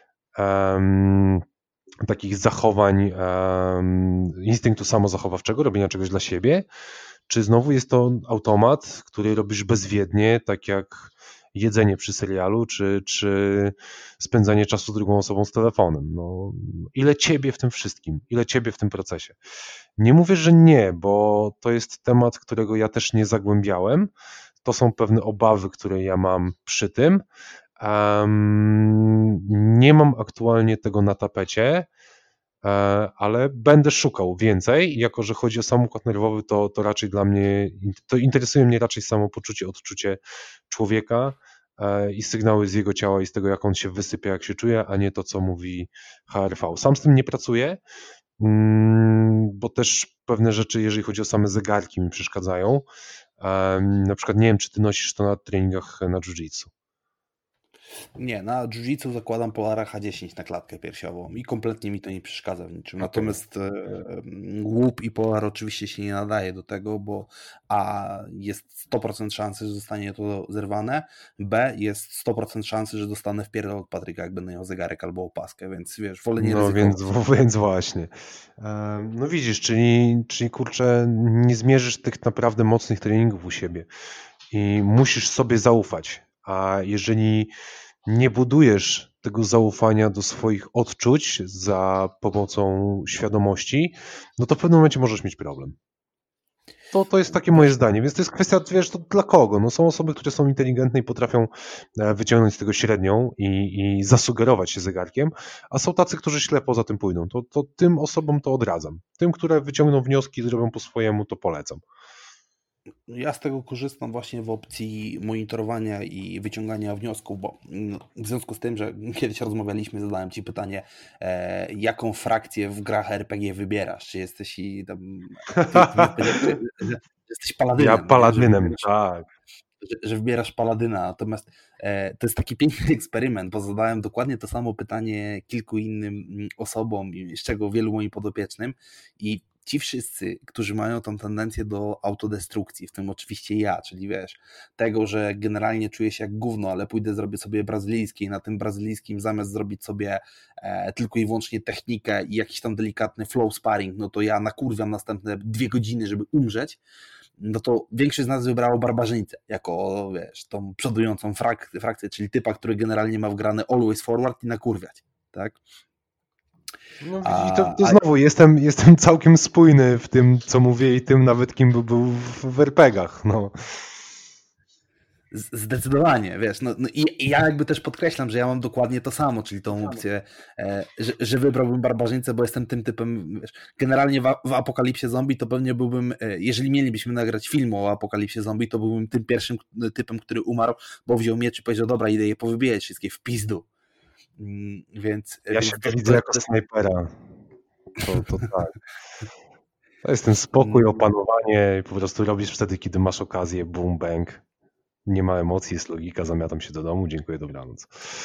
takich zachowań, instynktu samozachowawczego, robienia czegoś dla siebie, czy znowu jest to automat, który robisz bezwiednie, tak jak jedzenie przy serialu, czy spędzanie czasu z drugą osobą z telefonem. No, ile ciebie w tym wszystkim, ile ciebie w tym procesie. Nie mówię, że nie, bo to jest temat, którego ja też nie zagłębiałem. To są pewne obawy, które ja mam przy tym. Nie mam aktualnie tego na tapecie, ale będę szukał więcej. Jako że chodzi o sam układ nerwowy, to raczej dla mnie, to interesuje mnie raczej samopoczucie, odczucie człowieka i sygnały z jego ciała i z tego, jak on się wysypia, jak się czuje, a nie to, co mówi HRV. Sam z tym nie pracuję, bo też pewne rzeczy, jeżeli chodzi o same zegarki, mi przeszkadzają. Na przykład nie wiem, czy ty nosisz to na treningach na jiu-jitsu. Nie, na jiu-jitsu zakładam Polara H10 na klatkę piersiową i kompletnie mi to nie przeszkadza w niczym. Natomiast łup i Polar oczywiście się nie nadaje do tego, bo A, jest 100% szansy, że zostanie to zerwane, B, jest 100% szansy, że dostanę wpierdol od Patryka, jak będę miał zegarek albo opaskę, więc wiesz, wolę nie ryzykować. Więc właśnie. No widzisz, czyli kurczę, nie zmierzysz tych naprawdę mocnych treningów u siebie i musisz sobie zaufać, a jeżeli nie budujesz tego zaufania do swoich odczuć za pomocą świadomości, no to w pewnym momencie możesz mieć problem. To jest takie moje zdanie, więc to jest kwestia, wiesz, to dla kogo? No są osoby, które są inteligentne i potrafią wyciągnąć z tego średnią i zasugerować się zegarkiem, a są tacy, którzy ślepo za tym pójdą. To tym osobom to odradzam. Tym, które wyciągną wnioski i zrobią po swojemu, to polecam. Ja z tego korzystam właśnie w opcji monitorowania i wyciągania wniosków, bo w związku z tym, że kiedyś rozmawialiśmy, zadałem Ci pytanie, jaką frakcję w grach RPG wybierasz? Czy jesteś że jesteś paladynem? Ja paladynem, tak. Że wybierasz paladyna, natomiast to jest taki piękny eksperyment, bo zadałem dokładnie to samo pytanie kilku innym osobom, z czego wielu moim podopiecznym i ci wszyscy, którzy mają tą tendencję do autodestrukcji, w tym oczywiście ja, czyli wiesz, tego, że generalnie czuję się jak gówno, ale pójdę zrobię sobie brazylijski i na tym brazylijskim zamiast zrobić sobie tylko i wyłącznie technikę i jakiś tam delikatny flow sparring, no to ja nakurwiam następne 2 godziny, żeby umrzeć, no to większość z nas wybrało barbarzyńcę jako, wiesz, tą przodującą frakcję, czyli typa, który generalnie ma wgrane always forward i nakurwiać, tak? No i to znowu jestem całkiem spójny w tym, co mówię i tym nawet kim był w RPG-ach, no. Zdecydowanie, wiesz, no i ja jakby też podkreślam, że ja mam dokładnie to samo, czyli tą opcję, że wybrałbym barbarzyńcę, bo jestem tym typem, wiesz, generalnie w Apokalipsie Zombie to pewnie byłbym, jeżeli mielibyśmy nagrać film o Apokalipsie Zombie, to byłbym tym pierwszym typem, który umarł, bo wziął miecz i powiedział, dobra, idę je powybijać wszystkie w pizdu. Więc ja się widzę jako snajpera. To tak. To jest ten spokój, opanowanie i po prostu robisz wtedy, kiedy masz okazję, boom, bang. Nie ma emocji, jest logika, zamiatam się do domu, dziękuję, dobranoc.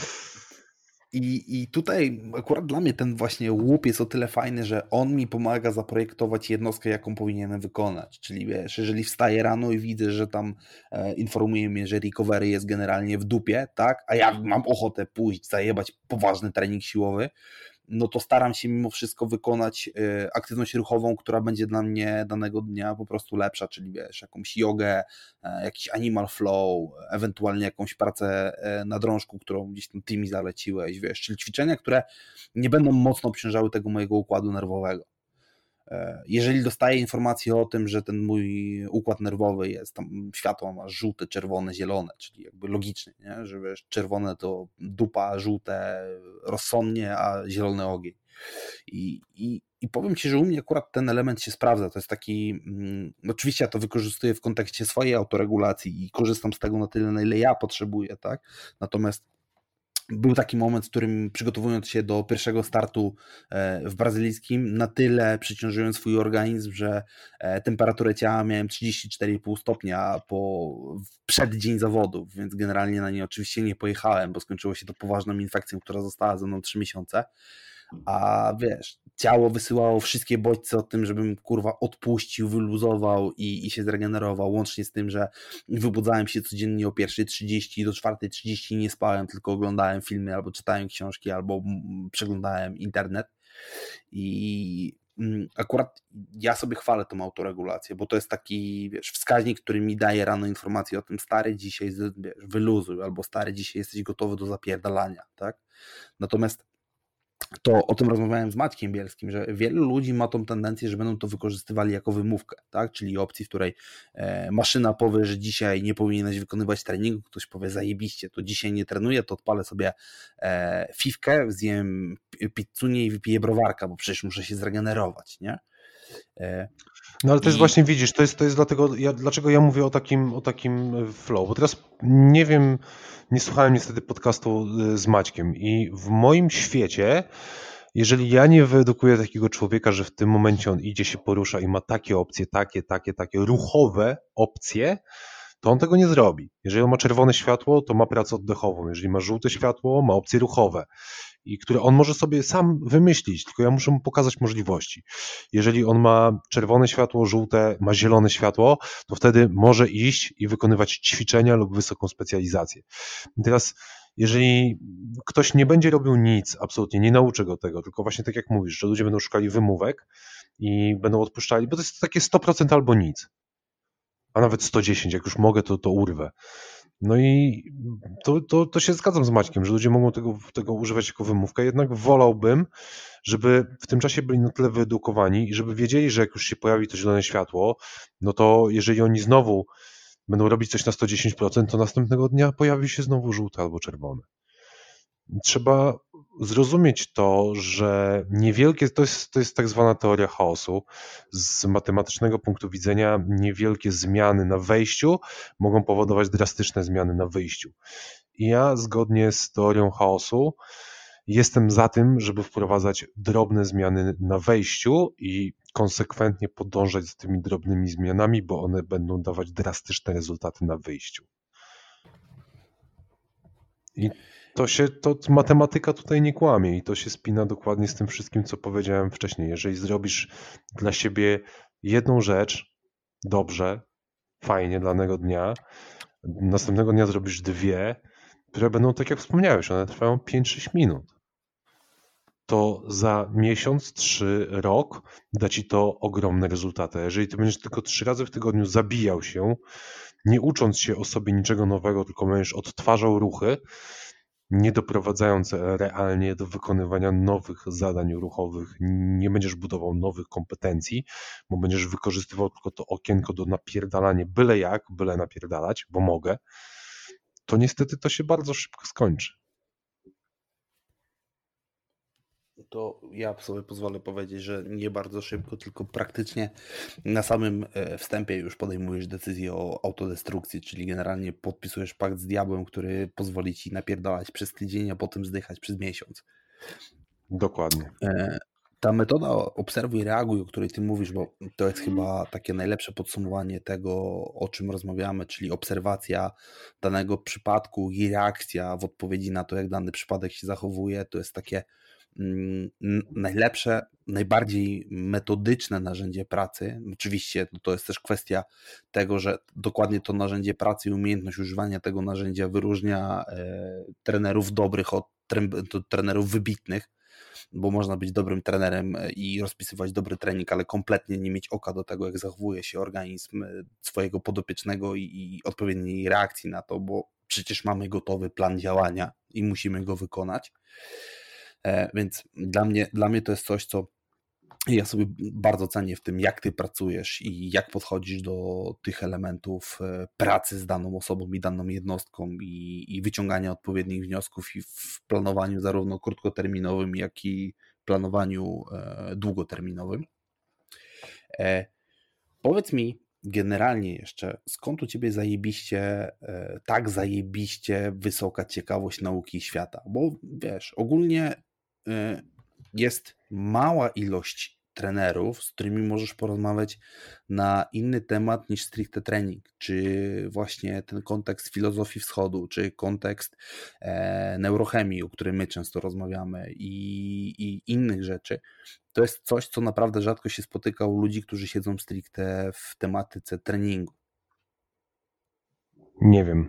I tutaj akurat dla mnie ten właśnie łup jest o tyle fajny, że on mi pomaga zaprojektować jednostkę, jaką powinienem wykonać. Czyli wiesz, jeżeli wstaję rano i widzę, że tam informuje mnie, że recovery jest generalnie w dupie, tak, a ja mam ochotę pójść, zajebać poważny trening siłowy, no to staram się mimo wszystko wykonać aktywność ruchową, która będzie dla mnie danego dnia po prostu lepsza, czyli wiesz, jakąś jogę, jakiś animal flow, ewentualnie jakąś pracę na drążku, którą gdzieś tam ty mi zaleciłeś, wiesz, czyli ćwiczenia, które nie będą mocno obciążały tego mojego układu nerwowego. Jeżeli dostaję informację o tym, że ten mój układ nerwowy jest tam, światło ma żółte, czerwone, zielone, czyli jakby logicznie, nie? Że wiesz, czerwone to dupa, żółte rozsądnie, a zielony ogień. I powiem Ci, że u mnie akurat ten element się sprawdza. To jest taki, oczywiście ja to wykorzystuję w kontekście swojej autoregulacji i korzystam z tego na tyle, na ile ja potrzebuję, tak? Natomiast był taki moment, w którym przygotowując się do pierwszego startu w brazylijskim, na tyle przyciążyłem swój organizm, że temperaturę ciała miałem 34,5 stopnia w przeddzień zawodów, więc generalnie na nie oczywiście nie pojechałem, bo skończyło się to poważną infekcją, która została ze mną 3 miesiące. A wiesz, ciało wysyłało wszystkie bodźce o tym, żebym kurwa odpuścił, wyluzował i się zregenerował, łącznie z tym, że wybudzałem się codziennie o 1:30 do 4:30, nie spałem, tylko oglądałem filmy, albo czytałem książki, albo przeglądałem internet. I akurat ja sobie chwalę tą autoregulację, bo to jest taki, wiesz, wskaźnik, który mi daje rano informację o tym, stary, dzisiaj wiesz, wyluzuj, albo stary, dzisiaj jesteś gotowy do zapierdalania, tak? Natomiast to o tym rozmawiałem z Maćkiem Bielskim, że wielu ludzi ma tą tendencję, że będą to wykorzystywali jako wymówkę, tak? Czyli opcji, w której maszyna powie, że dzisiaj nie powinieneś wykonywać treningu, ktoś powie zajebiście, to dzisiaj nie trenuję, to odpalę sobie fifkę, zjem pizzunię i wypiję browarka, bo przecież muszę się zregenerować, nie? No ale to jest właśnie, widzisz, to jest dlaczego ja mówię o takim flow, bo teraz nie wiem, nie słuchałem niestety podcastu z Maćkiem i w moim świecie, jeżeli ja nie wyedukuję takiego człowieka, że w tym momencie on idzie, się porusza i ma takie opcje, takie ruchowe opcje, to on tego nie zrobi. Jeżeli on ma czerwone światło, to ma pracę oddechową. Jeżeli ma żółte światło, ma opcje ruchowe, i które on może sobie sam wymyślić, tylko ja muszę mu pokazać możliwości. Jeżeli on ma czerwone światło, żółte, ma zielone światło, to wtedy może iść i wykonywać ćwiczenia lub wysoką specjalizację. I teraz, jeżeli ktoś nie będzie robił nic, absolutnie nie nauczy go tego, tylko właśnie tak jak mówisz, że ludzie będą szukali wymówek i będą odpuszczali, bo to jest takie 100% albo nic, a nawet 110, jak już mogę, to urwę. No i to się zgadzam z Maćkiem, że ludzie mogą tego używać jako wymówkę, jednak wolałbym, żeby w tym czasie byli na tyle wyedukowani i żeby wiedzieli, że jak już się pojawi to zielone światło, no to jeżeli oni znowu będą robić coś na 110%, to następnego dnia pojawi się znowu żółte albo czerwone. Trzeba zrozumieć to, że niewielkie, to jest tak zwana teoria chaosu. Z matematycznego punktu widzenia niewielkie zmiany na wejściu mogą powodować drastyczne zmiany na wyjściu. I ja zgodnie z teorią chaosu jestem za tym, żeby wprowadzać drobne zmiany na wejściu i konsekwentnie podążać z tymi drobnymi zmianami, bo one będą dawać drastyczne rezultaty na wyjściu. I to matematyka tutaj nie kłamie i to się spina dokładnie z tym wszystkim, co powiedziałem wcześniej. Jeżeli zrobisz dla siebie jedną rzecz dobrze, fajnie danego dnia, następnego dnia zrobisz dwie, które będą, tak jak wspomniałeś, one trwają 5-6 minut. To za miesiąc, 3, rok da ci to ogromne rezultaty. Jeżeli ty będziesz tylko 3 razy w tygodniu zabijał się, nie ucząc się o sobie niczego nowego, tylko będziesz odtwarzał ruchy, nie doprowadzając realnie do wykonywania nowych zadań ruchowych, nie będziesz budował nowych kompetencji, bo będziesz wykorzystywał tylko to okienko do napierdalania byle jak, byle napierdalać, bo mogę, to niestety to się bardzo szybko skończy. To ja sobie pozwolę powiedzieć, że nie bardzo szybko, tylko praktycznie na samym wstępie już podejmujesz decyzję o autodestrukcji, czyli generalnie podpisujesz pakt z diabłem, który pozwoli ci napierdalać przez tydzień, a potem zdychać przez miesiąc. Dokładnie. Ta metoda obserwuj, reaguj, o której ty mówisz, bo to jest chyba takie najlepsze podsumowanie tego, o czym rozmawiamy, czyli obserwacja danego przypadku i reakcja w odpowiedzi na to, jak dany przypadek się zachowuje, to jest takie najlepsze, najbardziej metodyczne narzędzie pracy. Oczywiście to jest też kwestia tego, że dokładnie to narzędzie pracy i umiejętność używania tego narzędzia wyróżnia trenerów dobrych od trenerów wybitnych, bo można być dobrym trenerem i rozpisywać dobry trening, ale kompletnie nie mieć oka do tego, jak zachowuje się organizm swojego podopiecznego i odpowiedniej reakcji na to, bo przecież mamy gotowy plan działania i musimy go wykonać. Więc dla mnie to jest coś, co ja sobie bardzo cenię w tym, jak ty pracujesz i jak podchodzisz do tych elementów pracy z daną osobą i daną jednostką i wyciągania odpowiednich wniosków i w planowaniu zarówno krótkoterminowym, jak i planowaniu długoterminowym. Powiedz mi generalnie jeszcze, skąd u ciebie tak zajebiście wysoka ciekawość nauki i świata? Bo wiesz, ogólnie jest mała ilość trenerów, z którymi możesz porozmawiać na inny temat niż stricte trening, czy właśnie ten kontekst filozofii wschodu, czy kontekst neurochemii, o której my często rozmawiamy i innych rzeczy. To jest coś, co naprawdę rzadko się spotyka u ludzi, którzy siedzą stricte w tematyce treningu. Nie wiem.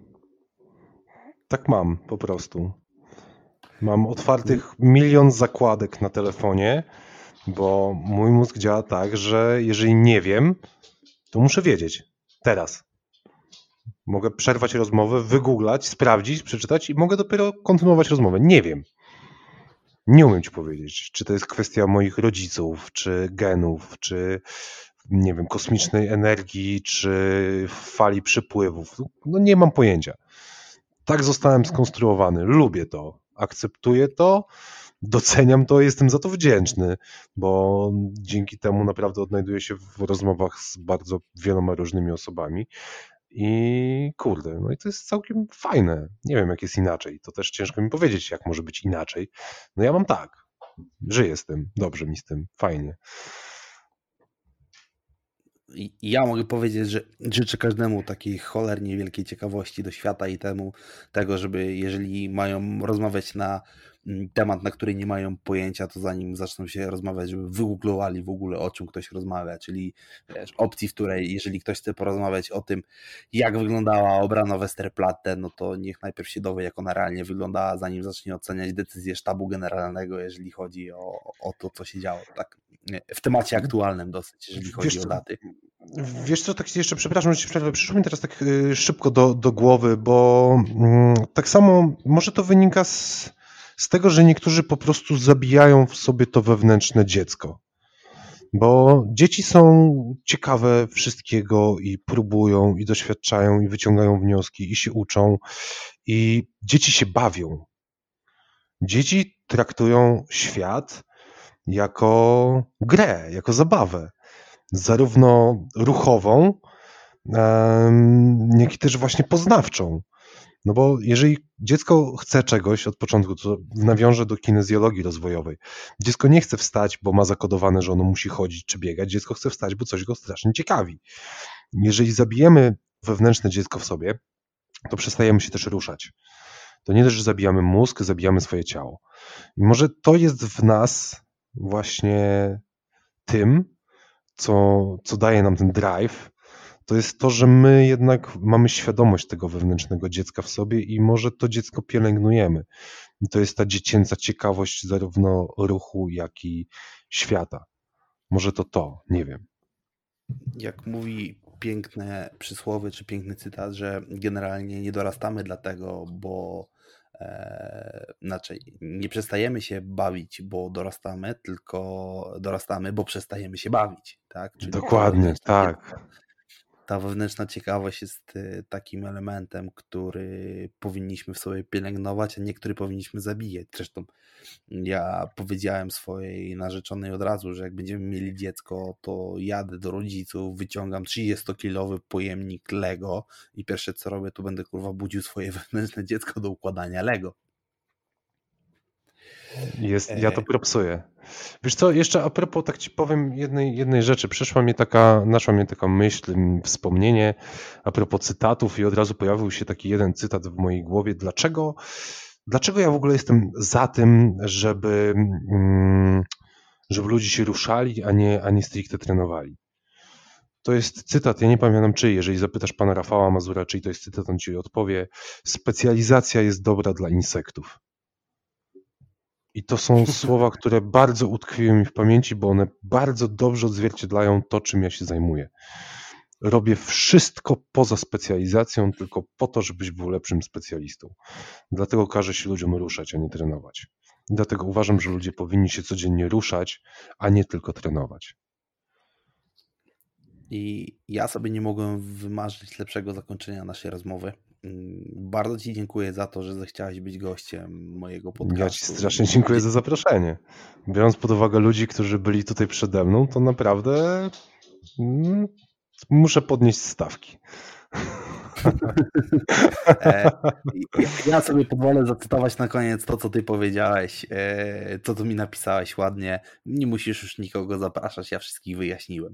Tak mam po prostu. Mam otwartych 1 000 000 zakładek na telefonie, bo mój mózg działa tak, że jeżeli nie wiem, to muszę wiedzieć. Teraz. Mogę przerwać rozmowę, wygooglać, sprawdzić, przeczytać i mogę dopiero kontynuować rozmowę. Nie wiem. Nie umiem ci powiedzieć, czy to jest kwestia moich rodziców, czy genów, czy nie wiem, kosmicznej energii, czy fali przypływów. No nie mam pojęcia. Tak zostałem skonstruowany. Lubię to. Akceptuję to. Doceniam to, jestem za to wdzięczny, bo dzięki temu naprawdę odnajduję się w rozmowach z bardzo wieloma różnymi osobami i kurde, no i to jest całkiem fajne. Nie wiem, jak jest inaczej. To też ciężko mi powiedzieć, jak może być inaczej. No ja mam tak. Żyję z tym, dobrze mi z tym, fajnie. Ja mogę powiedzieć, że życzę każdemu takiej cholernie wielkiej ciekawości do świata i tego, żeby jeżeli mają rozmawiać na temat, na który nie mają pojęcia, to zanim zaczną się rozmawiać, żeby wygooglowali w ogóle, o czym ktoś rozmawia, czyli wiesz, opcji, w której jeżeli ktoś chce porozmawiać o tym, jak wyglądała obrana Westerplatte, no to niech najpierw się dowie, jak ona realnie wyglądała, zanim zacznie oceniać decyzję sztabu generalnego, jeżeli chodzi o to, co się działo, tak? W temacie aktualnym dosyć, jeżeli chodzi o daty. Wiesz co, tak jeszcze przepraszam, że ci przerwę, przyszło mi teraz tak szybko do głowy, bo tak samo może to wynika z tego, że niektórzy po prostu zabijają w sobie to wewnętrzne dziecko. Bo dzieci są ciekawe wszystkiego i próbują, i doświadczają, i wyciągają wnioski, i się uczą, i dzieci się bawią. Dzieci traktują świat jako grę, jako zabawę, zarówno ruchową, jak i też właśnie poznawczą. No bo jeżeli dziecko chce czegoś od początku, to nawiążę do kinezjologii rozwojowej. Dziecko nie chce wstać, bo ma zakodowane, że ono musi chodzić czy biegać. Dziecko chce wstać, bo coś go strasznie ciekawi. Jeżeli zabijemy wewnętrzne dziecko w sobie, to przestajemy się też ruszać. To nie też, że zabijamy mózg, zabijamy swoje ciało. I może to jest w nas właśnie tym, co daje nam ten drive, to jest to, że my jednak mamy świadomość tego wewnętrznego dziecka w sobie i może to dziecko pielęgnujemy. I to jest ta dziecięca ciekawość zarówno ruchu, jak i świata. Może to, nie wiem. Jak mówi piękne przysłowie, czy piękny cytat, że generalnie nie dorastamy dlatego, bo nie przestajemy się bawić, bo dorastamy, tylko dorastamy, bo przestajemy się bawić. Tak? Czyli dokładnie, tak. Ta wewnętrzna ciekawość jest takim elementem, który powinniśmy w sobie pielęgnować, a nie który powinniśmy zabijać. Zresztą ja powiedziałem swojej narzeczonej od razu, że jak będziemy mieli dziecko, to jadę do rodziców, wyciągam 30-kilowy pojemnik Lego i pierwsze co robię, to będę budził swoje wewnętrzne dziecko do układania Lego. Ja to propsuję. Wiesz co, jeszcze a propos, tak ci powiem jednej rzeczy. Naszła mnie taka myśl, wspomnienie a propos cytatów i od razu pojawił się taki jeden cytat w mojej głowie. Dlaczego ja w ogóle jestem za tym, żeby ludzie się ruszali, a nie stricte trenowali? To jest cytat, ja nie pamiętam czyj, jeżeli zapytasz pana Rafała Mazura, czyj to jest cytat, on ci odpowie. Specjalizacja jest dobra dla insektów. I to są słowa, które bardzo utkwiły mi w pamięci, bo one bardzo dobrze odzwierciedlają to, czym ja się zajmuję. Robię wszystko poza specjalizacją, tylko po to, żebyś był lepszym specjalistą. Dlatego każę się ludziom ruszać, a nie trenować. Dlatego uważam, że ludzie powinni się codziennie ruszać, a nie tylko trenować. I ja sobie nie mogłem wymarzyć lepszego zakończenia naszej rozmowy. Bardzo ci dziękuję za to, że zechciałeś być gościem mojego podcastu. Ja ci strasznie dziękuję za zaproszenie. Biorąc pod uwagę ludzi, którzy byli tutaj przede mną, to naprawdę muszę podnieść stawki. Ja sobie pozwolę zacytować na koniec to, co ty powiedziałeś, co tu mi napisałeś ładnie. Nie musisz już nikogo zapraszać, ja wszystkich wyjaśniłem.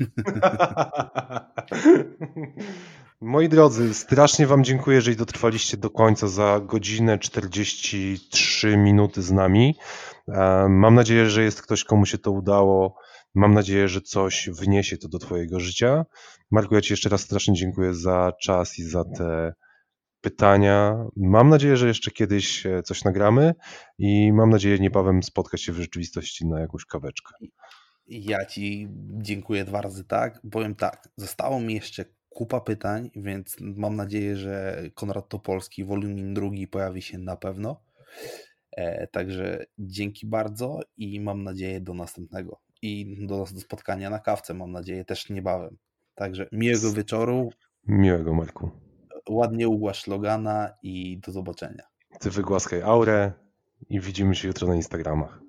Moi drodzy, strasznie wam dziękuję, jeżeli dotrwaliście do końca za godzinę 43 minuty z nami. Mam nadzieję, że jest ktoś, komu się to udało. Mam nadzieję, że coś wniesie to do twojego życia. Marku, ja ci jeszcze raz strasznie dziękuję za czas i za te pytania. Mam nadzieję, że jeszcze kiedyś coś nagramy i mam nadzieję niebawem spotkać się w rzeczywistości na jakąś kaweczkę. Ja ci dziękuję 2 razy tak. Powiem tak, zostało mi jeszcze kupa pytań, więc mam nadzieję, że Konrad Topolski wolumin 2 pojawi się na pewno. Także dzięki bardzo i mam nadzieję do następnego. I do spotkania na kawce, mam nadzieję, też niebawem. Także miłego wieczoru. Miłego, Marku. Ładnie ugłasz Logana i do zobaczenia. Ty wygłaskaj aurę i widzimy się jutro na Instagramach.